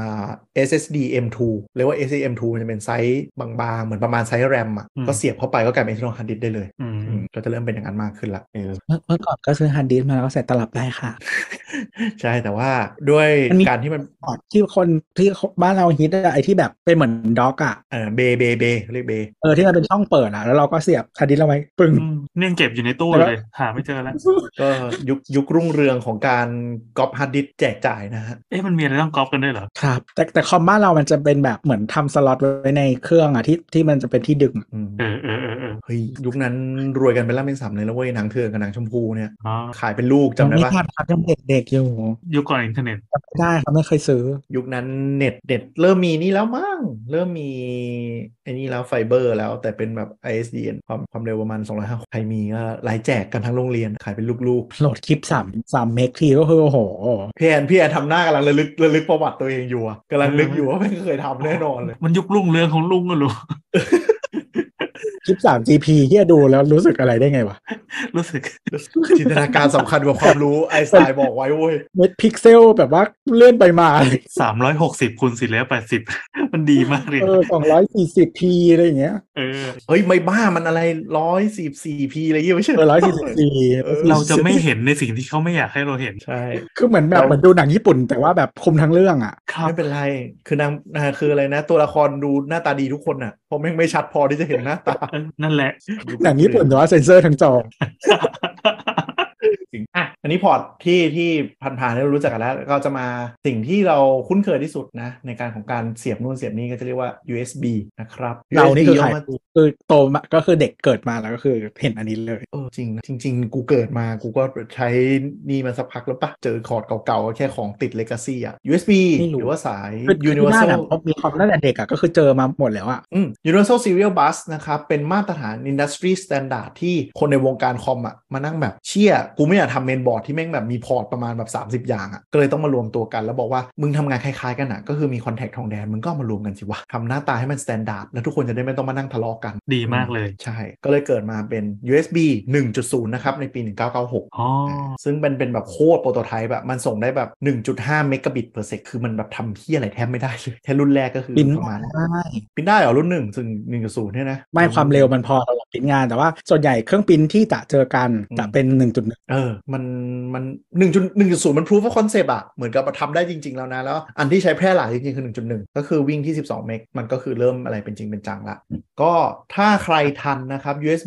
Speaker 3: SSD M2 เรียกว่า SSD M2 มันจะเป็นไซส์บางๆเหมือนประมาณไซส์แรมก็เสียบเข้าไปก็กลายเป็น external hard disk ได้เลยก็จะเริ่มเป็นอย่างนั้นมากขึ้นละ
Speaker 2: เมื่อก่อนก็ซื้อ hard disk มาแล้วก็ใส่ตลับได้ค่ะ
Speaker 3: ใช่แต่ว่าด้วยการที่มัน
Speaker 2: ที่คนที่บ้านเราฮิตไอ้ที่แบบเป็นเหมือนด็อก
Speaker 3: เบเรียกเบ
Speaker 2: ที่มันเป็นช่องเปิดแล้วเราก็เสียบฮาร์ดดิสก์เราไว้ปึ้ง
Speaker 4: เนี่ยเก็บอยู่ในตู้เลยหาไม่เจอแล้ว
Speaker 3: ก็ยุครุ่งเรืองของการก๊อปฮาร์ดดิสก์แจกจ่ายนะฮะ
Speaker 4: มันมีอะไรต้องก๊อปกันด้วยเหรอ
Speaker 2: ครับแต่คอมบ้านเรามันจะเป็นแบบเหมือนทำสล็อตไว้ในเครื่องที่มันจะเป็นที่ดึง
Speaker 3: เฮ้ยยุคนั้นรวยกันเป็นล่ำเป็นสันเลยแล้วเว้ยหนังเถื่อนกับหนังชมพูเนี่ยขายเป็นลูกจำได้ปะ
Speaker 2: ยังเด็กอยู่
Speaker 4: ยุคก่อนอินเทอร์เน็ต
Speaker 2: จำไม่ได้ครับไม่เคยซื้อ
Speaker 3: ยุคนั้นเน็ตเริ่มมีนี่แล้วมั้งเริ่มมีไอ้นี่แล้วไฟเบอร์แล้วแต่เป็นแบบ ISDN ความเร็วประมาณ250ใครมีก็ไลน์แจกกันทั้งโรงเรียนขายเป็นลูก
Speaker 2: ๆโหลดคลิป3 เมกทีก็คือโอ้โห
Speaker 3: พี่แอนทำหน้ากำลังระลึกประวัติตัวเองอยู่กำลังนึกอยู่ว่าไม่เคยทำแน่นอนเลย
Speaker 4: มันยุครุ่งเรืองของลุงอะลูก
Speaker 2: คลิป3GP ที่ดูแล้วรู้สึกอะไรได้ไงวะ
Speaker 4: รู้สึก
Speaker 3: จินตนาการสำคัญกว่าความรู้ไอน์สไตน์บอกไว้เว้ย
Speaker 2: เม็ดพิกเซลแบบว่าเลื่อนไปมา
Speaker 4: 360 คูณ 480มันดีมากเลย
Speaker 2: 240p อะไรอย่างเงี้ย
Speaker 3: เฮ้ยไม่บ้ามันอะไร144p อะไรเงี้ยไม่ใช่
Speaker 2: 144
Speaker 4: เราจะไม่เห็นในสิ่งที่เขาไม่อยากให้เราเห็น
Speaker 3: ใช่
Speaker 2: คือเหมือนดูหนังญี่ปุ่นแต่ว่าแบบคุมทั้งเรื่อง
Speaker 3: ไม่เป็นไรคือนางคืออะไรนะตัวละครดูหน้าตาดีทุกคนเพราะไม่ชัดพอที่จะเห็นหน้าตา
Speaker 4: นั่นแหละ
Speaker 2: หนังญี่ปุ่นแต่ว่าเซ็นเซอร์ทั้งจอ
Speaker 3: จริงอันนี้พอร์ตที่ผ่านๆที่เรารู้จักกันแล้วก็จะมาสิ่งที่เราคุ้นเคยที่สุดนะในการของการเสียบนู่นเสียบนี่ก็จะเรียกว่า USB นะครับ
Speaker 2: เรานี่
Speaker 3: USB
Speaker 2: คือใคร
Speaker 3: มา
Speaker 2: คือโตมาก็คือเด็กเกิดมาแล้วก็คือเห็นอันนี้เลย
Speaker 3: จริงนะจริงๆกูเกิดมากูก็ใช้นี่มาสักพักแล้วปะเจอคอร์ดเก่าๆแค่ของติด Legacy USB หรือว่าสาย
Speaker 2: ที่บ้าน
Speaker 3: Universal
Speaker 2: เพราะมีคอมตั้งแต่เด็กก็คือเจอมาหมดแล้ว
Speaker 3: Universal Serial Bus นะครับเป็นมาตรฐาน Industry Standard ที่คนในวงการคอมมานั่งแบบเชี่ยกูไม่อยากทำเมนบอร์ดที่แม่งแบบมีพอร์ตประมาณแบบ30อย่างก็เลยต้องมารวมตัวกันแล้วบอกว่ามึงทำงานคล้ายๆกันก็คือมีคอนแทคทองแดงมึงก็มารวมกันสิวะทำหน้าตาให้มัน Standard แล้วทุกคนจะได้ไม่ต้องมานั่งทะเลาะกัน
Speaker 4: ดีมากเลย
Speaker 3: ใช่ก็เลยเกิดมาเป็น USB 1.0 นะครับในปี1996ซึ่งเป็นแบบโคตรโปรโตไทป์มันส่งได้แบบ 1.5 เมกะบิตเปอร์เซกคือมันแบบทำเพี้ยอะไรแทบไม่ได้เลยแค่รุ่นแรกก็คือประมาณพิมพ์ได้เหรอรุ่น1ซึ่ง 1.0 เนี่ยนะ
Speaker 2: ไม่ความเร็วมันพอสำหรับพิมพ์งานแต่ว่าส่วนใหญ่เครื่องพิมพ์ที่จะเจอกันจะเป็น 1.1
Speaker 3: มัน 1.0 มัน proof of concept เหมือนกับทำได้จริงๆแล้วนะแล้วอันที่ใช้แพร่หลายจริงๆคือ 1.1 ก็คือวิ่งที่12เมกมันก็คือเริ่มอะไรเป็นจริงเป็นจังละก็ถ้าใครทันนะครับ USB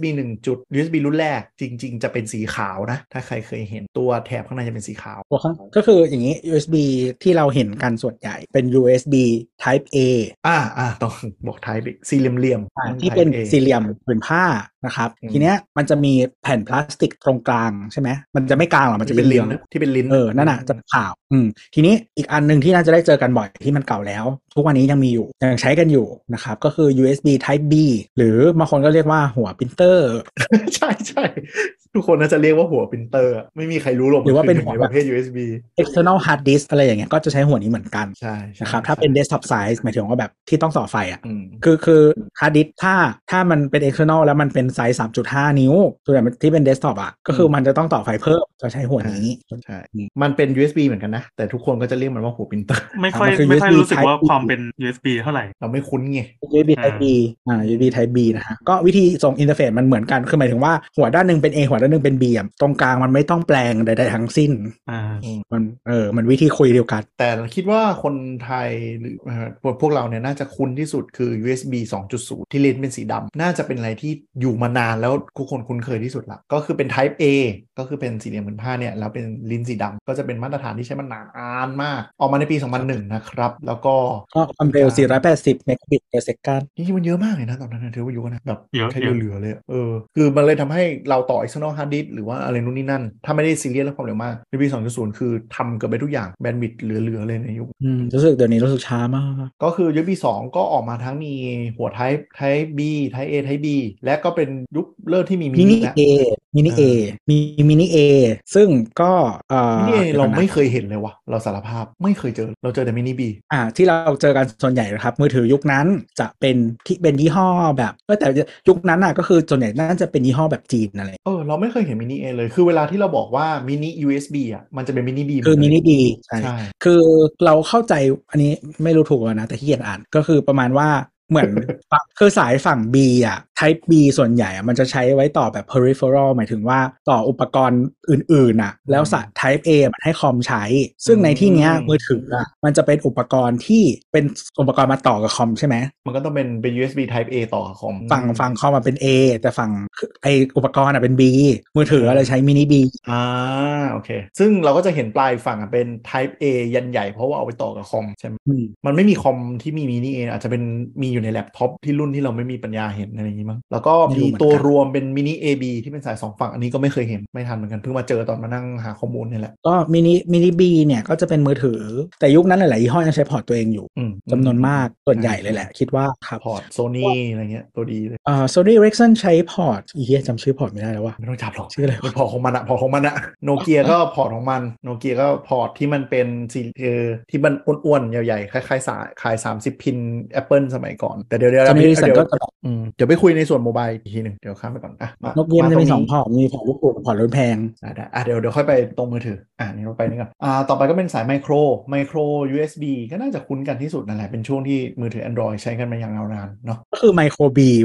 Speaker 3: 1 รุ่นแรกจริงๆจะเป็นสีขาวนะถ้าใครเคยเห็นตัวแถบข้างในจะเป็นสีขาว
Speaker 2: ก็คืออย่างนี้ USB ที่เราเห็นกันส่วนใหญ่เป็น USB Type A
Speaker 3: ต้องบอก Type สี่เหลี่ยม
Speaker 2: ที่เป็นสี่เหลี่ยมผืนผ้านะครับทีเนี้ยมันจะมีแผ่นพลาสติกตรงกลางใช่ไหมมันจะไม่กลางหรอกมันจะเป็นเหลี่ยม
Speaker 3: ที่เป็นลิ้น
Speaker 2: นั่นจะขาวทีนี้อีกอันนึงที่น่าจะได้เจอกันบ่อยที่มันเก่าแล้วทุกวันนี้ยังมีอยู่ยังใช้กันอยู่นะครับก็คือ USB Type B หรือบางคนก็เรียกว่าหัวปรินเตอร์
Speaker 3: ใช่ทุกคนน่าจะเรียกว่าหัวปรินเตอร์ไม่มีใครรู้หรอก
Speaker 2: หรือว่าเป็นหัว
Speaker 3: ประเภท USB
Speaker 2: external hard disk อะไรอย่างเงี้ยก็จะใช้หัวนี้เหมือนกัน
Speaker 3: ใช่
Speaker 2: นะครับถ้าเป็น desktop size หมายถึงว่าแบบที่ต้องต่อไฟคือ hard disk ถ้ามันเป็น external แล้วมันเป็นไซส์ 3.5 นิ้วส่วนใหญ่ที่เป็น desktop ก็คือมันจะต้องต่อไฟเพิ่มจะใช้หัวนี้
Speaker 3: ใช่มันเป็น USB เหมือนกันนะแต่ทุกคนก็จะเรียกมันว่าหัวปรินเตอร์
Speaker 4: ไม่ค่อยรู้สึกว่าความเป็น USB เท่าไหร่
Speaker 3: เราไม่คุ้นไง
Speaker 2: USB Type B USB Type B นะฮะก็วิธีส่งอินเทอร์เฟซมันเหมือนกันคือหมายถึงว่าหัวด้านนึงเป็น A หัวด้านนึงเป็น B ตรงกลางมันไม่ต้องแปลงใดๆทั้งสิ้นมันวิธีคุยเดียวกัน
Speaker 3: แต่คิดว่าคนไทยหรือพวกเราเนี่ยน่าจะคุ้นที่สุดคือ USB 2.0 ที่เลนส์เป็นสีดำน่าจะเป็นอะไรที่อยู่มานานแล้วทุกคนคุ้นเคยที่สุดละก็คือเป็น Type A ก็คือเป็นสี่เหลี่ยมผืนผ้าเนี่ยแล้วเป็นลิ้นสีดำก็จะเป็นมาตรฐานที่ใช้มานานมากออกมาในปี 2001 นะครับแล้วก็
Speaker 2: ความเร็ว480เมกะบิตต่อเซกันด์
Speaker 3: นี่มันเยอะมากเลยนะตอนนั้นถือว่าเยอะนะแบบแค่เหลือเลยคือมันเลยทำให้เราต่อ external hard disk หรือว่าอะไรนู่นนี่นั่นถ้าไม่ได้ซีเรียสเรื่องความเร็วมากในปี 2.0 คือทำเกือบไปทุกอย่างแบนด์วิดต์เหลือเลยในยุค
Speaker 2: รู้สึกเดี๋ยวนี้รู้สึกช้ามาก
Speaker 3: ก็คือ USB 2 ก็ออกมาทั้งมีหัว Type B Type A Type B และก็เป็นยุคเริ่มที่มีมินิ
Speaker 2: A มินิ A มีมินิ A ซึ่งก็
Speaker 3: มินิ A เราไม่เคยเห็นเลยวะเราสารภาพไม่เคยเจอเราเจอแต่มินิ B
Speaker 2: ที่เราเจอกันส่วนใหญ่นะครับมือถือยุคนั้นจะเป็นที่เป็นยี่ห้อแบบแต่ยุคนั้นก็คือส่วนใหญ่น่าจะเป็นยี่ห้อแบบจีนอะไร
Speaker 3: เราไม่เคยเห็นมินิ A เลยคือเวลาที่เราบอกว่ามินิ USB มันจะเป็นมินิ B
Speaker 2: คือมินิ B ใช่คือเราเข้าใจอันนี้ไม่รู้ถูกนะแต่ที่อ่านก็คือประมาณว่าเหมือนคือสายฝั่ง B Type B ส่วนใหญ่มันจะใช้ไว้ต่อแบบ peripheral หมายถึงว่าต่ออุปกรณ์อื่นๆแล้วสาย Type A มันให้คอมใช้ซึ่งในที่นี้มือถือมันจะเป็นอุปกรณ์ที่เป็นอุปกรณ์มาต่อกับคอมใช่ไหม
Speaker 3: มันก็ต้องเป็น USB Type A ต่อกับคอม
Speaker 2: ฝั่งคอมมันเป็น A แต่ฝั่งไออุปกรณ์เป็น B มือถืออะไรใช้มินิ B
Speaker 3: โอเคซึ่งเราก็จะเห็นปลายฝั่งเป็น Type A ยันใหญ่เพราะว่าเอาไปต่อกับคอมใช่ไหมมันไม่มีคอมที่มีมินิ A อาจจะเป็นมีอยู่ในแล็ปท็อปที่รุ่นที่เราไม่มีปัญญาเห็นอะไรอย่างนี้มั้งแล้วก็มีตัวรวมเป็นมินิ AB ที่เป็นสาย2ฝั่งอันนี้ก็ไม่เคยเห็นไม่ทันเหมือนกันเพิ่งมาเจอตอนมานั่งหาข้อมูลนี่แหละ
Speaker 2: ก็มินิ B เนี่ยก็จะเป็นมือถือแต่ยุคนั้นหลายๆยี่ห้อยังใช้พอร์ตตัวเองอยู่จำนวนมากส่วนใหญ่เลยแหละคิดว่าครับ
Speaker 3: พอร์ต Sony อะไรเงี้ยตัวดีเลย
Speaker 2: Sony Ericsson ใช้พอร์ตจำชื่อพอร์ตไม่ได้แล้วว่ะ
Speaker 3: ไม่ต้องจับหรอก
Speaker 2: ชื่ออะไร
Speaker 3: เป็นพอร์ตของมันอะโนเกียก็พอร์ตของมันโนเกียก็พอร์ตที่มันเป็นที่มันอ้วนๆใหญ่ๆคล้ายๆสายขาย30พิน Apple สมัยก่อนแต่เดี๋ยวไปคุยในส่วนโมบายอีกทีหนึ่งเดี๋ยวข้ามไปก่อน
Speaker 2: โนเกียมันจะมี2พอร์ตมีพอร์ตลูกโป่งพอร์ตรุ่นแพง
Speaker 3: ได้เดี๋ยวค่อยไปตรงมือถือนี่เราไปนี่ก่อนต่อไปก็เป็นสายไมโคร USB ก็น่าจะคุ้นกันที่สุดนั่นแหละเป็นช่วงที่มือถือ Android ใช้กันมาอย่างยาวนานเนาะ
Speaker 2: ก็คือไมโคร B เว้ย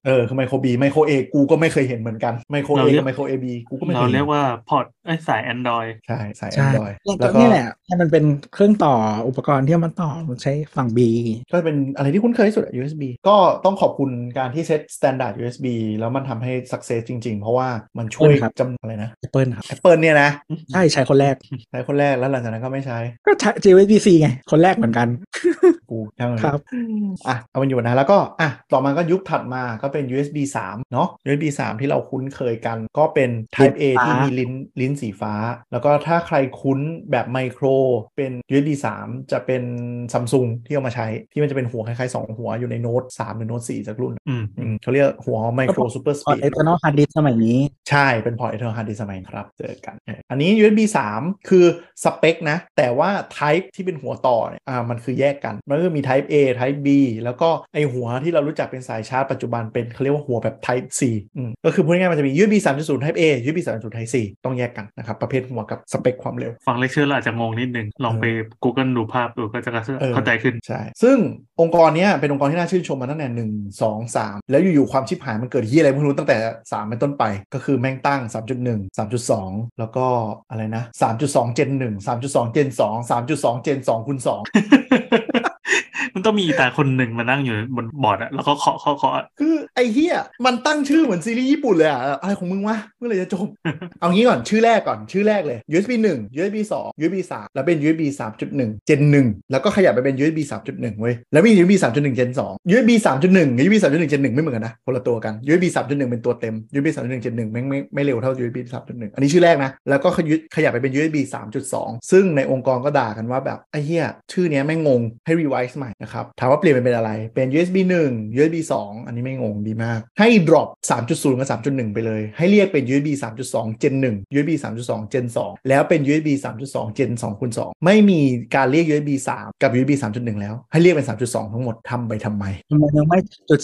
Speaker 3: คือไมโคร B ไมโคร A กูก็ไม่เคยเห็นเหมือนกันไมโคร A กับไมโคร AB กูก็ไม่เค
Speaker 4: เรา
Speaker 3: ย
Speaker 4: เรี
Speaker 3: เห็
Speaker 4: ย
Speaker 3: น
Speaker 4: กว่าพอร์ตสาย Android
Speaker 3: ใช่สาย
Speaker 2: ใช่
Speaker 3: Android
Speaker 2: แล้ว
Speaker 3: แล้ว
Speaker 2: ก็
Speaker 3: ก็
Speaker 2: นี่แหละให้มันเป็นเครื่องต่ออุปกรณ์ที่มันต่อมันใช้ฝั่ง B
Speaker 3: ก็เป็นอะไรที่คุ้นเคยที่สุด USB ก็ต้องขอบคุณการที่เซต standard USB แล้วมันทำให้ success จริงๆ เพราะว่ามันช่วย
Speaker 2: ครับ
Speaker 3: อะไรนะ
Speaker 2: Apple ครับ
Speaker 3: Apple เนี่ยนะ
Speaker 2: ใช่ใช้คนแรก
Speaker 3: ใช้คนแรกแล้วหลังจากนั้นก็ไม่ใช้
Speaker 2: ก็ใช้ USB-C ไง คนแรกเหมือนกัน
Speaker 3: กูช่างมัน
Speaker 2: ครับ
Speaker 3: เอามันอยู่นะแล้วก็ต่อมาก็ยุคถัดมาก็เป็น USB 3 เนาะ USB 3 ที่เราคุ้นเคยกันก็เป็น Type A ที่มีลิ้นสีฟ้า แล้วก็ถ้าใครคุ้นแบบไมโครเป็น USB 3 จะเป็น Samsung ที่เอามาใช้ที่มันจะเป็นหัวคล้ายๆ2หัวอยู่ในโน้ต3หรือโน้ต4สักรุ่นเขาเรียกหัวไมโครซูเปอร์สปีด
Speaker 2: External Hard Disk สมัยนี้
Speaker 3: ใช่เป็นพอร์ต Eternal Hard Disk สมัยครับเจอกันอันนี้ USB 3 คือสเปคนะแต่ว่า Type ที่เป็นหัวต่อเนี่ยมันคือแยกกันมันก็มี Type A Type B แล้วก็ไอหัวที่เรารู้จักเป็นสายชาร์จปัจจุบันเป็นเขาเรียกว่าหัวแบบ Type C ก็คือพูดง่ายๆมันจะมี USB 3.0 Type A USB 3.0 Type C ต้องแยกกันนะครับประเภทหัวกับสเปคความเร็ว
Speaker 4: ฟังเลคเชอร์เราอาจจะงงนิดนึงลองไป Google ดูภาพดูก็จะเข้าใจขึ้น
Speaker 3: ใช่ซึ่งองค์กรนี้เป็นองค์กรที่น่าชื่นชมมาตั้งแต่1 2 3แล้วอยู่ๆความชิบหายมันเกิดที่อะไรไม่รู้ตั้งแต่3เป็นต้นไปก็คือแม่งตั้ง 3.1 3.2 แล้วก็อะไรนะ 3.2 Gen 1 3.2 Gen 2 3.2 Gen 2 คูณ 2
Speaker 4: มันต้องมีอีตาคนหนึ่งมานั่งอยู่บนบอร์ดอะแล้วก็เคาะ
Speaker 3: คือไอ้เหี้ยมันตั้งชื่อเหมือนซีรีส์ญี่ปุ่นเลยอะอะไรของมึงวะเมื่อไหร่จะจบ เอางี้ก่อนชื่อแรกเลย USB 1 USB 2 USB 3 แล้วเป็น USB 3.1 Gen 1 แล้วก็ขยับไปเป็น USB 3.1 เว้ยแล้วมี USB 3.1 Gen 2 USB 3.1 กับ USB 3.1 Gen 1 ไม่เหมือนกันนะคนละตัวกัน USB 3.1 เป็นตัวเต็ม USB 3.1 Gen 1ไม่เร็วเท่า USB 3.1 อันนี้ชื่อแรกนะแล้วก็ขยับไปเป็น USB 3.2 ซึ่งในองค์กรก็ด่ากันว่าแบบไอ้เหี้ยชื่อเนี้ยไม่งงให้รีไวซ์ใหม่นะครับถามว่าเปลี่ยนเป็นอะไรเป็น USB 1 USB 2 อันนี้ไม่งงดีมากให้ drop 3.0 กับ 3.1 ไปเลยให้เรียกเป็น USB 3.2 Gen 1 USB 3.2 Gen 2 แล้วเป็น USB 3.2 Gen 2 คูณ 2 ไม่มีการเรียก USB 3 กับ USB 3.1 แล้วให้เรียกเป็น 3.2 ทั้งหมดทำไปทำไม
Speaker 2: มันยังไม่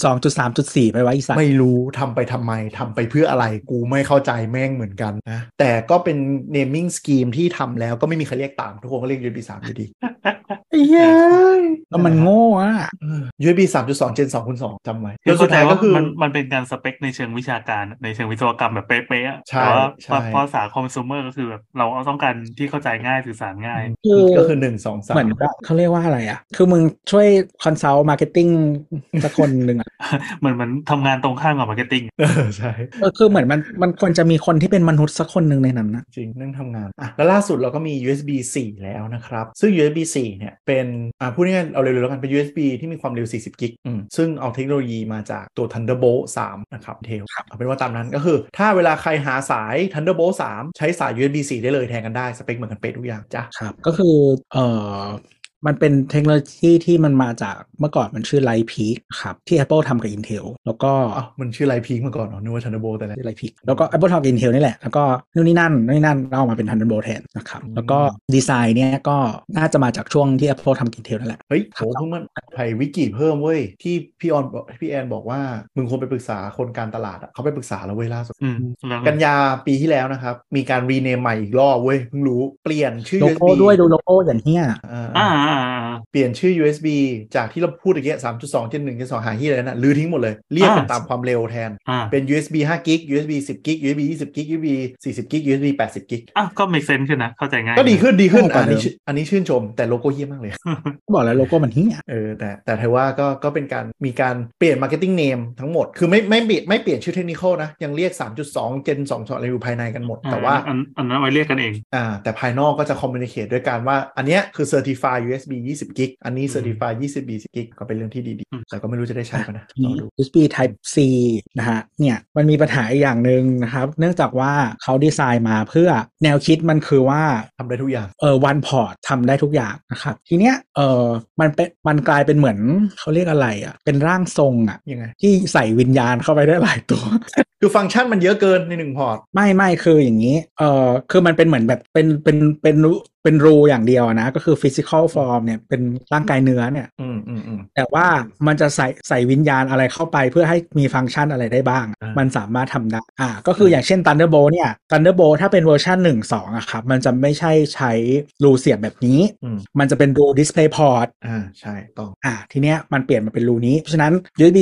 Speaker 2: .2 .3 .4 ไปไว้อีสัตว์
Speaker 3: ไม่รู้ทำไปทำไมทำไปเพื่ออะไรกูไม่เข้าใจแม่งเหมือนกันนะแต่ก็เป็น naming scheme ที่ทำแล้วก็ไม่มีใครเรียกตามทุกคนก็เรียก USB 3 อยู่ดี
Speaker 2: เย้แล้วมันโง่อะ
Speaker 3: USB 3.2 Gen 2 คูณ 2 จำไว้
Speaker 4: โดยสุดท้ายก็คือมันเป็นการสเปคในเชิงวิชาการในเชิงวิศวกรรมแบบเป๊ะๆแต่ว่าภาษาคอมซูเมอร์ก็คือแบบเราต้องการที่เข้าใจง่ายสื่อสารง่าย
Speaker 3: ก็คือ1 2 3
Speaker 2: เหมือนเขาเรียกว่าอะไรอ่ะคือมึงช่วยคอนซัลท์มาร์เก็ตติ้งสักคนหนึ่งอ่ะ
Speaker 4: เหมือนทำงานตรงข้ามกับมาร์เก็ตติ้ง
Speaker 3: ใช่
Speaker 2: คือเหมือนมันควรจะมีคนที่เป็นมนุษย์สักคนหนึ่งในนั้นนะ
Speaker 3: จริงนั่งทำงานแล้วล่าสุดเราก็มี USB 4 แล้วนะครับซึ่ง USB 4 เนี่ยเป็นพูดง่ายๆเอาเร็วๆแล้วกันเป็น USB ที่มีความเร็ว40 กิกซึ่งเอาเทคโนโลยีมาจากตัว Thunderbolt 3 นะครับเทลเอาเป็นว่าตามนั้นก็คือถ้าเวลาใครหาสาย Thunderbolt 3 ใช้สาย USB 4 ได้เลยแทนกันได้สเปคเหมือนกันเป๊ะทุกอย่างจ้ะ
Speaker 2: ครับก็คือมันเป็นเทคโนโลยีที่มันมาจากเมื่อก่อนมันชื่อ Lightpeak ครับที่ Apple ทำกับ Intel แล้วก็
Speaker 3: มันชื่อ Lightpeak มาก่อนเหรอนึกว่า Thunderbolt แต่แรก
Speaker 2: Lightpeak แล้วก็ Apple ทำกับ Intel นี่แหละแล้วก็นู่นนี่นั่นเอามาเป็น Thunderbolt แทนนะครับแล้วก็ดีไซน์เนี่ยก็น่าจะมาจากช่วงที่ Apple ทำกับ Intel นั่นแหละ
Speaker 3: เฮ้ยโหเพิ่งมันไขวิกิเพิ่มเว้ยที่พี่แอนบอกว่ามึงควรไปปรึกษาคนการตลาดเขาไปปรึกษาแล้วเว้ยล่าสุดกันยาปีที่แล้วนะครับมีการรีเนมใหม่อีกรอบเว้ยเพิ่งรู้เปลี่ยนชื่อ
Speaker 2: USB โลโก้ด้วยดูโลโก้อย่างเหี้ย
Speaker 3: เปลี่ยนชื่อ USB จากที่เราพูดเมื่อกี้ 3.2 Gen 1 Gen 2 หาที่อะไรนะลื้อทิ้งหมดเลยเรียกเป็นตามความเร็วแทนเป็น USB 5 กิก USB 10 กิก USB 20 กิก USB 40 กิก USB 80 กิก
Speaker 4: ก็ make sense ขึ้นนะเข้าใจง่าย
Speaker 3: ก็ดีขึ้นอันนี้ชื่นชมแต่โลโก้เหี้ยมากเลย
Speaker 2: บอกแล้วโลโก้มันเหี้ย
Speaker 3: แต่เธอว่าก็เป็นการมีการเปลี่ยน marketing name ทั้งหมดคือไม่เปลี่ยนชื่อเทคนิคนะยังเรียก 3.2 Gen 2 อะไรอยู่ภายในกันหมดแต่ว่า
Speaker 4: อันนั้นไว้เรียกกันเอง
Speaker 3: แต่ภายนอกก็จะ communicate ด้วยการว่าอันเนี้ยคือ certify USB 20 กิกอันนี้ certify 20 กิกก็เป็นเรื่องที่ดีๆแต่ก็ไม่รู้จะได้ใช้ป่ะนะ
Speaker 2: USB Type C นะฮะเนี่ยมันมีปัญหาอีกอย่างหนึ่งนะครับเนื่องจากว่าเขาดีไซน์มาเพื่อแนวคิดมันคือว่า
Speaker 3: ทำได้ทุกอย่าง
Speaker 2: one port ทำได้ทุกอย่างนะครับทีเนี้ยมันกลายเป็นเหมือนเขาเรียกอะไรอ่ะเป็นร่างทรงอ่ะ
Speaker 3: ยังไง
Speaker 2: ที่ใส่วิญญาณเข้าไปได้หลายตัว
Speaker 3: คือฟังก์ชันมันเยอะเกินใน1พอร์ต
Speaker 2: ไม่คืออย่างนี้คือมันเป็นเหมือนแบบเป็นเป็นรูอย่างเดียวนะก็คือ physical form เนี่ยเป็นร่างกายเนื้อเนี่ยแต่ว่ามันจะใส่วิญญาณอะไรเข้าไปเพื่อให้มีฟังก์ชันอะไรได้บ้างมันสามารถทำได้ก็คืออย่างเช่น Thunderbolt เนี่ย Thunderbolt ถ้าเป็นเวอร์ชัน1.2อะครับมันจะไม่ใช่ใช้รูเสียบแบบนี้มันจะเป็นรู display port
Speaker 3: ใช่ต้อง
Speaker 2: ทีเนี้ยมันเปลี่ยนมาเป็นรูนี้เพราะฉะนั้น USB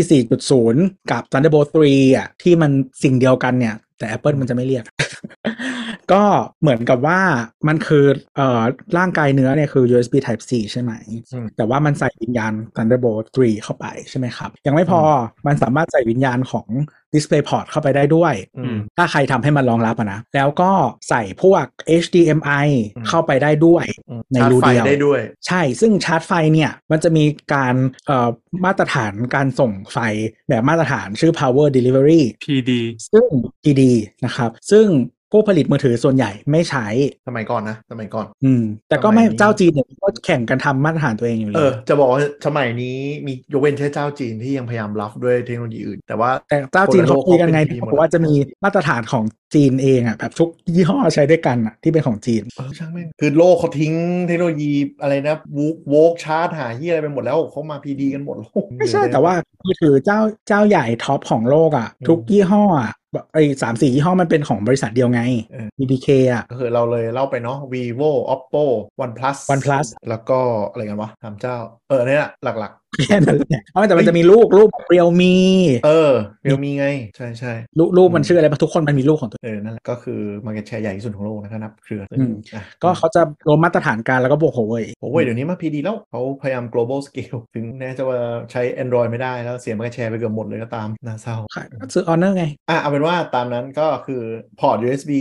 Speaker 2: 4.0 กับ Thunderbolt 3อ่ะที่มันสิ่งเดียวกันเนี่ยแต่ Apple มันจะไม่เรียก ก็เหมือนกับว่ามันคือร่างกายเนื้อเนี่ยคือ USB Type C ใช่ไหมแต่ว่ามันใส่วิญญาณ Thunderbolt 3 เข้าไปใช่ไหมครับยังไม่พอมันสามารถใส่วิญญาณของ DisplayPort เข้าไปได้ด้วยถ้าใครทำให้มันรองรับนะแล้วก็ใส่พวก HDMI เข้าไปได้ด้วยในรูเดียว
Speaker 3: ได้ด้วย
Speaker 2: ใช่ซึ่งชาร์จไฟเนี่ยมันจะมีการมาตรฐานการส่งไฟแบบมาตรฐานชื่อ Power Delivery
Speaker 4: PD
Speaker 2: ซึ่ง PD นะครับซึ่งผู้ผลิตมือถือส่วนใหญ่ไม่ใช้
Speaker 3: สมัยก่อนนะสมัยก่อน
Speaker 2: แต่ก็ไม่เจ้าจีนเนี่ยก็แข่งกันทำมาตรฐานตัวเองอยู่เลย
Speaker 3: จะบอกว่าสมัยนี้มียกเว้นแค่เจ้าจีนที่ยังพยายามรับด้วยเทคโนโลยีอื่นแต่
Speaker 2: เจ้าจีนเขาคุยกันไงเพราะว่าจะมีมาตรฐานของจีนเองอ่ะแบบทุกยี่ห้อใช้ด้วยกันอ่ะที่เป็นของจีน
Speaker 3: ช่างแม่งคือโลกเขาทิ้งเทคโนโลยีอะไรนะโวกชาร์จหาที่อะไรไปหมดแล้วเขามา PD กันหมด
Speaker 2: ไม่ใช่แต่ว่ามือถือเจ้าใหญ่ท็อปของโลกอ่ะทุกยี่ห้ออ่ะ3-4 ยี่ห้อมันเป็นของบริษัทเดียวไง BBK อ่ะ
Speaker 3: ก็คือเราเลยเล่าไปเนาะ vivo oppo oneplus แล้วก็อะไรกันวะ3เจ้าเนี่ยหลัก
Speaker 2: แค่นั้นแหละแต่มันจะมีรูปเรียวมี
Speaker 3: เรียวมีไงใช่ใช่
Speaker 2: รูปมันชื่ออะไรทุกคนมันมีรูปของตัว
Speaker 3: นั่นแหละก็คือ market share ใหญ่ที่สุดของโลกนะครับนับเครือ
Speaker 2: ก็เขาจะรวมมาตรฐานการแล้วก็บวกหัวเว่ย
Speaker 3: เดี๋ยวนี้มา PD แล้วเขาพยายาม global scale ถึงแม้จะว่าใช้ Android ไม่ได้แล้วเสีย market share ไปเกือบหมดเลยก็ตามน่าเศร้า
Speaker 2: ซื้อ Honor ไง
Speaker 3: เอาเป็นว่าตามนั้นก็คือพอร์ต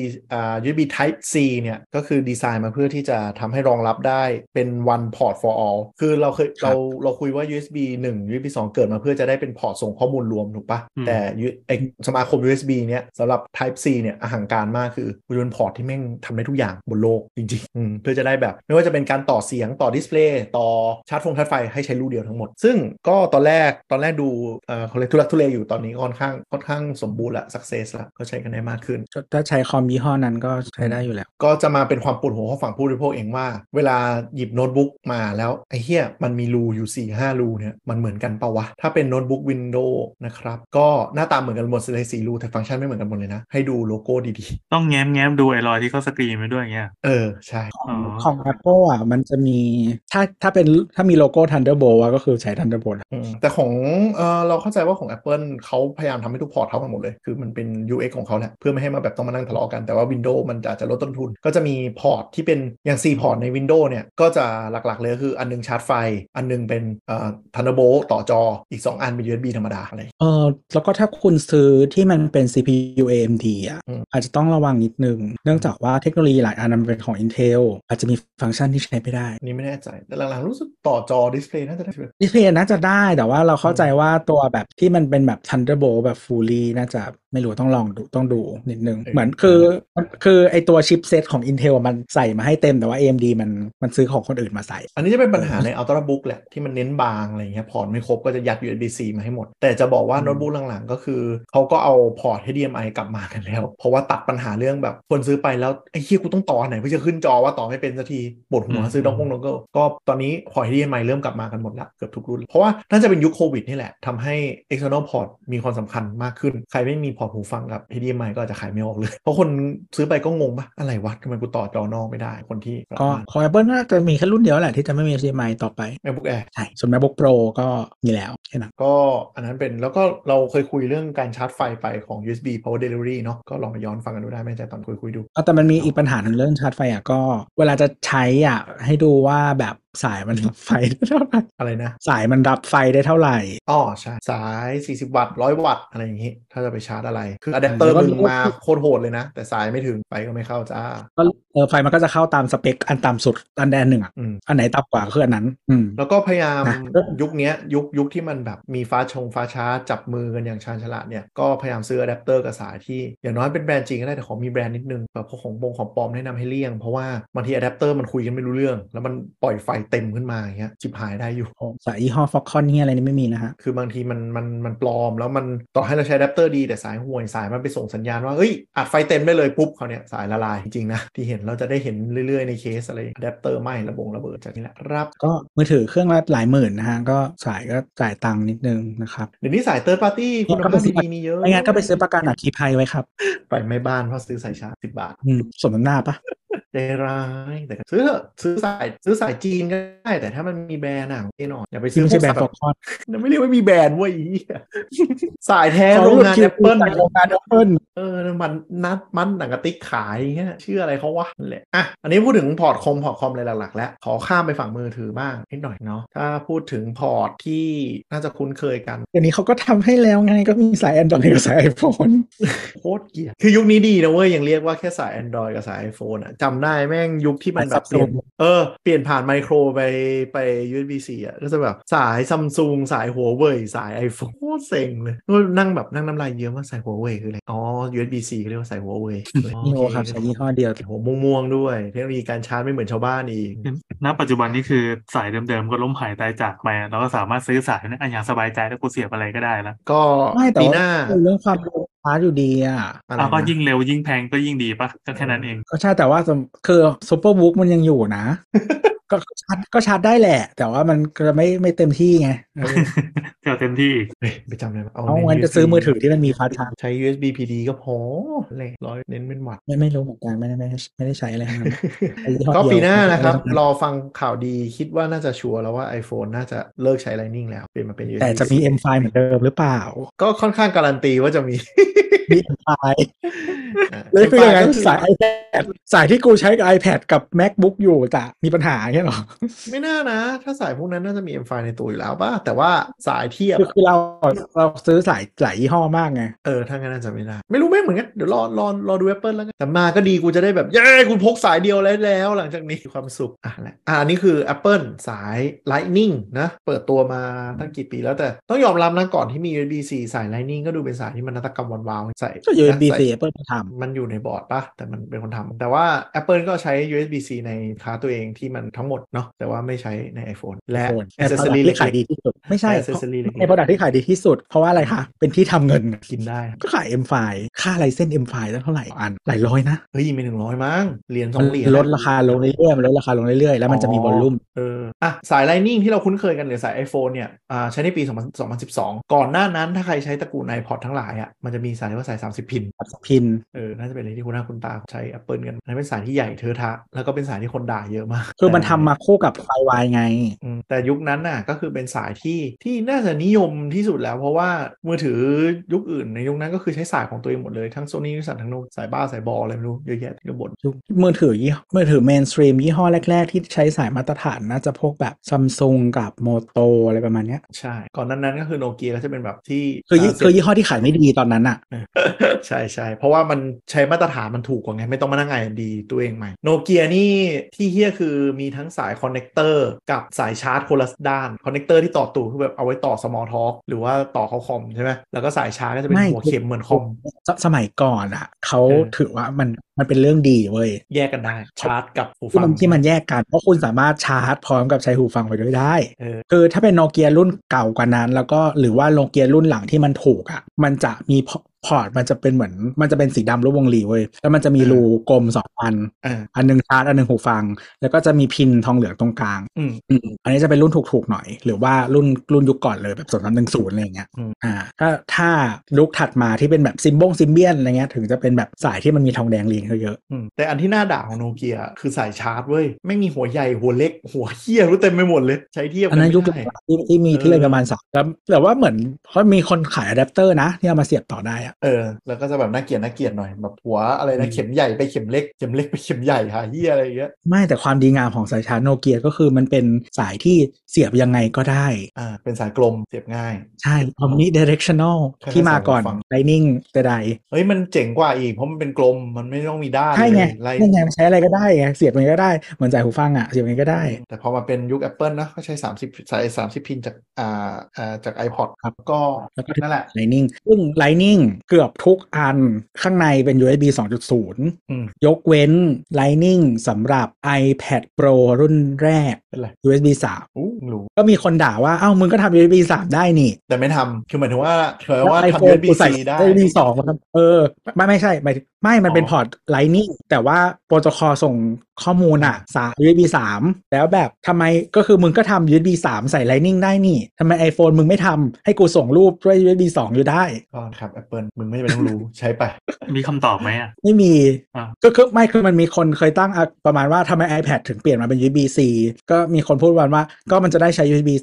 Speaker 3: USB Type C เนี่ยก็คือดีไซน์มาเพื่อที่จะทำให้รองรับได้เป็น one port for all คือเราคุยว่า USB 1 USB 2 เกิดมาเพื่อจะได้เป็นพอร์ตส่งข้อมูลรวมถูกปะแต่สมาคม USB เนี่ยสำหรับ Type C เนี่ยอหังการมากคือเป็นพอร์ตที่แม่งทำได้ทุกอย่างบนโลกจริงๆเพื่อจะได้แบบไม่ว่าจะเป็นการต่อเสียงต่อดิสเพลย์ต่อชาร์จไฟให้ใช้รูเดียวทั้งหมดซึ่งก็ตอนแรกดูเขาเรียกทุลักทุเลอยู่ตอนนี้ค่อนข้างสมบูรณ์ละ success ละก็ใช้กันได้มากขึ้น
Speaker 2: ถ้าใช้คอมยี่ห้อนั้นก็ใช้ได้อยู่แล้ว
Speaker 3: ก็จะมาเป็นความปวดหัวของฝั่งผู้บริโภคเองว่าเวลาหยิบโน้ตบุ๊กมาแล้วไอ้เหี้ยมันมีรูอยู่ 4-5 รูเนี่ยมันเหมือนกันปะวะถ้าเป็นโน้ตบุ๊ก Windows นะครับก็หน้าตาเหมือนกันหมดเลย4 รูแต่ฟังก์ชันไม่เหมือนกันหมดเลยนะให้ดูโลโก้ดี
Speaker 4: ๆต้องแง้มดูไอ้รอยที่เขาสกรีนไว้ด้วยเงี้ย
Speaker 3: ใช่
Speaker 2: ของ Apple อ่ะมันจะมีถ้ามีโลโก้ Thunderbolt ก็คือใช้ Thunderbolt
Speaker 3: แต่ของเราเข้าใจว่าของ Apple เขาพยายามทำให้ทุกพอร์ตเท่ากันหมดเลยคือมันเป็น UX ของเขาแหละเพื่อไม่ให้มาแบบต้องมานั่งทะเลาะกันแต่ว่า Windows มันอาจจะลดต้นทุนก็จะมีพอร์ตที่เป็นอย่าง4พอร์ตใน Windows เนี่ยก็จะหลักๆเลยคืออันนึงชาร์จไฟอันนึงเป็นThunderbolt ต่อจออีก2อันเป็น USB ธรรมดาอะไร
Speaker 2: แล้วก็ถ้าคุณซื้อที่มันเป็น CPU AMD อ่ะอาจจะต้องระวังนิดนึงเนื่องจากว่าเทคโนโลยีหลายอันมันเป็นของ Intel อาจจะมีฟังก์ชันที่ใช้ไม่ได้
Speaker 3: นี่ไม่แน่ใจแต่หลังๆรู้สึกต่อจอดิสเพลย์น่าจะได้
Speaker 2: ดิสเพลย์น่าจะได้แต่ว่าเราเข้าใจว่าตัวแบบที่มันเป็นแบบ Thunderbolt แบบ fully น่าจะไม่รู้ต้องดูนิดนึงเหมือนคือไอตัวชิปเซตของ Intel มันใส่มาให้เต็มแต่ว่า AMD มันซื้อของคนอื่นมาใส่
Speaker 3: อันนี้จะเป็นปัญหาใน Ultrabook แหละที่มันเน้นบางอะไรเงี้ยพอร์ตไม่ครบก็จะยัด USB-C มาให้หมดแต่จะบอกว่าโน้ตบุ๊กหลังๆก็คือเขาก็เอาพอร์ต HDMI กลับมากันแล้วเพราะว่าตัดปัญหาเรื่องแบบคนซื้อไปแล้วไอ้เหี้ยกูต้องต่อไหนเพื่อจะขึ้นจอว่าต่อไม่เป็นสักทีปวดหัวซื้อดองกงก็ตอนนี้พอร์ต HDMI เริ่มกลับมากันหมดละเกือบทุกรุ่นเพราะว่าน่าจะเป็นยุคโควิดนี่แหละทำให้ external port มีความสำคัญมากขึ้นใครไม่มีพอร์ตหูฟังกับ HDMI ก็อาจจะขายไม่ออกเลยเพราะคนซื้อไปก็งงปะอะไรวะทำไมกูต่อจอนอกไม่ได้คนที่
Speaker 2: ก็ของ Apple น่าจะมีแค่รุ่นเดียวแหละที่จะไม่มี HDMI ต่อไป
Speaker 3: MacBook Air
Speaker 2: ใช่ส่วน MacBook Pro ก็มีแล้วแค่นั้น
Speaker 3: ก็อันนั้นเป็นแล้วก็เราเคยคุยเรื่องการชาร์จไฟไปของ USB Power Delivery เนาะก็ลองไปย้อนฟังกันดูได้ไม่ใช่ตอนคุยดู
Speaker 2: แต่มันมีอีกปัญหาหนึ่งเรื่องชาร์จไฟก็เวลาจะใช้ให้ดูว่าแบบสายมันรับไฟได้เท่าไหร่
Speaker 3: อะไรนะ
Speaker 2: สายมันรับไฟได้เท่าไหร่
Speaker 3: ใช่สาย40 วัตต์100 วัตต์อะไรอย่างงี้ถ้าจะไปชาร์จอะไรคืออะแดปเตอร์มึงมาโคตรโหดเลยนะแต่สายไม่ถึงไฟก็ไม่เข้าจ้า
Speaker 2: ก็ไฟมันก็จะเข้าตามสเปคอันต่ำสุดอันใดอันหนึ่งอันไหนต่ำกว่าคืออันนั้น
Speaker 3: แล้วก็พยายามยุคนี้ยุคที่มันแบบมีฟ้าชาร์จจับมือกันอย่างชาญฉลาดเนี่ยก็พยายามซื้ออะแดปเตอร์กับสายที่อย่างน้อยเป็นแบรนด์จริงก็ได้แต่ขอมีแบรนด์นิดนึงแบบของปลอมแนะนำให้เลี่ยงเพราะว่าบางทีอะแดปเตอร์มันคุยกันไม่รู้เรื่องแล้วมันปล่อยไฟเต็มขึ้นมาอย่างเงี้ยชิบหายได้อยู่
Speaker 2: สายยี่ห้อฟ็อกคอนนี่อะไรนี่ไม่มีนะฮะ
Speaker 3: คือบางทีมันปลอมแล้วมันต่อให้เราใช้อะแดปเตอร์ดีแต่สายห่วยสายมันไปส่งสัญญาณว่าเฮ้ยอัดไฟเต็มได้เลยปุ๊บเขาเนี่ยสายละลายจริงๆนะที่เห็นเราจะได้เห็นเรื่อยๆในเคสอะไรอะแดปเตอร์ไหม้ระเบิดจากนี้แหละครับ
Speaker 2: ก็มือถือเครื่องละหลายหมื่นนะฮะก็สายก็จ่ายตังค์นิดนึงนะครับ
Speaker 3: เดี๋ยวนี้สายเติร์ดปาร์ตี้คุณภาพดีมีเยอะ
Speaker 2: ไม่งั้นก็ไปซื้อประกันอัคคีภัยไว้ครับ
Speaker 3: ไปไม่บ้านเพราะซื้อสายชาร์จ10 บาท
Speaker 2: สมน้ำหน้าปะ
Speaker 3: ใจร้ายแต่ซื้อสายจีนก็ได้แต่ถ้ามันมีแบรนด์อ่ะแน่นอนอย่าไปซื้อพวก
Speaker 2: แบรนด์ฟ็อกคอน
Speaker 3: ไม่เรียกว่ามีแบรนด์เว้ยสายแท้โรงงาน Apple
Speaker 2: โรงงาน Apple
Speaker 3: มันมันหนังกระติกขายเงี้ยชื่ออะไรเขาวะนั่นแหละอ่ะอันนี้พูดถึงพอร์ตคอมเลยหลักๆแล้วขอข้ามไปฝั่งมือถือบ้างนิดหน่อยเนาะถ้าพูดถึงพอร์ตที่น่าจะคุ้นเคยกัน
Speaker 2: เดี๋ยวนี้เขาก็ทำให้แล้วไงก็มีสาย Android กับสาย iPhone
Speaker 3: โคตรเกลียดคือยุคนี้ดีนะเว้ยยังเรียกว่าแค่สาย Android กับสาย iPhone อ่ะจำได้แม่งยุคที่มันแบบเปลี่ยนผ่านไมโครไป USB-C อ่ะก็จะแบบสายซัมซุงสายหัวเว่ยสาย iPhone โคตรเซ็งเลยนั่งน้ำลายเยอะมากสายหัวเว่ยคืออะไรอ๋อ USB-C เขาเรียกว่าสายหัวเว่ย
Speaker 2: นี่โอครับใช้ยี่ห้อเดียว
Speaker 3: หัวม่วงด้วยเทคโนโลยีการชาร์จไม่เหมือนชาวบ้านอีก
Speaker 4: ณปัจจุบันนี่คือสายเดิมๆก็ล้มหายตายจากไปเราก็สามารถซื้อสายนี้อย่างสบายใจถ้ากูเสียบอะไรก็ได้แล้ว
Speaker 3: ก็
Speaker 2: ปีหน้าเรื่องความเร็วช้าอยู่ดีอ่ะ
Speaker 4: ก็ยิ่งเร็วยิ่งแพงก็ยิ่งดีปะก็แค่นั้นเอง
Speaker 2: ก็ใช่แต่ว่าคือซุปเปอร์บุ๊กมันยังอยู่นะก็ชาร์จได้แหละแต่ว่ามันก็ไม่เต็มที่ไง
Speaker 4: เต็มที่
Speaker 3: ไปจำเลย
Speaker 2: เอางั้นจะซื้อมือถือที่มันมีฟาสต์ชาร์จ
Speaker 3: ใช้ USB PD ก็พอเลย100เน้นเป็นวัตต์
Speaker 2: ไม่รู้เหมือนกันไม่ได้ใช้อะไรทั้งนั้น
Speaker 3: ก็ปีหน้านะครับรอฟังข่าวดีคิดว่าน่าจะชัวร์แล้วว่า iPhone น่าจะเลิกใช้ Lightning แล้วเปลี่ยนมาเป็น USB
Speaker 2: แต่จะมี M5 เหมือนเดิมหรือเปล่า
Speaker 3: ก็ค่อนข้างการันตีว่าจะมี
Speaker 2: M5 เลยคือยังไงสาย iPad สายที่กูใช้กับ iPad กับ MacBook อยู่จะมีปัญหาแค่หรอ
Speaker 3: ไม่น่านะถ้าสายพวกนั้นน่าจะมี M5 ในตัวอยู่แล้วป่ะแต่ว่าสายเทียบ
Speaker 2: คือเราซื้อสายหลายยี่ห้อมากไง
Speaker 3: ถ้างั้นน่าจะไม่ได้ไม่รู้ไม่เหมือนกันเดี๋ยวรอดู Apple แล้วกันแต่มาก็ดีกูจะได้แบบเย้คุณพกสายเดียวแล้วหลังจากนี้ความสุขอันนี้คือ Apple สาย Lightning นะเปิดตัวมาตั้งกี่ปีแล้วแต่ต้องยอมรับนะก่อนที่มี USB-C สาย Lightning ก็ดูเป็นสายที่มันนวัตกรรมวาวๆใส่
Speaker 2: ก็ USB-C Apple ทำ
Speaker 3: มันอยู่ในบอร์ดป่ะแต่มันเป็นคนทำแต่ว่า Apple ก็ใช้ USB-C ในคาตัวเองที่มันทั้งหมดเนาะแต่ว่าไม่ใช้ใน iPhone และ
Speaker 2: accessory ที่ขายดีที่สุดไม่ใช่ใน product ที่ขายดีที่สุดเพราะว่าอะไรคะเป็นที่ทำเงิน
Speaker 3: กินได้
Speaker 2: ก็ขาย M5 ค่าไลเซนส์ M5 ตั้งเท่าไหร่อันหลายร้อยนะ
Speaker 3: เฮ้ยไม่100มั้งเหรียญ2 เหรียญ
Speaker 2: ลดราคาลงเรื่อยๆมันลดราคาลงเรื่อยๆแล้วมันจะมีวอลลุ่ม
Speaker 3: สาย Lightning ที่เราคุ้นเคยกันหรือสาย iPhone เนี่ยใช้ในปี2012ก่อนหน้านั้นถ้าใครใช้ตระกูล iPod ทั้งหลายมันจะมีสายว่าสาย30 พินน่าจะเป็นอะไรที่คุณหน้าคุณตาใช้ Apple กันนั่นเป็นสายที่ใหญ่เทอะทะแล้วก็เป็นสายที่คนด่าเยอะมาก
Speaker 2: คือมันทำมาคู่กับไฟวายไง
Speaker 3: แต่ยุคนั้นน่ะก็คือเป็นสายที่น่าจะนิยมที่สุดแล้วเพราะว่ามือถือยุคอื่นในยุคนั้นก็คือใช้สายของตัวเองหมดเลยทั้ง Sony ทั้งโน้ตสายบ้าสายบอลอะไรไม่รู้เยอะแยะที่บน
Speaker 2: มือถือเมนสตรีมยี่ห้อแรกๆที่ใช้สายมาตรฐานน่าจะพวกแบบ Samsung กับ Moto อะไรประมาณนี้
Speaker 3: ใช่ก่อนนั้นก็คือโนเกียก็จะเป็นแบบที่
Speaker 2: คือยี่ห้อที่ขายไม่ดีตอนนั้นอ่ะ
Speaker 3: ใช่เพราะว่ามันใช้มาตรฐานมันถูกกว่าไงไม่ต้องมานั่งไงดีตัวเองใหม่โนเกียนี่ที่เฮี้ยคือมีทั้งสายคอนเนคเตอร์กับสายชาร์จคนละด้านคอนเนคเตอร์ที่ต่อตู้คือแบบเอาไว้ต่อ small talk หรือว่าต่อเข้าคอมใช่ไหมแล้วก็สายชาร์จก็จะเป็นหัวเข็มเหมือนคอม
Speaker 2: สมัยก่อนอ่ะเขาถือว่ามันเป็นเรื่องดีเว้ย
Speaker 3: แยกกันได้ชาร์จกับหูฟัง
Speaker 2: ที่มันแยกกันเพราะคุณสามารถชาร์จพร้อมกับใช้หูฟังไปด้วยได้คือถ้าเป็นโนเกียรุ่นเก่ากว่านั้นแล้วก็หรือว่าโนเกียรุ่นหลังที่มันถูกอ่ะมันจะมีพอร์ตมันจะเป็นเหมือนมันจะเป็นสีดำรูปวงรีเว้ยแล้วมันจะมีรูกลม2 อันนึงชาร์จอันนึงหูฟังแล้วก็จะมีพินทองเหลืองตรงกลางอันนี้จะเป็นรุ่นถูกๆหน่อยหรือว่ารุ่นยุคก่อนเลยแบบ2310อะไรอย่างเงี้ยถ้าลุกถัดมาที่เป็นแบบซิมเบียนอะไรเงี้ยถึงจะเป็นแบบสายที่มันมีทองแดงเรียงเยอะ
Speaker 3: แต่อันที่น่าด่าของโนเกียคือสายชาร์จเว้ยไม่มีหัวใหญ่หัวเล็กหัวเหี้ยรู้เต็มไปหมดเลยใช้เทียบ
Speaker 2: อันนั้นยุคที่มีที่เลยประมาณ3แต่ว่าเหมือนเขามีคนขายอะแดปเตอร์นะที่เอามาเสียบต่อได้อะ
Speaker 3: แล้วก็จะแบบน่าเกลียดหน่อยแบบหัวอะไรนะเข็มใหญ่ไปเข็มเล็กไปเข็มใหญ่หาเหี้ยอะไรอย่างเงี้ย
Speaker 2: ไม่แต่ความดีงามของสายชาร์จโนเกียก็คือมันเป็นสายที่เสียบยังไงก็ได้
Speaker 3: เป็นสายกลมเสียบง่าย
Speaker 2: ใช่ omnidirectional ที่มาก่อน Lightning ใด
Speaker 3: ๆเฮ้ยมันเจ๋งกว่าอีกเพราะมันเป็นกลมมันไม่ต้องมีด้าน
Speaker 2: ใช่ไงใช้อะไรก็ได้ไงเสียบมันก็ได้เหมือนสายหูฟังเสียบมันก็ได้
Speaker 3: แต่พอมาเป็นยุค Apple นะก็ใช้30สาย30 พินจากiPod ครับก็
Speaker 2: นั่นแหละ Lightning ซึ่ง Lightning เกือบทุกอันข้างในเป็น USB 2.0 ยกเว้น Lightning สำหรับ iPad Pro รุ่นแรก
Speaker 3: เป็นไร
Speaker 2: USB 3
Speaker 3: รู้
Speaker 2: ก็มีคนด่าว่ามึงก็ทำ USB 3 ได้นี่
Speaker 3: แต่ไม่ทำคือหมายถึงว่า
Speaker 2: แล้ว
Speaker 3: ทำ
Speaker 2: iPhone
Speaker 3: USB
Speaker 2: กูใส่
Speaker 3: C ได้
Speaker 2: USB 2มันไม่ใช่ไม่มันเป็นพอร์ต Lightning แต่ว่าโปรโตคอลส่งข้อมูลUSB 3 แล้วแบบทำไมก็คือมึงก็ทำ USB 3 ใส่ Lightning ได้นี่ทำไม iPhone มึงไม่ทำให้กูส่งรูปด้วย USB 2 อยู่ได้
Speaker 3: ก็ครับ Apple มึงไม่จำเป็นต้องรู้ ใช้ไป
Speaker 4: มีคำตอบไหม
Speaker 2: ไม่มีก็คือมันมีคนเคยตั้งประมาณว่าทำไม iPad ถึงเปลี่ยนมาเป็น USB C ก็มีคนพูดว่าก็มันจะได้ใช้ USB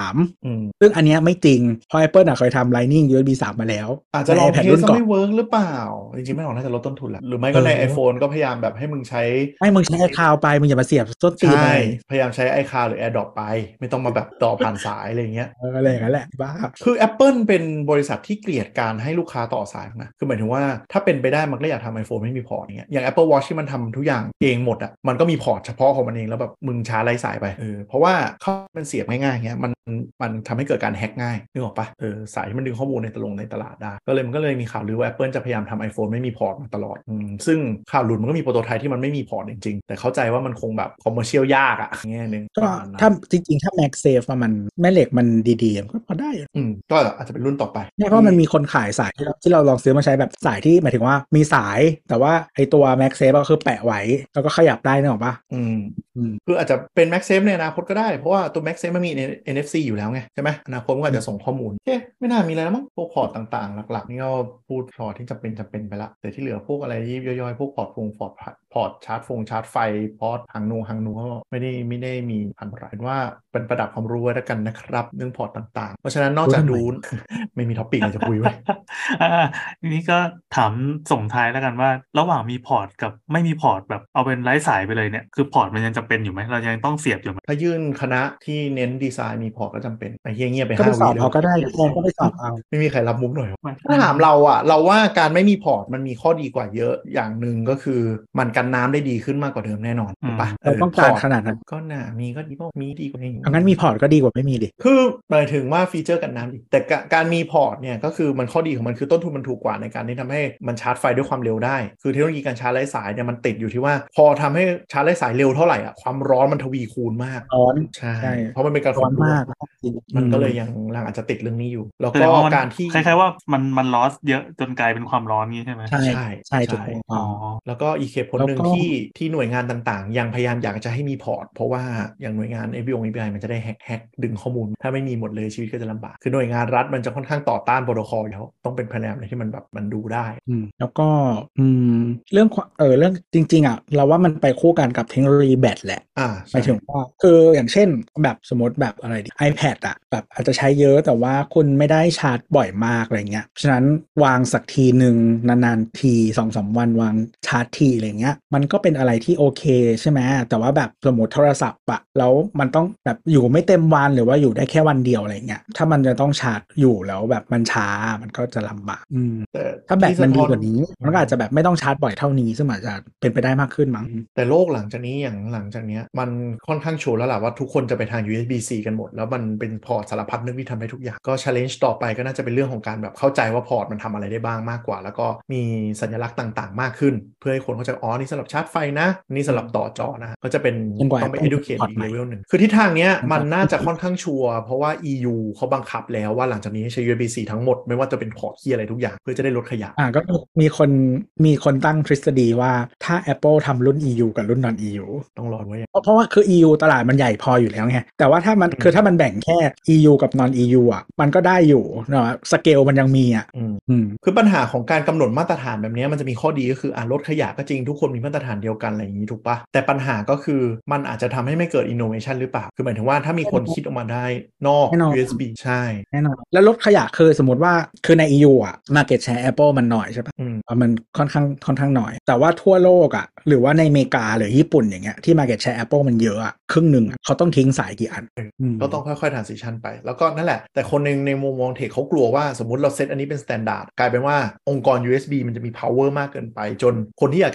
Speaker 2: 3 ซึ่งอันเนี้ยไม่จริงเพราะ Apple เคยทำ Lightning USB 3 มาแล้ว
Speaker 3: อาจจะลองเทสไม่เวิร์กหรือเปล่าจริงๆไม่หรอกน่าจะลดต้นทุนแหละหรือไม่ก็ใน iPhone ก็พยายามแบบให้มึงใช้
Speaker 2: iCloud ไปมึงอย่ามาเสียบต้นตีน
Speaker 3: ไปพยายามใช้ iCloud หรือ AirDrop ไปไม่ต้องมาแบบต่อผ่านสายอะไรเงี้ย
Speaker 2: อะไรอย่างนั้นแหละบ้า
Speaker 3: คือ Apple เป็นบริษัทที่เกลียดการให้ลูกค้าต่อสายนะคือหมายถึงว่าถ้าเป็นไปได้มันก็อยากทำ iPhone ไม่มีพอร์ตอย่าง Apple Watch ที่มันทำทุกอย่างเองหมดอ่ะมันก็มีพอร์ตเฉพาะของมันเองแล้วแบบมึงชาร์จไร้สายไปเพราะว่าเขามันเสียบง่ายๆเงี้ยมันทำให้เกิดการแฮ็กง่ายนึกออกปะสายที่มันดึงข้อมูลในตลาดได้มันก็เลยมีข่าวลือว่า Apple จะพยายามทำ iPhone ไม่มีพอร์ตมาตลอดซึ่งข่าวหลุดมันก็มีโปรโตไทป์ที่มันไม่มีพอร์ตจริงๆแต่เข้าใจว่ามันคงแบบคอมเมอร์เชียลยากอ่ะแง่นึง
Speaker 2: ก็ถ้าจริงๆถ้า MagSafe มันแม่เหล็กมันดีๆก็พอได้
Speaker 3: ก็อาจจะเป็นรุ่นต่อไป
Speaker 2: เพราะมันมีคนขายสายที่เราลองซื้อมาใช้แบบสายที่หมายถึงว่ามีสายแต่ว่าไอตัว MagSafe ก็คือแปะไว้แล้วก็ขยับได้นึกออกปะ
Speaker 3: คืออาจจะเป็น MagSafe ในอนาคตก็ได้เพราะว่าตัว MagSafe มันมี NFC อยู่แล้วไงใช่ไหมอนาคตมันก็จะส่งข้อมูลไม่น่ามีอะไรแล้วมั้งพวกพอร์ตต่างๆหลักๆนี่ก็พูดพอที่จะเป็นไปละแต่ที่เหลือพวกอะไรยิบย่อยๆพวกพอร์ตชาร์จไฟพอร์ตหางนูก็ไม่ได้มีอันตรายว่าเป็นประดับความรู้ไว้แล้วกันนะครับเรื่องพอร์ตต่างๆเพราะฉะนั้นนอกจากดู ไม่มีท็อปิกอะไรจะคุยไว้
Speaker 4: นี่ก็ถามส่งท้ายแล้วกันว่าระหว่างมีพอร์ตกับไม่มีพอร์ตแบบเอาเป็นไร้สายไปเลยเนี่ยคือพอร์ตมันยังจำเป็นอยู่ไหมเรายังต้องเสียบอยู่ไหม
Speaker 3: ถ้ายื่นคณะที่เน้นดีไซน์มีพอร์ตก็จำเป็นไอ้เงี้ยไป
Speaker 2: 5 วิเลยก็ได้ก็ไปสอบเอา
Speaker 3: ไม่มีใครรับมุกหน่อยถ้าถามเราว่าการไม่มีพอร์ตมันมีข้อดีกว่าเยอะอย่างหนึ่งก็คือมันกันน้ำได้ดีขึ้นมากกว่าเดิมแน่นอนถูกปะ
Speaker 2: เราต้องการขนาดนั้น
Speaker 3: ก็น่ามีก็ดีพวกมีดีกว่านี้
Speaker 2: งั้นมีพอร์ตก็ดีกว่าไม่มีดิ
Speaker 3: คือหมายถึงว่าฟีเจอร์กันน้ำดีแต่การมีพอร์ตเนี่ยก็คือมันข้อดีของมันคือต้นทุนมันถูกกว่าในการที่ทำให้มันชาร์จไฟด้วยความเร็วได้คือเทคโนโลยีการชาร์จไร้สายเนี่ยมันติดอยู่ที่ว่าพอทำให้ชาร์จไร้สายเร็วเท่าไหร่อ่ะความร้อนมันทวีคูณมาก
Speaker 2: ร้อน
Speaker 3: ใช่เพราะมันเป็นการ
Speaker 2: ร้อนมาก
Speaker 3: มันก็เลยยังอาจจะติดเรื่องนี้อยู่แล้วก็การที่
Speaker 4: คล้ายๆว่ามันลอสเยอะจนกลายเป็นความร้อนงี้ใช่ไหม
Speaker 3: ใช่ถูกแล้วก็อีกเหตุผลหนึ่งที่หน่วยงานต่างๆยังพยายามอยากจะให้มีพอร์ตเพราะว่าอย่างหน่วยงาน FBI มันจะได้แฮกดึงข้อมูลถ้าไม่มีหมดเลยชีวิตก็จะลำบากคือหน่วยงานรัฐมันจะค่อนข้างต่อต้านโปรโตคอลแล้วต้องเป็นแผนกอะไรที่มันแบบมันดูได้
Speaker 2: แล้วก็เรื่องจริงๆเราว่ามันไปคู่กันกับเทคโนโลยีแบตแหละหมายถึงว่าคืออย่างเช่นแบบสมมติแบบอะไรดิ iPad แบบอาจจะใช้เยอะแต่ว่าคุณไม่ได้ชาร์จบ่อยมากอะไรเงี้ยฉะนั้นวางสักทีหนึ่งนานๆที 2-3 วันวางชาร์จทีอะไรเงี้ยมันก็เป็นอะไรที่โอเคใช่ไหมแต่ว่าแบบสมมติโทรศัพท์แล้วมันต้องแบบอยู่ไม่เต็มวันหรือว่าอยู่ได้แค่วันเดียวอะไรเงี้ยถ้ามันจะต้องชาร์จอยู่แล้วแบบมันช้ามันก็จะลำบากถ้าแบตมันดีกว่านี้มันก็อาจจะแบบไม่ต้องชาร์จบ่อยเท่านี้ซึ่งอาจจะเป็นไปได้มากขึ้นมั้ง
Speaker 3: แต่โลกหลังจากนี้มันค่อนข้างโชว์แล้วล่ะว่าทุกคนจะไปทาง USB-C กันหมดแล้วมันเป็นพอร์ตสารพัดนึกที่ทำได้ทุกอย่างก็ challenge ต่อไปก็น่าจะเป็นเรื่องของการแบบเข้าใจว่าพอร์ตมันทำอะไรได้บ้างมากกว่าแล้วก็มีสัญลักษณ์ต่างๆมากขึ้นเพื่อให้คนเข้าใจนี่สำหรับชาร์จไฟนะนี่สำหรับต่อจอนะก็จะเป็นต้องไป educate อีกเลเวลหนึ่งคือทิศทางนี้มันน่าจะค่อนข้างชัวร์เพราะว่า EU เขาบังคับแล้วว่าหลังจากนี้ใช้ USB-C ทั้งหมดไม่ว่าจะเป็นพอร์ตที่อะไรทุกอย่างเพื่อจะได้ลดขยะ
Speaker 2: ก็มีคนตั้งทฤษฎีว่าถ้า Apple ทำรุ่น EU กับรุ่น non EU
Speaker 3: ต้องรอไว้
Speaker 2: เพราะว่าคือ EU ตลาดมันใหญ่พออยู่แล้วไงแต่ว่าถ้ามันแบ่งแค่ EU กับ non EU มันก็ได้อยู่นะสเกลมันยังมี
Speaker 3: คือปัญหาของการกำหนดมาตรฐานแบบนี้มันจะมีข้อดีก็คือลดขยะก็จริงทุกคนมีมาตรฐานเดียวกันอะไรอย่างนี้ถูกปะแต่ปัญหาก็คือมันอาจจะทำให้ไม่เกิด innovation หรือเปล่าคือหมายถึงว่าถ้ามีคนคิดออกมาได้นอก USB ใช่
Speaker 2: แน่นอนแล้วลดขยะคือสมมติว่าคือใน EU market share Apple มันหน่อยใช่ปะมันค่อนข้างหน่อยแต่ว่าทั่วโลกหรือว่าในอเมริกาหรือญี่ปุ่นอย่างเงี้ยที่ market share Apple มันเยอะครึ่งหนึ่งเขาต้องทิ้งสายกี่อัน
Speaker 3: ก็ต้องค่อยๆ transition ไปแล้วก็นั่นแหละแต่คนในมุมมองเทคเขากลัวว่าสมมติเราเซตอันนี้เป็น standard กลายเป็นว่าองค์กร USB มันจะมี power มากเกินไปจนคนที่อยากจะทำพอร์ต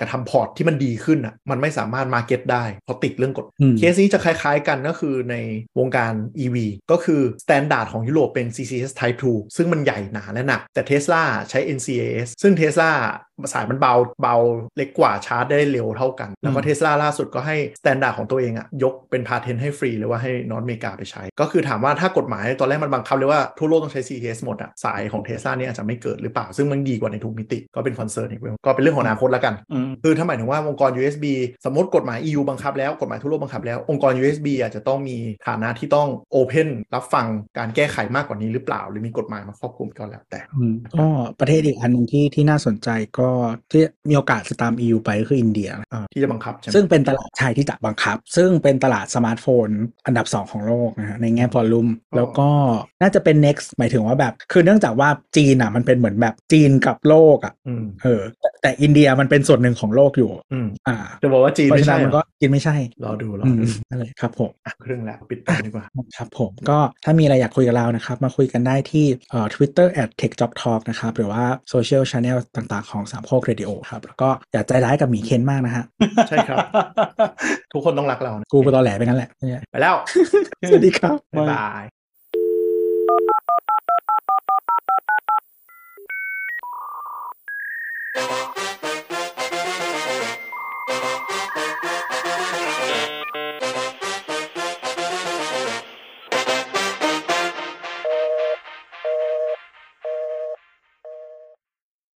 Speaker 3: ที่มันดีขึ้นอ่ะมันไม่สามารถมาร์เก็ตได้เพราะติดเรื่องกฎ
Speaker 2: อืม
Speaker 3: เคสนี้จะคล้ายๆกันก็คือในวงการ EV ก็คือสแตนดาร์ดของยุโรปเป็น CCS Type 2 ซึ่งมันใหญ่หนาและหนักแต่ Tesla ใช้ NCAS ซึ่ง Tesla สายมันเบาเล็กกว่าชาร์จได้เร็วเท่ากันแล้วก็ Tesla ล่าสุดก็ให้สแตนดาร์ดของตัวเองอ่ะยกเป็นพาเทนต์ให้ฟรีหรือว่าให้นอร์ทอเมริกาไปใช้ก็คือถามว่าถ้ากฎหมายตอนแรกมันบังคับเลยว่าทั่วโลกต้องใช้ CCS หมดอ่ะสายของ Tesla เนี่ยอาจจะไม่เกิดหรือเปล่าซึ่งมันดีกว่าในทุกมิติก็เป็นคอนเซิร์นอีกเรื่องก็เป็นเรื่องของอนาคตแล้วกันคือถ้าหมายถึงว่าวงกร USB สมมติกฎหมาย EU บังคับแล้วกฎหมายทั่วโลกบังคับแล้วองค์กร USB อาจจะต้องมีฐานะที่ต้อง Open รับฟังการแก้ไขมากกว่านี้หรือเปล่าหรือมีกฎหมายมาครอบคลุมก็แล้วแต่
Speaker 2: ก็ประเทศอีกอันหนึ่งที่น่าสนใจก็ที่มีโอกาสจะตาม EU ไปก็คืออินเดีย
Speaker 3: ที่จะบังคับใช่ไหม
Speaker 2: ซึ่งเป็นตลาดชายที่จะบังคับซึ่งเป็นตลาดสมาร์ทโฟนอันดับ2ของโลกนะฮะในแง่วอลลุ่มแล้วก็น่าจะเป็น next หมายถึงว่าแบบคือเนื่องจากว่าจีนมันเป็นเหมือนแบบจีนกับโลกแต่อินเดียมันเป็นส่วนหนึ่งของโลกอยู่
Speaker 3: จะบอกว่าจีนไม่ใช่
Speaker 2: มันก็จีนไม่ใช่
Speaker 3: รอดู
Speaker 2: นั่นเลยครับผม
Speaker 3: ครึ่งแล้วปิดไปดีกว่า
Speaker 2: ครับผมก็ถ้ามีอะไรอยากคุยกับเรานะครับมาคุยกันได้ที่Twitter @techjobtalk นะครับหรือว่าโซเชียล channel ต่างๆของสามโคกเรดิโอครับแล้วก็อย่าใจร้ายกับหมีเคนมากนะฮะ
Speaker 3: ใช่ครับทุกคนต้องรักเรา
Speaker 2: กูไปตอแหลไปงั้นแหละ
Speaker 3: ไปแล้ว
Speaker 2: สวัสดีครับ
Speaker 3: บ๊ายบาย